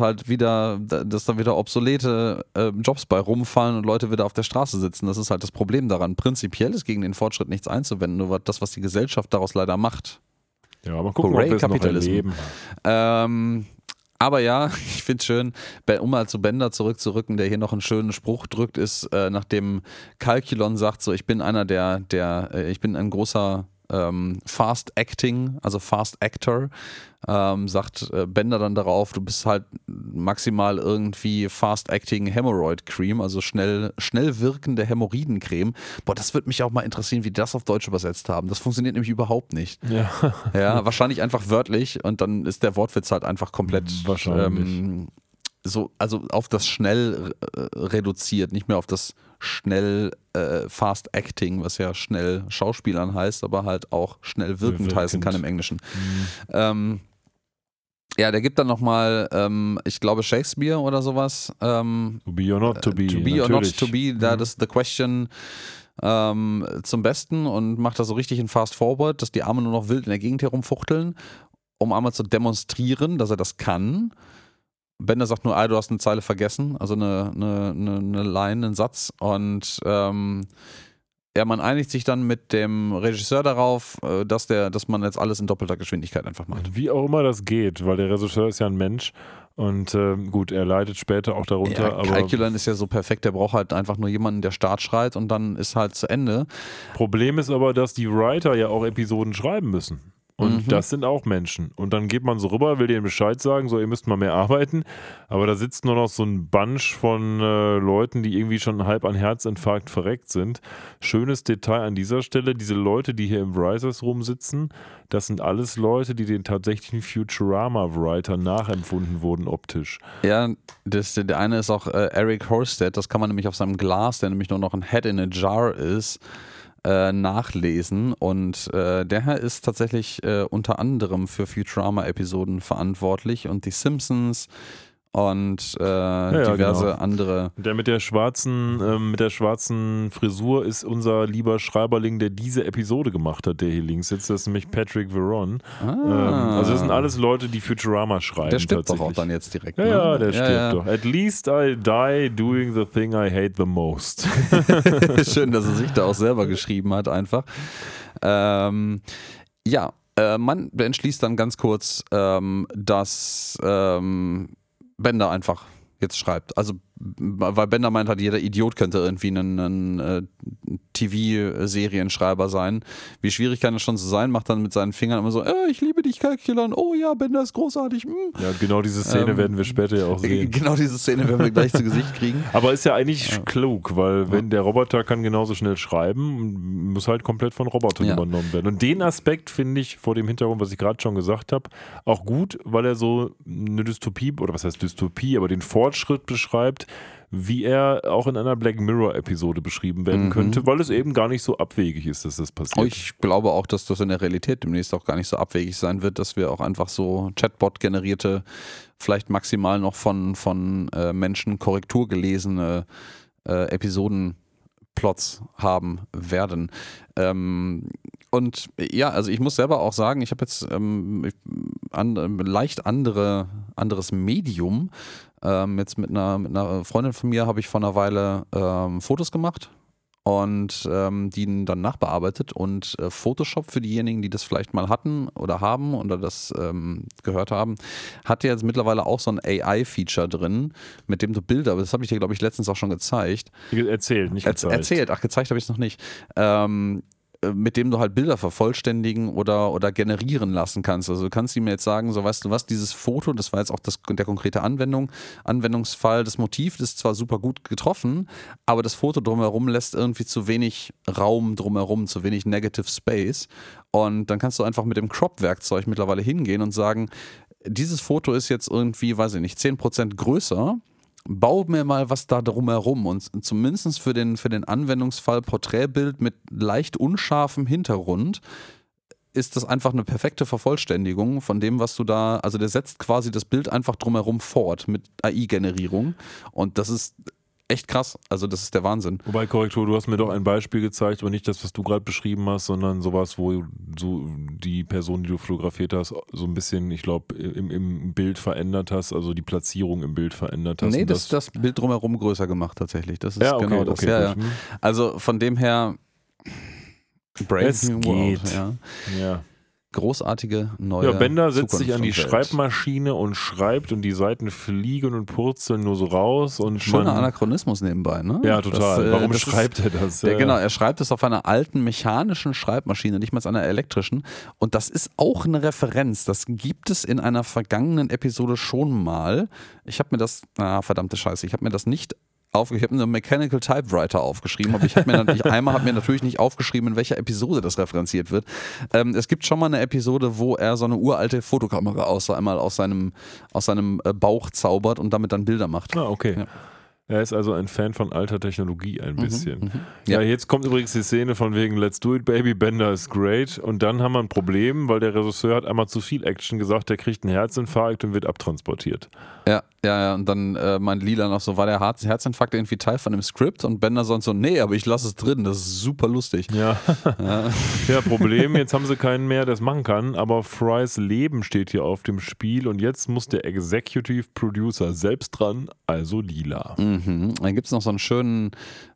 wieder obsolete Jobs bei rumfallen und Leute wieder auf der Straße sitzen. Das ist halt das Problem daran. Prinzipiell ist gegen den Fortschritt nichts einzuwenden, nur das, was die Gesellschaft daraus leider macht. Ja, aber gucken, ob wir es noch erleben. Aber ja, ich finde es schön, um mal zu Bender zurückzurücken, der hier noch einen schönen Spruch drückt, ist, nachdem Calculon sagt, so ich bin ich bin ein großer Fast Acting, also Fast Actor, sagt Bender dann darauf, du bist halt maximal irgendwie Fast Acting Hemorrhoid Cream, also schnell wirkende Hämorrhoidencreme. Boah, das würde mich auch mal interessieren, wie die das auf Deutsch übersetzt haben. Das funktioniert nämlich überhaupt nicht. Ja, wahrscheinlich einfach wörtlich und dann ist der Wortwitz halt einfach komplett also auf das schnell reduziert, nicht mehr auf das schnell Fast Acting, was ja schnell Schauspielern heißt, aber halt auch schnell wirkend heißen kann im Englischen. Ja, der gibt dann nochmal, ich glaube Shakespeare oder sowas. To be or not to be. To be or not to be, that is the question. Zum Besten und macht das so richtig in Fast Forward, dass die Arme nur noch wild in der Gegend herumfuchteln, um einmal zu demonstrieren, dass er das kann. Bender sagt nur, du hast eine Zeile vergessen, also eine Line, einen Satz. Und man einigt sich dann mit dem Regisseur darauf, dass man jetzt alles in doppelter Geschwindigkeit einfach macht. Wie auch immer das geht, weil der Regisseur ist ja ein Mensch. Und gut, er leidet später auch darunter. Ja, Calculon ist ja so perfekt, der braucht halt einfach nur jemanden, der Start schreit und dann ist halt zu Ende. Problem ist aber, dass die Writer ja auch Episoden schreiben müssen. Und das sind auch Menschen. Und dann geht man so rüber, will denen Bescheid sagen, so, ihr müsst mal mehr arbeiten. Aber da sitzt nur noch so ein Bunch von Leuten, die irgendwie schon halb an Herzinfarkt verreckt sind. Schönes Detail an dieser Stelle, diese Leute, die hier im Writers Room sitzen, das sind alles Leute, die den tatsächlichen Futurama-Writer nachempfunden wurden optisch. Ja, der eine ist auch Eric Horsted, das kann man nämlich auf seinem Glas, der nämlich nur noch ein Head in a Jar ist, nachlesen und der Herr ist tatsächlich unter anderem für Futurama-Episoden verantwortlich und die Simpsons und diverse andere. Der mit der schwarzen Frisur ist unser lieber Schreiberling, der diese Episode gemacht hat, der hier links sitzt. Das ist nämlich Patrick Veron. Also das sind alles Leute, die Futurama schreiben. Der stirbt doch auch dann jetzt direkt. Ja, der stirbt doch. At least I die doing the thing I hate the most. Schön, dass er sich da auch selber geschrieben hat einfach. Man entschließt dann ganz kurz, dass Bender einfach jetzt schreibt. Also, weil Bender meint halt, jeder Idiot könnte irgendwie ein TV-Serienschreiber sein. Wie schwierig kann das schon so sein? Macht dann mit seinen Fingern immer so, ich liebe dich, Calculon. Oh ja, Bender ist großartig. Ja, genau diese Szene werden wir später ja auch sehen. Genau diese Szene werden wir gleich zu Gesicht kriegen. Aber ist ja eigentlich klug, weil wenn der Roboter kann genauso schnell schreiben, muss halt komplett von Robotern übernommen werden. Und den Aspekt finde ich vor dem Hintergrund, was ich gerade schon gesagt habe, auch gut, weil er so eine Dystopie, oder was heißt Dystopie, aber den Fortschritt beschreibt, wie er auch in einer Black Mirror-Episode beschrieben werden könnte, weil es eben gar nicht so abwegig ist, dass das passiert. Ich glaube auch, dass das in der Realität demnächst auch gar nicht so abwegig sein wird, dass wir auch einfach so Chatbot-generierte, vielleicht maximal noch von Menschen Korrektur gelesene Episodenplots haben werden. Und ja, also ich muss selber auch sagen, ich habe jetzt leicht anderes Medium. Jetzt mit einer Freundin von mir habe ich vor einer Weile Fotos gemacht und die dann nachbearbeitet, und Photoshop, für diejenigen, die das vielleicht mal hatten oder haben oder das gehört haben, hat ja jetzt mittlerweile auch so ein AI-Feature drin, mit dem du Bilder, das habe ich dir, glaube ich, letztens auch schon gezeigt. Erzählt, nicht gezeigt. Gezeigt habe ich es noch nicht. Mit dem du halt Bilder vervollständigen oder generieren lassen kannst. Also du kannst ihm jetzt sagen, so weißt du was, dieses Foto, das war jetzt auch der konkrete Anwendungsfall, das Motiv ist zwar super gut getroffen, aber das Foto drumherum lässt irgendwie zu wenig Raum drumherum, zu wenig Negative Space, und dann kannst du einfach mit dem Crop-Werkzeug mittlerweile hingehen und sagen, dieses Foto ist jetzt irgendwie, weiß ich nicht, 10% größer, bau mir mal was da drumherum, und zumindest für den Anwendungsfall Porträtbild mit leicht unscharfem Hintergrund ist das einfach eine perfekte Vervollständigung von dem, was du da, also der setzt quasi das Bild einfach drumherum fort mit AI-Generierung, und das ist echt krass, also das ist der Wahnsinn. Wobei, Korrektur, du hast mir doch ein Beispiel gezeigt, aber nicht das, was du gerade beschrieben hast, sondern sowas, wo so die Person, die du fotografiert hast, so ein bisschen, ich glaube, im Bild verändert hast, also die Platzierung im Bild verändert hast. Nee, das Bild drumherum größer gemacht tatsächlich. Das ist ja, okay, genau das. Okay, ja. Also von dem her, Brave New World. Ja. Großartige neue Bender setzt sich an die Welt. Schreibmaschine und schreibt, und die Seiten fliegen und purzeln nur so raus. Und schöner Anachronismus nebenbei, ne? Ja, total. Warum schreibt er das? Genau, er schreibt es auf einer alten mechanischen Schreibmaschine, nicht mal einer elektrischen. Und das ist auch eine Referenz. Das gibt es in einer vergangenen Episode schon mal. Ich habe mir das, verdammte Scheiße, ich habe mir das nicht ich habe einen Mechanical Typewriter aufgeschrieben, aber einmal hat mir natürlich nicht aufgeschrieben, in welcher Episode das referenziert wird. Es gibt schon mal eine Episode, wo er so eine uralte Fotokamera einmal aus seinem Bauch zaubert und damit dann Bilder macht. Ah, okay. Ja. Er ist also ein Fan von alter Technologie ein bisschen. Ja, jetzt kommt übrigens die Szene von wegen Let's do it, baby, Bender is great. Und dann haben wir ein Problem, weil der Regisseur hat einmal zu viel Action gesagt, der kriegt einen Herzinfarkt und wird abtransportiert. Ja, und dann meint Lila noch so, war der Herzinfarkt irgendwie Teil von dem Skript? Und Bender sonst so, nee, aber ich lasse es drin, das ist super lustig. Ja. Problem, jetzt haben sie keinen mehr, der es machen kann, aber Frys Leben steht hier auf dem Spiel, und jetzt muss der Executive Producer selbst dran, also Lila. Dann gibt es noch so einen schönen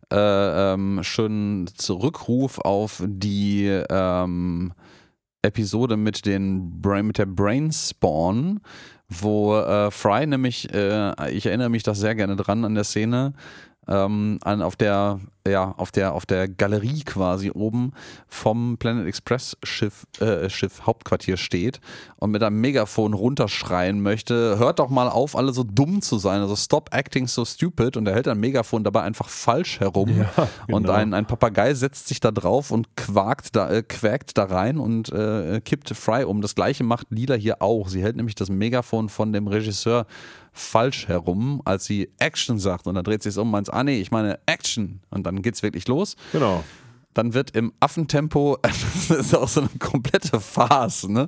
Zurückruf auf die Episode mit der Brain Spawn, wo Fry nämlich, ich erinnere mich da sehr gerne dran an der Szene, auf der Galerie quasi oben vom Planet Express Schiff Hauptquartier steht und mit einem Megafon runterschreien möchte, hört doch mal auf, alle so dumm zu sein, also stop acting so stupid, und er hält ein Megafon dabei einfach falsch herum, ja, genau. Und ein Papagei setzt sich da drauf und quäkt da rein und kippt Fry um. Das gleiche macht Lila hier auch, sie hält nämlich das Megafon von dem Regisseur falsch herum, als sie Action sagt, und dann dreht sie es um und meint, nee, ich meine Action, und dann geht's wirklich los. Genau. dann wird im Affentempo, das ist auch so eine komplette Farce, ne?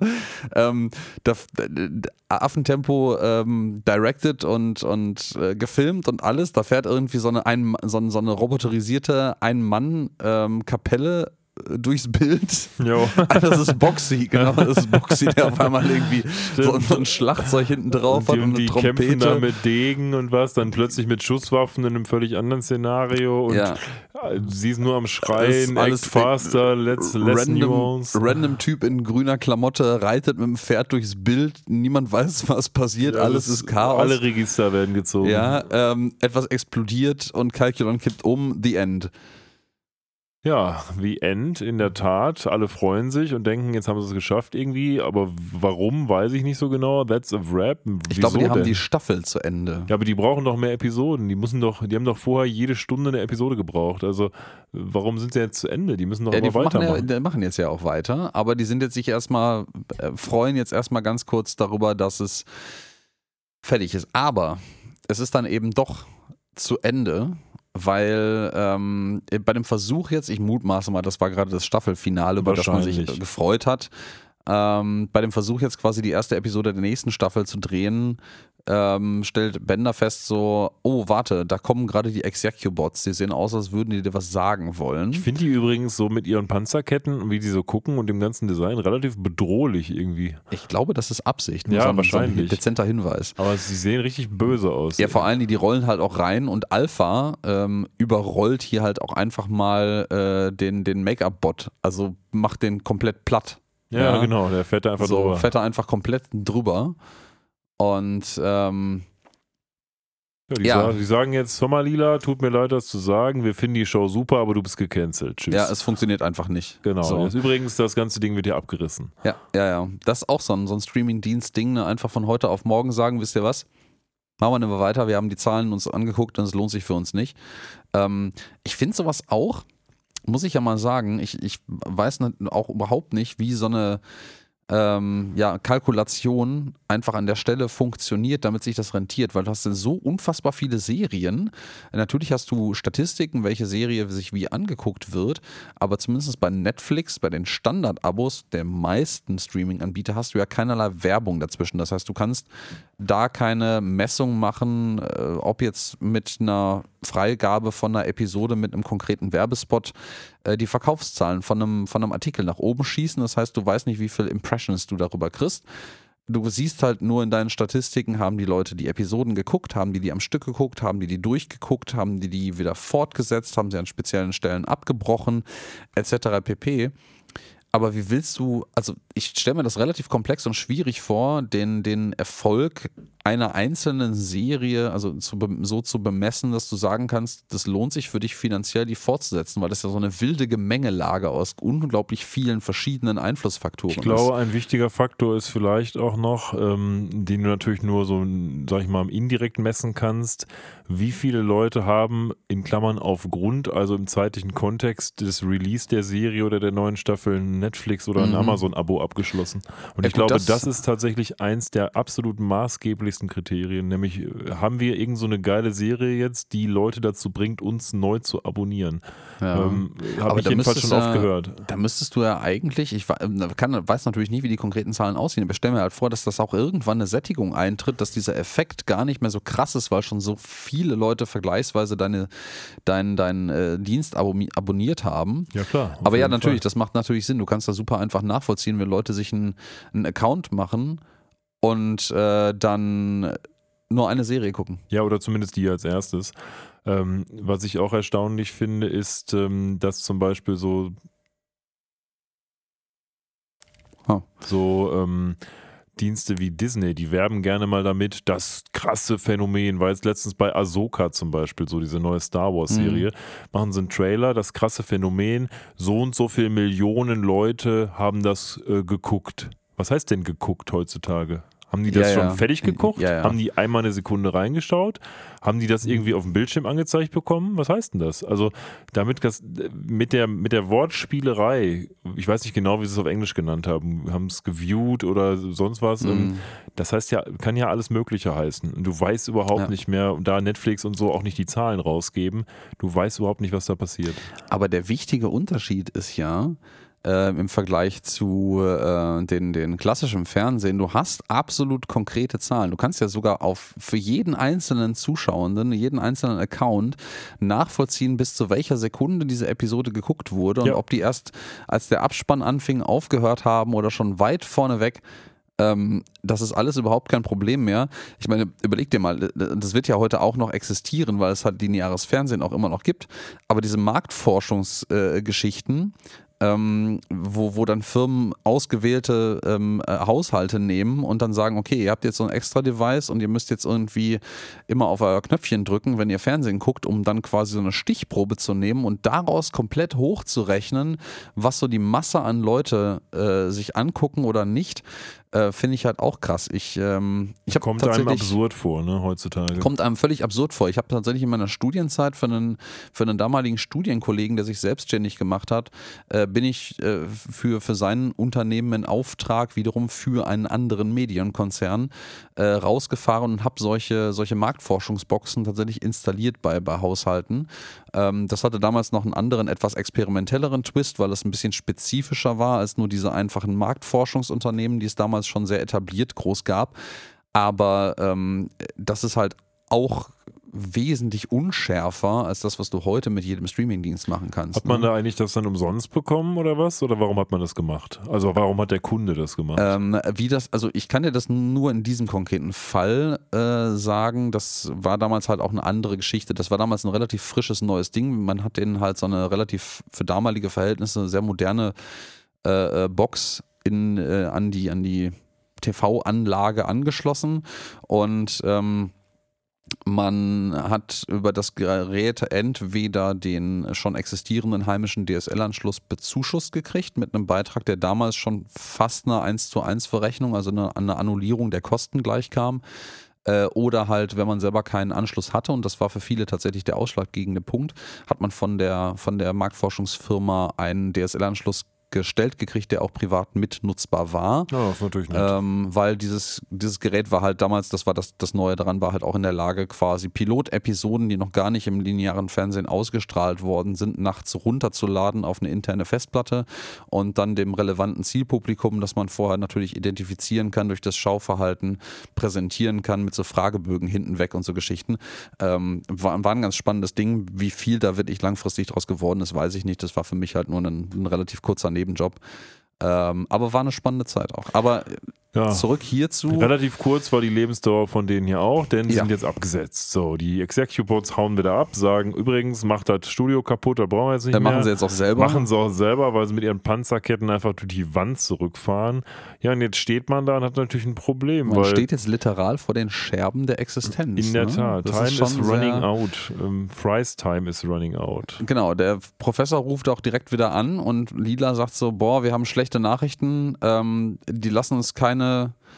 Affentempo directed und gefilmt und alles, da fährt irgendwie so eine roboterisierte Ein-Mann-Kapelle durchs Bild. Jo. Das ist Boxy, genau. Das ist Boxy, der auf einmal irgendwie so ein Schlagzeug hinten drauf hat und eine Trompete. Die kämpfen da mit Degen und was, dann plötzlich mit Schusswaffen in einem völlig anderen Szenario und sie ist nur am Schreien, act faster, less nuance. Random Typ in grüner Klamotte reitet mit dem Pferd durchs Bild, niemand weiß, was passiert, alles ist Chaos. Alle Register werden gezogen. Ja, etwas explodiert und Calculon kippt um, the end. Ja, wie End, in der Tat. Alle freuen sich und denken, jetzt haben sie es geschafft irgendwie, aber warum, weiß ich nicht so genau. That's a Wrap. Ich glaube, die haben die Staffel zu Ende. Ja, aber die brauchen doch mehr Episoden. Die haben doch vorher jede Stunde eine Episode gebraucht. Also, warum sind sie jetzt zu Ende? Die müssen doch immer weitermachen. Die machen jetzt ja auch weiter, aber die sind jetzt freuen jetzt erstmal ganz kurz darüber, dass es fertig ist. Aber es ist dann eben doch zu Ende. Weil bei dem Versuch jetzt, ich mutmaße mal, das war gerade das Staffelfinale, über das man sich gefreut hat, bei dem Versuch jetzt quasi die erste Episode der nächsten Staffel zu drehen, stellt Bender fest so, oh warte, da kommen gerade die Execubots, die sehen aus, als würden die dir was sagen wollen. Ich finde die übrigens so mit ihren Panzerketten und wie die so gucken und dem ganzen Design relativ bedrohlich irgendwie. Ich glaube, das ist Absicht. Ja, wahrscheinlich. So ein dezenter Hinweis. Aber sie sehen richtig böse aus. Ja, vor allem, die rollen halt auch rein und Alpha überrollt hier halt auch einfach mal den Make-up-Bot, also macht den komplett platt. Ja, genau, der fährt da einfach drüber. Fährt da einfach komplett drüber. Und die sagen jetzt, Sommerlila, tut mir leid, das zu sagen, wir finden die Show super, aber du bist gecancelt. Tschüss. Ja, es funktioniert einfach nicht. Genau. So. Jetzt übrigens, das ganze Ding wird hier abgerissen. Ja. Das ist auch so ein Streaming-Dienst-Ding, ne? Einfach von heute auf morgen sagen, wisst ihr was? Machen wir nicht mehr weiter, wir haben die Zahlen uns angeguckt und es lohnt sich für uns nicht. Ich finde sowas auch, muss ich ja mal sagen, ich weiß auch überhaupt nicht, wie so eine Kalkulation einfach an der Stelle funktioniert, damit sich das rentiert, weil du hast so unfassbar viele Serien. Natürlich hast du Statistiken, welche Serie sich wie angeguckt wird, aber zumindest bei Netflix, bei den Standard-Abos der meisten Streaming-Anbieter hast du ja keinerlei Werbung dazwischen. Das heißt, du kannst da keine Messung machen, ob jetzt mit einer Freigabe von einer Episode mit einem konkreten Werbespot die Verkaufszahlen von einem Artikel nach oben schießen. Das heißt, du weißt nicht, wie viele Impressions du darüber kriegst. Du siehst halt nur in deinen Statistiken, haben die Leute die Episoden geguckt, haben die am Stück geguckt, haben die durchgeguckt, haben die wieder fortgesetzt, haben sie an speziellen Stellen abgebrochen, etc. pp. Aber wie willst du, also ich stelle mir das relativ komplex und schwierig vor, den Erfolg einer einzelnen Serie, also so zu bemessen, dass du sagen kannst, das lohnt sich für dich finanziell, die fortzusetzen, weil das ja so eine wilde Gemengelage aus unglaublich vielen verschiedenen Einflussfaktoren ist. Ich glaube, ein wichtiger Faktor ist vielleicht auch noch, den du natürlich nur so, sag ich mal, indirekt messen kannst, wie viele Leute haben in Klammern aufgrund, also im zeitlichen Kontext des Release der Serie oder der neuen Staffel ein Netflix oder ein Amazon-Abo abgeschlossen. Und ich glaube, das ist tatsächlich eins der absolut maßgeblichsten Kriterien, nämlich haben wir irgend so eine geile Serie jetzt, die Leute dazu bringt, uns neu zu abonnieren. Ja. Habe ich jedenfalls schon oft gehört. Da müsstest du ja eigentlich, ich weiß natürlich nicht, wie die konkreten Zahlen aussehen, aber ich stelle mir halt vor, dass das auch irgendwann eine Sättigung eintritt, dass dieser Effekt gar nicht mehr so krass ist, weil schon so viele Leute vergleichsweise deinen Dienst abonniert haben. Ja, klar. Aber ja, natürlich, das macht natürlich Sinn. Du kannst da super einfach nachvollziehen, wenn Leute sich einen Account machen und dann nur eine Serie gucken. Ja, oder zumindest die als erstes. Was ich auch erstaunlich finde, ist, dass zum Beispiel so Dienste wie Disney, die werben gerne mal damit, das krasse Phänomen, weil jetzt letztens bei Ahsoka zum Beispiel, so diese neue Star Wars Serie, machen sie einen Trailer, das krasse Phänomen, so und so viele Millionen Leute haben das geguckt. Was heißt denn geguckt heutzutage? Haben die das schon fertig geguckt? Ja. Haben die einmal eine Sekunde reingeschaut? Haben die das irgendwie auf dem Bildschirm angezeigt bekommen? Was heißt denn das? Also damit mit der Wortspielerei, ich weiß nicht genau, wie sie es auf Englisch genannt haben es geviewt oder sonst was. Das heißt ja, kann ja alles Mögliche heißen. Und du weißt überhaupt nicht mehr, da Netflix und so auch nicht die Zahlen rausgeben, du weißt überhaupt nicht, was da passiert. Aber der wichtige Unterschied ist ja, im Vergleich zu den klassischen Fernsehen, du hast absolut konkrete Zahlen. Du kannst ja sogar für jeden einzelnen Zuschauenden, jeden einzelnen Account nachvollziehen, bis zu welcher Sekunde diese Episode geguckt wurde und ob die erst, als der Abspann anfing, aufgehört haben oder schon weit vorneweg. Das ist alles überhaupt kein Problem mehr. Ich meine, überleg dir mal, das wird ja heute auch noch existieren, weil es halt lineares Fernsehen auch immer noch gibt. Aber diese Marktforschungsgeschichten, wo dann Firmen ausgewählte Haushalte nehmen und dann sagen, okay, ihr habt jetzt so ein extra Device und ihr müsst jetzt irgendwie immer auf euer Knöpfchen drücken, wenn ihr Fernsehen guckt, um dann quasi so eine Stichprobe zu nehmen und daraus komplett hochzurechnen, was so die Masse an Leute sich angucken oder nicht. Finde ich halt auch krass. Kommt einem absurd vor, ne, heutzutage. Kommt einem völlig absurd vor. Ich habe tatsächlich in meiner Studienzeit für einen damaligen Studienkollegen, der sich selbstständig gemacht hat, bin ich für sein Unternehmen in Auftrag wiederum für einen anderen Medienkonzern rausgefahren und habe solche Marktforschungsboxen tatsächlich installiert bei Haushalten. Das hatte damals noch einen anderen, etwas experimentelleren Twist, weil es ein bisschen spezifischer war als nur diese einfachen Marktforschungsunternehmen, die es damals schon sehr etabliert groß gab. Aber das ist halt auch wesentlich unschärfer als das, was du heute mit jedem Streamingdienst machen kannst. Hat man da eigentlich das dann umsonst bekommen oder was? Oder warum hat man das gemacht? Also warum hat der Kunde das gemacht? Also ich kann dir das nur in diesem konkreten Fall sagen, das war damals halt auch eine andere Geschichte. Das war damals ein relativ frisches, neues Ding. Man hat denen halt so eine relativ für damalige Verhältnisse sehr moderne Box an die TV-Anlage angeschlossen und man hat über das Gerät entweder den schon existierenden heimischen DSL-Anschluss bezuschusst gekriegt mit einem Beitrag, der damals schon fast eine 1:1 Verrechnung, also eine Annullierung der Kosten gleichkam. Oder halt, wenn man selber keinen Anschluss hatte, und das war für viele tatsächlich der ausschlaggebende Punkt, hat man von der Marktforschungsfirma einen DSL-Anschluss gestellt gekriegt, der auch privat mitnutzbar war. Ja, das ist natürlich nett. Weil dieses Gerät war halt damals, das war das Neue daran, war halt auch in der Lage, quasi Pilotepisoden, die noch gar nicht im linearen Fernsehen ausgestrahlt worden sind, nachts runterzuladen auf eine interne Festplatte und dann dem relevanten Zielpublikum, das man vorher natürlich identifizieren kann, durch das Schauverhalten präsentieren kann mit so Fragebögen hinten weg und so Geschichten. War ein ganz spannendes Ding. Wie viel da wirklich langfristig draus geworden ist, weiß ich nicht. Das war für mich halt nur ein relativ kurzer Nebenjob. Aber war eine spannende Zeit auch. Aber zurück hierzu. Relativ kurz war die Lebensdauer von denen hier auch, denn sie sind jetzt abgesetzt. So, die Executives hauen wieder ab, sagen, übrigens, macht das Studio kaputt, da brauchen wir jetzt nicht mehr. Machen sie jetzt auch selber. Machen sie auch selber, weil sie mit ihren Panzerketten einfach durch die Wand zurückfahren. Ja, und jetzt steht man da und hat natürlich ein Problem. Man steht jetzt literal vor den Scherben der Existenz. In der Tat. Time is running out. Fry's time is running out. Genau, der Professor ruft auch direkt wieder an und Lila sagt so, wir haben schlechte Nachrichten, die lassen uns keine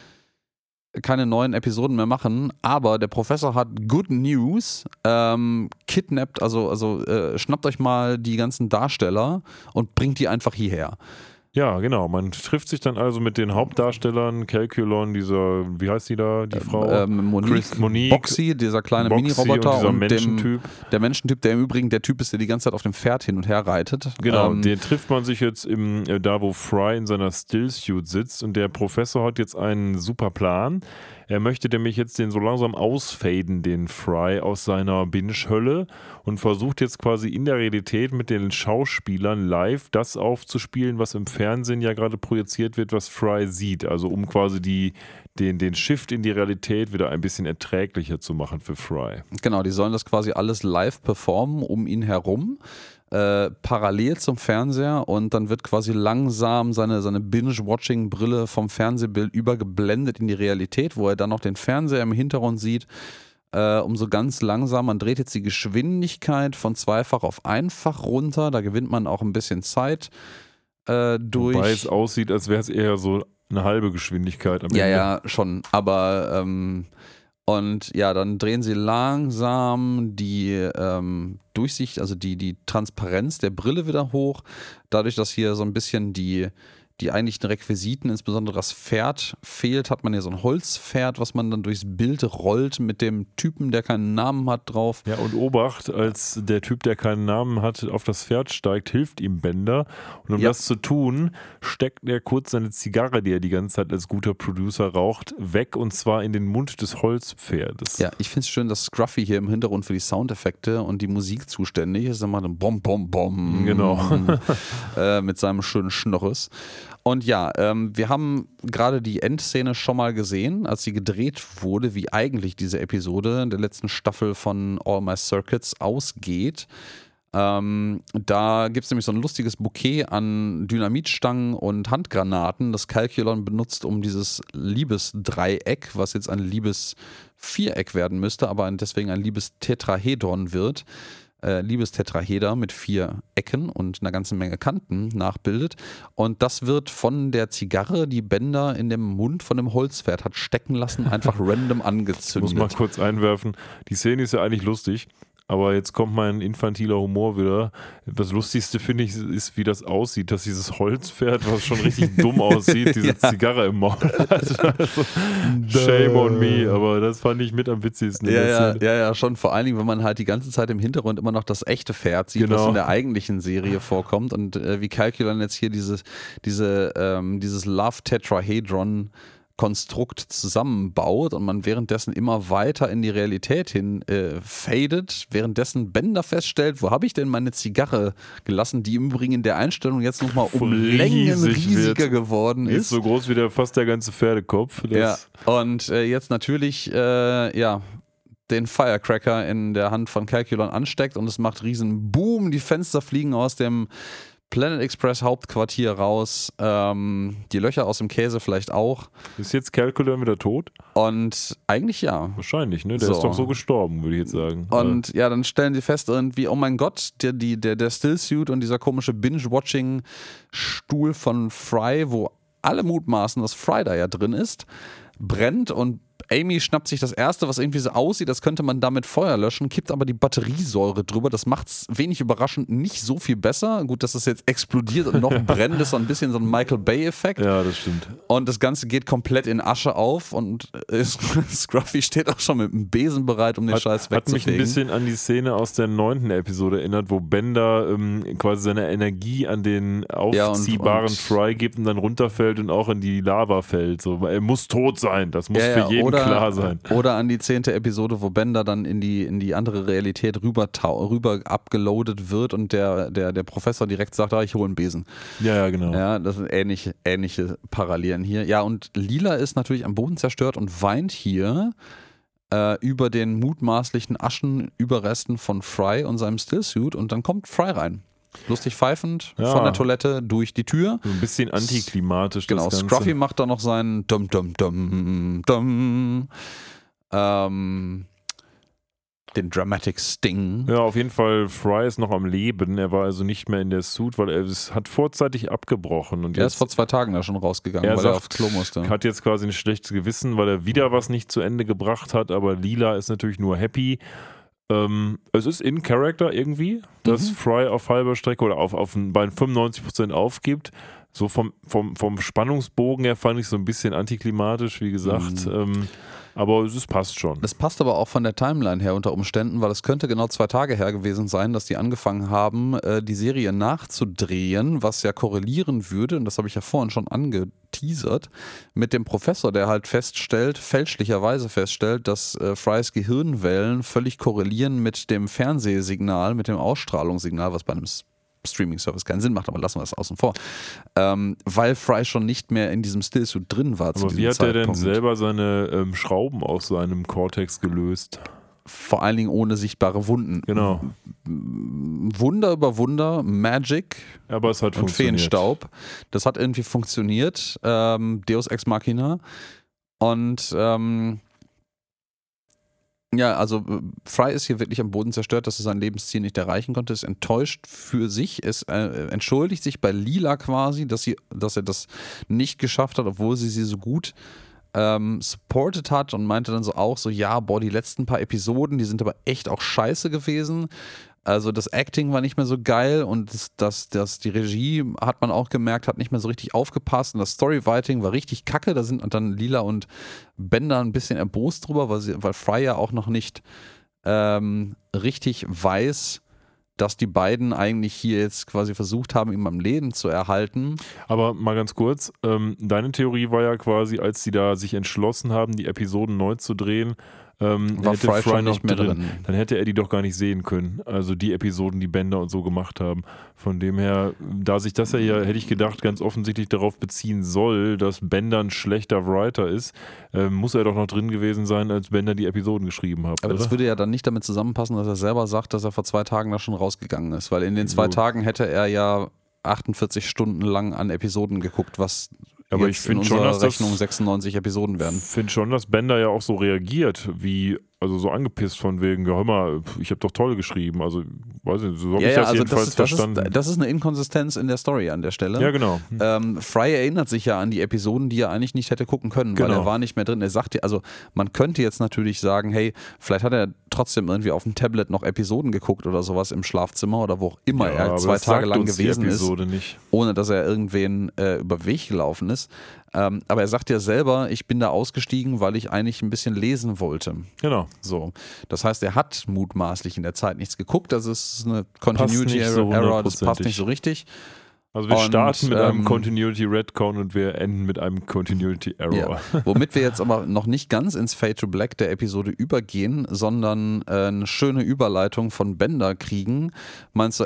neuen Episoden mehr machen, aber der Professor hat Good News, kidnappt, also schnappt euch mal die ganzen Darsteller und bringt die einfach hierher. Ja, genau. Man trifft sich dann also mit den Hauptdarstellern, Calculon, wie heißt die da, die Frau? Monique, Boxy, dieser kleine Mini-Roboter und Menschentyp. Der Menschentyp, der im Übrigen der Typ ist, der die ganze Zeit auf dem Pferd hin und her reitet. Genau, den trifft man sich jetzt da, wo Fry in seiner Stillsuit sitzt und der Professor hat jetzt einen super Plan. Er möchte nämlich jetzt den so langsam ausfaden, den Fry aus seiner Binge-Hölle und versucht jetzt quasi in der Realität mit den Schauspielern live das aufzuspielen, was im Fernsehen ja gerade projiziert wird, was Fry sieht. Also um quasi den Shift in die Realität wieder ein bisschen erträglicher zu machen für Fry. Genau, die sollen das quasi alles live performen um ihn herum. Parallel zum Fernseher und dann wird quasi langsam seine Binge-Watching-Brille vom Fernsehbild übergeblendet in die Realität, wo er dann noch den Fernseher im Hintergrund sieht, umso ganz langsam. Man dreht jetzt die Geschwindigkeit von zweifach auf einfach runter, da gewinnt man auch ein bisschen Zeit durch. Wobei es aussieht, als wäre es eher so eine halbe Geschwindigkeit am Ende. Ja, schon. Aber und ja, dann drehen sie langsam die Durchsicht, also die Transparenz der Brille wieder hoch. Dadurch, dass hier so ein bisschen die eigentlichen Requisiten, insbesondere das Pferd, fehlt, hat man hier so ein Holzpferd, was man dann durchs Bild rollt mit dem Typen, der keinen Namen hat, drauf. Ja, und Obacht, als der Typ, der keinen Namen hat, auf das Pferd steigt, hilft ihm Bender. Und um das zu tun, steckt er kurz seine Zigarre, die er die ganze Zeit als guter Producer raucht, weg, und zwar in den Mund des Holzpferdes. Ja, ich finde es schön, dass Scruffy hier im Hintergrund für die Soundeffekte und die Musik zuständig ist. Dann macht er Bom, Bom, Bom. Genau. Mit seinem schönen Schnorres. Und ja, wir haben gerade die Endszene schon mal gesehen, als sie gedreht wurde, wie eigentlich diese Episode in der letzten Staffel von All My Circuits ausgeht. Da gibt es nämlich so ein lustiges Bouquet an Dynamitstangen und Handgranaten, das Calculon benutzt, um dieses Liebesdreieck, was jetzt ein Liebesviereck werden müsste, aber deswegen ein Liebestetrahedron wird, Liebestetraheder mit 4 Ecken und einer ganzen Menge Kanten nachbildet. Und das wird von der Zigarre, die Bender in dem Mund von dem Holzpferd hat stecken lassen, einfach random angezündet. Ich muss mal kurz einwerfen, die Szene ist ja eigentlich lustig, aber jetzt kommt mein infantiler Humor wieder. Das Lustigste, finde ich, ist, wie das aussieht, dass dieses Holzpferd, was schon richtig dumm aussieht, diese Zigarre im Maul hat. Also, shame on me, aber das fand ich mit am witzigsten. Ja, schon. Vor allen Dingen, wenn man halt die ganze Zeit im Hintergrund immer noch das echte Pferd sieht, was in der eigentlichen Serie vorkommt, und wie Calculon jetzt hier dieses Love Tetrahedron Konstrukt zusammenbaut und man währenddessen immer weiter in die Realität hin fadet, währenddessen Bender feststellt, wo habe ich denn meine Zigarre gelassen, die im Übrigen in der Einstellung jetzt nochmal um Längen riesiger geworden ist. Ist so groß wie fast der ganze Pferdekopf. Ja, und jetzt natürlich, den Firecracker in der Hand von Calculon ansteckt und es macht riesen Boom, die Fenster fliegen aus dem Planet Express Hauptquartier raus, die Löcher aus dem Käse vielleicht auch. Ist jetzt Calculon wieder tot? Und eigentlich ja. Wahrscheinlich, ne? Der ist doch so gestorben, würde ich jetzt sagen. Und ja, dann stellen sie fest irgendwie, oh mein Gott, der Stillsuit und dieser komische Binge-Watching-Stuhl von Fry, wo alle mutmaßen, dass Fry da ja drin ist, brennt, und Amy schnappt sich das Erste, was irgendwie so aussieht, das könnte man damit Feuer löschen, kippt aber die Batteriesäure drüber. Das macht es wenig überraschend nicht so viel besser. Gut, dass es jetzt explodiert und noch brennt, ist so ein bisschen so ein Michael Bay-Effekt. Ja, das stimmt. Und das Ganze geht komplett in Asche auf und Scruffy steht auch schon mit dem Besen bereit, um den Scheiß wegzufegen. Hat mich ein bisschen an die Szene aus der 9. Episode erinnert, wo Bender quasi seine Energie an den aufziehbaren Fry gibt und dann runterfällt und auch in die Lava fällt. So, er muss tot sein, das muss für jeden klar sein. Oder an die 10. Episode, wo Bender dann in die andere Realität rüber abgeloadet wird und der Professor direkt sagt, ich hole einen Besen. Ja, genau. Ja, das sind ähnliche Parallelen hier. Ja, und Lila ist natürlich am Boden zerstört und weint hier über den mutmaßlichen Aschenüberresten von Fry und seinem Stillsuit, und dann kommt Fry rein. Lustig pfeifend von der Toilette durch die Tür. So ein bisschen antiklimatisch. Genau, das Ganze. Scruffy macht da noch seinen Dum-Dum-Dum-Dum. Den Dramatic Sting. Ja, auf jeden Fall, Fry ist noch am Leben. Er war also nicht mehr in der Suit, weil er hat vorzeitig abgebrochen. Und er ist vor 2 Tagen da schon rausgegangen, weil er aufs Klo musste. Hat jetzt quasi ein schlechtes Gewissen, weil er wieder was nicht zu Ende gebracht hat, aber Lila ist natürlich nur happy. Es ist in Character irgendwie, dass Fry auf halber Strecke oder bei 95% aufgibt. So vom Spannungsbogen her fand ich so ein bisschen antiklimatisch, wie gesagt. Aber es passt schon. Das passt aber auch von der Timeline her unter Umständen, weil es könnte genau 2 Tage her gewesen sein, dass die angefangen haben, die Serie nachzudrehen, was ja korrelieren würde, und das habe ich ja vorhin schon angeteasert, mit dem Professor, der halt fälschlicherweise feststellt, dass Frys Gehirnwellen völlig korrelieren mit dem Fernsehsignal, mit dem Ausstrahlungssignal, was bei einem Streaming-Service keinen Sinn macht, aber lassen wir das außen vor. Weil Fry schon nicht mehr in diesem Stillsuit drin war. Aber wie hat er denn selber seine Schrauben aus seinem Cortex gelöst? Vor allen Dingen ohne sichtbare Wunden. Genau. Wunder über Wunder, Magic, aber es hat und Feenstaub. Das hat irgendwie funktioniert. Deus Ex Machina. Und Ja, also Fry ist hier wirklich am Boden zerstört, dass er sein Lebensziel nicht erreichen konnte, ist enttäuscht für sich, es entschuldigt sich bei Lila quasi, dass er das nicht geschafft hat, obwohl sie so gut supported hat und meinte dann ja, die letzten paar Episoden, die sind aber echt auch scheiße gewesen. Also das Acting war nicht mehr so geil und die Regie, hat man auch gemerkt, hat nicht mehr so richtig aufgepasst und das Storywriting war richtig kacke. Da sind dann Lila und Bender ein bisschen erbost drüber, weil Fry ja auch noch nicht richtig weiß, dass die beiden eigentlich hier jetzt quasi versucht haben, ihn am Leben zu erhalten. Aber mal ganz kurz, deine Theorie war ja quasi, als sie da sich entschlossen haben, die Episoden neu zu drehen, war hätte Fry Fry schon noch nicht mehr drin. Dann hätte er die doch gar nicht sehen können. Also die Episoden, die Bender und so gemacht haben. Von dem her, da sich das ja, hätte ich gedacht, ganz offensichtlich darauf beziehen soll, dass Bender ein schlechter Writer ist, muss er doch noch drin gewesen sein, als Bender die Episoden geschrieben hat. Aber das würde ja dann nicht damit zusammenpassen, dass er selber sagt, dass er vor 2 Tagen da schon rausgegangen ist. Weil in den 2 Tagen hätte er ja 48 Stunden lang an Episoden geguckt, was aber jetzt ich finde in schon, unserer dass Rechnung 96 Episoden werden. Ich finde schon, dass Bender ja auch so reagiert, also so angepisst von wegen, ja hör mal, ich habe doch toll geschrieben. Also, weiß nicht, so habe ich das jedenfalls verstanden. Das ist eine Inkonsistenz in der Story an der Stelle. Ja, genau. Fry erinnert sich ja an die Episoden, die er eigentlich nicht hätte gucken können, weil er war nicht mehr drin. Er sagt, also man könnte jetzt natürlich sagen, hey, vielleicht hat er trotzdem irgendwie auf dem Tablet noch Episoden geguckt oder sowas im Schlafzimmer oder wo auch immer er 2 Tage lang gewesen ist, ohne dass er irgendwen über den Weg gelaufen ist. Aber er sagt ja selber, ich bin da ausgestiegen, weil ich eigentlich ein bisschen lesen wollte. Genau. So. Das heißt, er hat mutmaßlich in der Zeit nichts geguckt. Das ist eine Continuity Error, das passt nicht so richtig. Also wir starten mit einem Continuity Retcon und wir enden mit einem Continuity Error. Ja. Womit wir jetzt aber noch nicht ganz ins Fade to Black der Episode übergehen, sondern eine schöne Überleitung von Bender kriegen. Meinst du,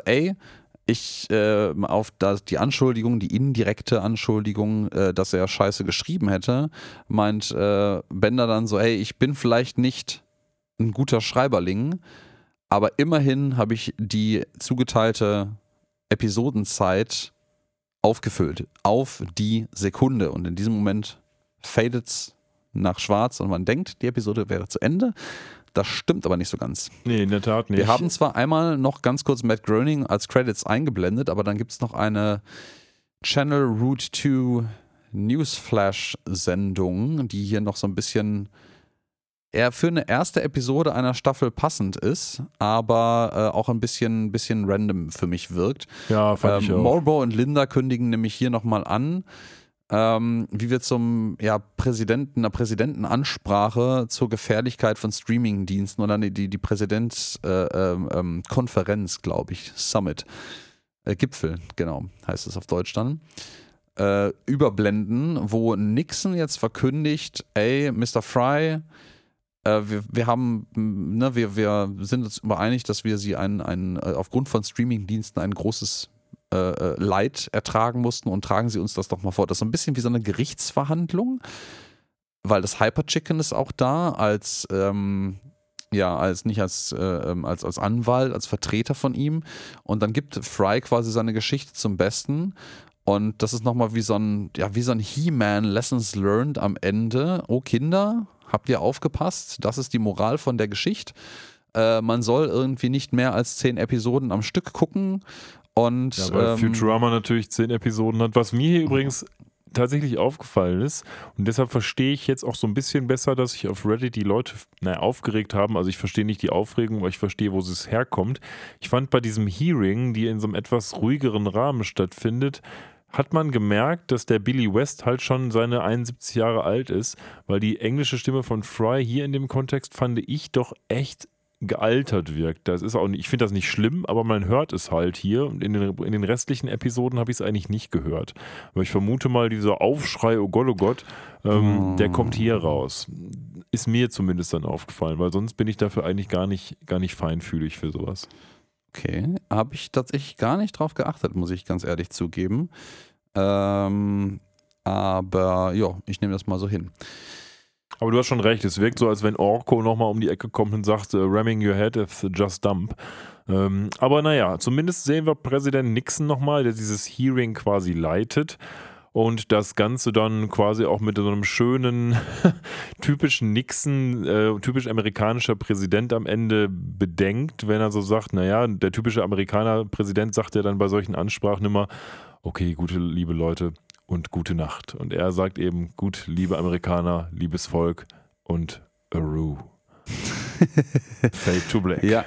auf die Anschuldigung, die indirekte Anschuldigung, dass er Scheiße geschrieben hätte, meint Bender dann so, ich bin vielleicht nicht ein guter Schreiberling, aber immerhin habe ich die zugeteilte Episodenzeit aufgefüllt, auf die Sekunde. Und in diesem Moment fadet es nach schwarz und man denkt, die Episode wäre zu Ende. Das stimmt aber nicht so ganz. Nee, in der Tat nicht. Wir haben zwar einmal noch ganz kurz Matt Groening als Credits eingeblendet, aber dann gibt es noch eine Channel Route 2 Newsflash-Sendung, die hier noch so ein bisschen eher für eine erste Episode einer Staffel passend ist, aber auch ein bisschen random für mich wirkt. Ja, fand ich auch. Marlboro und Linda kündigen nämlich hier nochmal an, wie wir zum Präsidentenansprache zur Gefährlichkeit von Streaming-Diensten oder die Präsidentskonferenz, glaube ich, Summit, Gipfel, genau, heißt es auf Deutsch dann, überblenden, wo Nixon jetzt verkündigt, Mr. Fry, wir sind uns übereinig, dass wir sie aufgrund von Streaming-Diensten ein großes Leid ertragen mussten und tragen Sie uns das doch mal vor. Das ist so ein bisschen wie so eine Gerichtsverhandlung, weil das Hyper Chicken ist auch da als Anwalt, als Vertreter von ihm, und dann gibt Fry quasi seine Geschichte zum Besten und das ist nochmal wie so ein He-Man Lessons Learned am Ende. Oh Kinder, habt ihr aufgepasst? Das ist die Moral von der Geschichte. Man soll irgendwie nicht mehr als 10 Episoden am Stück gucken. Und, weil Futurama natürlich 10 Episoden hat, was mir hier übrigens tatsächlich aufgefallen ist, und deshalb verstehe ich jetzt auch so ein bisschen besser, dass sich auf Reddit die Leute aufgeregt haben. Also ich verstehe nicht die Aufregung, aber ich verstehe, wo es herkommt. Ich fand bei diesem Hearing, die in so einem etwas ruhigeren Rahmen stattfindet, hat man gemerkt, dass der Billy West halt schon seine 71 Jahre alt ist, weil die englische Stimme von Fry hier in dem Kontext, fand ich, doch echt gealtert wirkt. Das ist auch nicht, ich finde das nicht schlimm, aber man hört es halt hier, und in den restlichen Episoden habe ich es eigentlich nicht gehört. Aber ich vermute mal, dieser Aufschrei, oh Gott, der kommt hier raus. Ist mir zumindest dann aufgefallen, weil sonst bin ich dafür eigentlich gar nicht feinfühlig für sowas. Okay, habe ich tatsächlich gar nicht drauf geachtet, muss ich ganz ehrlich zugeben. Aber ja, ich nehme das mal so hin. Aber du hast schon recht, es wirkt so, als wenn Orko nochmal um die Ecke kommt und sagt, ramming your head is just dump. Aber naja, zumindest sehen wir Präsident Nixon nochmal, der dieses Hearing quasi leitet. und das Ganze dann quasi auch mit so einem schönen, typischen Nixon, typisch amerikanischer Präsident am Ende bedenkt, wenn er so sagt, naja, der typische Amerikaner-Präsident sagt ja dann bei solchen Ansprachen immer, okay, gute, liebe Leute und gute Nacht. Und er sagt eben, gut, liebe Amerikaner, liebes Volk und Aru. Fade to Black. Ja.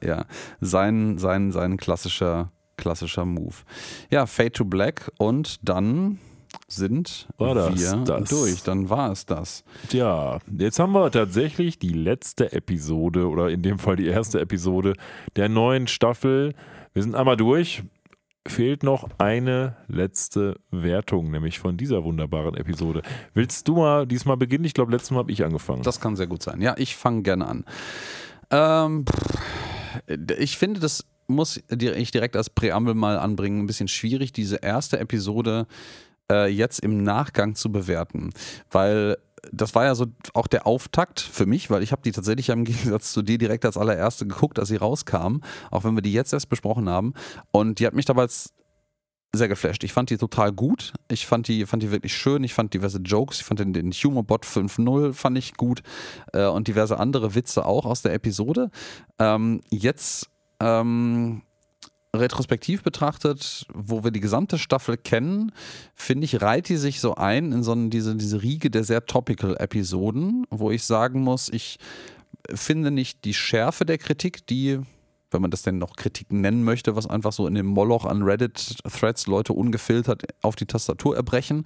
Sein klassischer Move. Ja, Fade to Black und dann sind wir durch. Dann war es das. Tja, jetzt haben wir tatsächlich die letzte Episode oder in dem Fall die erste Episode der neuen Staffel. Wir sind einmal durch. Fehlt noch eine letzte Wertung, nämlich von dieser wunderbaren Episode. Willst du mal diesmal beginnen? Ich glaube, letztes Mal habe ich angefangen. Das kann sehr gut sein. Ja, ich fange gerne an. Ich finde, das muss ich direkt als Präambel mal anbringen, ein bisschen schwierig, diese erste Episode jetzt im Nachgang zu bewerten, weil das war ja so auch der Auftakt für mich, weil ich habe die tatsächlich im Gegensatz zu dir direkt als allererste geguckt, als sie rauskam, auch wenn wir die jetzt erst besprochen haben, und die hat mich damals sehr geflasht. Ich fand die total gut, ich fand die wirklich schön, ich fand diverse Jokes, ich fand den Humorbot 5.0 fand ich gut und diverse andere Witze auch aus der Episode. Jetzt retrospektiv betrachtet, wo wir die gesamte Staffel kennen, finde ich, reiht die sich so ein in so diese Riege der sehr topical Episoden, wo ich sagen muss, ich finde nicht die Schärfe der Kritik, die, wenn man das denn noch Kritik nennen möchte, was einfach so in dem Moloch an Reddit-Threads Leute ungefiltert auf die Tastatur erbrechen,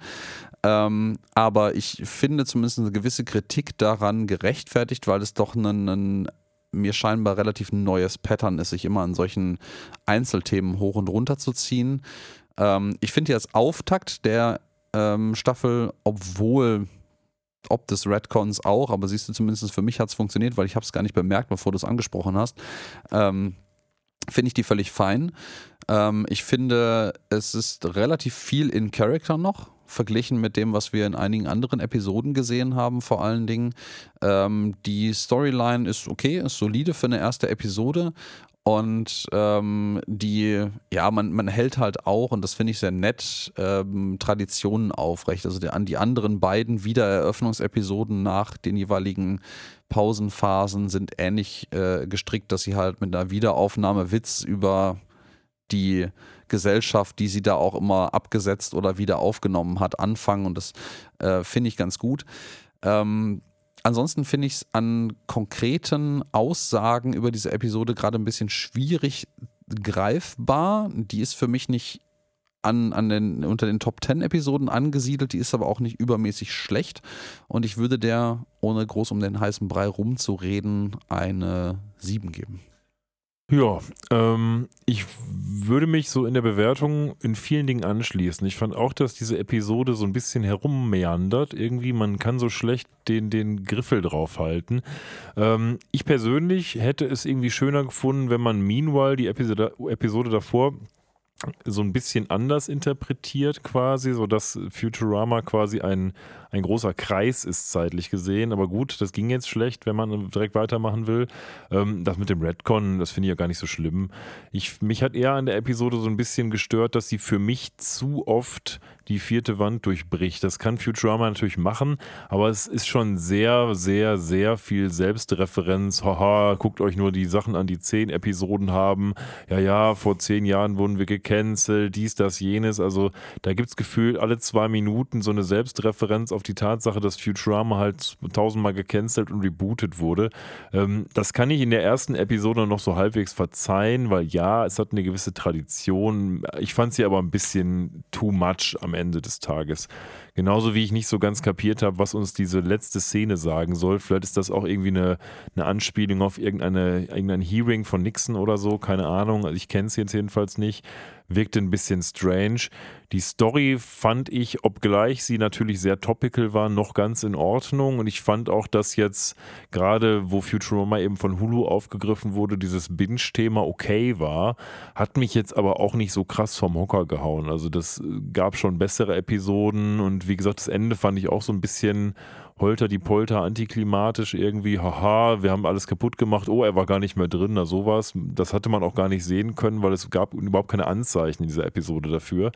aber ich finde zumindest eine gewisse Kritik daran gerechtfertigt, weil es doch ein mir scheinbar relativ neues Pattern ist, sich immer an solchen Einzelthemen hoch und runter zu ziehen. Ich finde die als Auftakt der Staffel, ob des Retcons auch, aber siehst du, zumindest für mich hat es funktioniert, weil ich habe es gar nicht bemerkt, bevor du es angesprochen hast, finde ich die völlig fein. Ich finde, es ist relativ viel in Character noch, verglichen mit dem, was wir in einigen anderen Episoden gesehen haben, vor allen Dingen. Die Storyline ist okay, ist solide für eine erste Episode und man hält halt auch, und das finde ich sehr nett, Traditionen aufrecht. Also an die anderen beiden Wiedereröffnungsepisoden nach den jeweiligen Pausenphasen sind ähnlich gestrickt, dass sie halt mit einer Wiederaufnahme Witz über die Gesellschaft, die sie da auch immer abgesetzt oder wieder aufgenommen hat, anfangen, und das finde ich ganz gut. Ansonsten finde ich es an konkreten Aussagen über diese Episode gerade ein bisschen schwierig greifbar. Die ist für mich nicht unter den Top 10 Episoden angesiedelt, die ist aber auch nicht übermäßig schlecht, und ich würde der, ohne groß um den heißen Brei rumzureden, eine 7 geben. Ja, ich würde mich so in der Bewertung in vielen Dingen anschließen. Ich fand auch, dass diese Episode so ein bisschen herummeandert. Irgendwie, man kann so schlecht den Griffel draufhalten. Ich persönlich hätte es irgendwie schöner gefunden, wenn man Meanwhile die Episode davor so ein bisschen anders interpretiert quasi, sodass Futurama quasi ein großer Kreis ist zeitlich gesehen, aber gut, das ging jetzt schlecht, wenn man direkt weitermachen will. Das mit dem Retcon, das finde ich ja gar nicht so schlimm. Mich hat eher an der Episode so ein bisschen gestört, dass sie für mich zu oft die vierte Wand durchbricht. Das kann Futurama natürlich machen, aber es ist schon sehr, sehr, sehr viel Selbstreferenz. Haha, guckt euch nur die Sachen an, die 10 Episoden haben. Ja, vor 10 Jahren wurden wir gecancelt, dies, das, jenes. Also da gibt es gefühlt alle 2 Minuten so eine Selbstreferenz auf die Tatsache, dass Futurama halt 1000-mal gecancelt und rebootet wurde. Das kann ich in der ersten Episode noch so halbwegs verzeihen, weil ja, es hat eine gewisse Tradition. Ich fand sie aber ein bisschen too much am Ende des Tages. Genauso wie ich nicht so ganz kapiert habe, was uns diese letzte Szene sagen soll. Vielleicht ist das auch irgendwie eine Anspielung auf irgendein Hearing von Nixon oder so, keine Ahnung. Also ich kenne es jetzt jedenfalls nicht. Wirkte ein bisschen strange. Die Story fand ich, obgleich sie natürlich sehr topical war, noch ganz in Ordnung. Und ich fand auch, dass jetzt gerade, wo Futurama eben von Hulu aufgegriffen wurde, dieses Binge-Thema okay war, hat mich jetzt aber auch nicht so krass vom Hocker gehauen. Also das gab schon bessere Episoden und wie gesagt, das Ende fand ich auch so ein bisschen Holter die Polter, antiklimatisch irgendwie, haha, wir haben alles kaputt gemacht, oh, er war gar nicht mehr drin, na sowas. Das hatte man auch gar nicht sehen können, weil es gab überhaupt keine Anzeichen in dieser Episode dafür.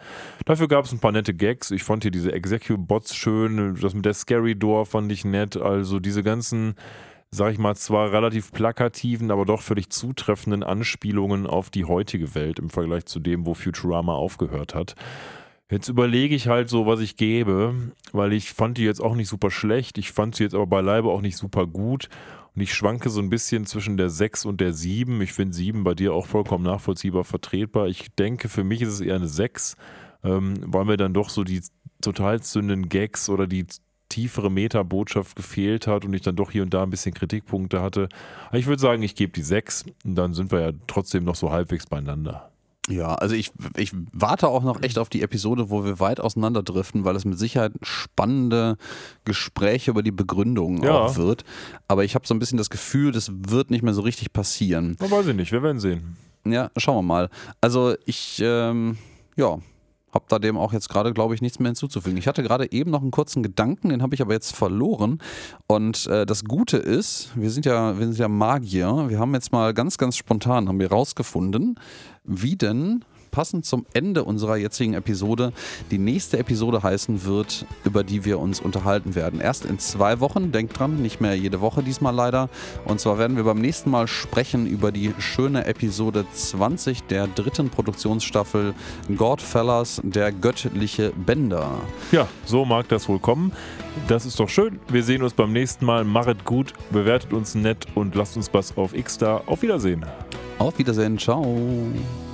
Dafür gab es ein paar nette Gags. Ich fand hier diese Executive-Bots schön, das mit der Scary Door fand ich nett. Also diese ganzen, sag ich mal, zwar relativ plakativen, aber doch völlig zutreffenden Anspielungen auf die heutige Welt im Vergleich zu dem, wo Futurama aufgehört hat. Jetzt überlege ich halt so, was ich gebe, weil ich fand die jetzt auch nicht super schlecht, ich fand sie jetzt aber beileibe auch nicht super gut und ich schwanke so ein bisschen zwischen der 6 und der 7. Ich finde 7 bei dir auch vollkommen nachvollziehbar vertretbar. Ich denke, für mich ist es eher eine 6, weil mir dann doch so die total zündenden Gags oder die tiefere Meta-Botschaft gefehlt hat und ich dann doch hier und da ein bisschen Kritikpunkte hatte. Aber ich würde sagen, ich gebe die 6 und dann sind wir ja trotzdem noch so halbwegs beieinander. Ja, also ich warte auch noch echt auf die Episode, wo wir weit auseinanderdriften, weil es mit Sicherheit spannende Gespräche über die Begründung auch wird. Aber ich habe so ein bisschen das Gefühl, das wird nicht mehr so richtig passieren. Na, weiß ich nicht, wir werden sehen. Ja, schauen wir mal. Also ich, habe da dem auch jetzt gerade, glaube ich, nichts mehr hinzuzufügen. Ich hatte gerade eben noch einen kurzen Gedanken, den habe ich aber jetzt verloren. Und das Gute ist, wir sind ja Magier. Wir haben jetzt mal ganz, ganz spontan haben wir rausgefunden, wie denn passend zum Ende unserer jetzigen Episode die nächste Episode heißen wird, über die wir uns unterhalten werden. Erst in 2 Wochen, denkt dran, nicht mehr jede Woche diesmal leider. Und zwar werden wir beim nächsten Mal sprechen über die schöne Episode 20 der 3. Produktionsstaffel Godfellas, der göttliche Bänder. Ja, so mag das wohl kommen. Das ist doch schön. Wir sehen uns beim nächsten Mal. Machet gut, bewertet uns nett und lasst uns was auf X da. Auf Wiedersehen. Auf Wiedersehen, ciao.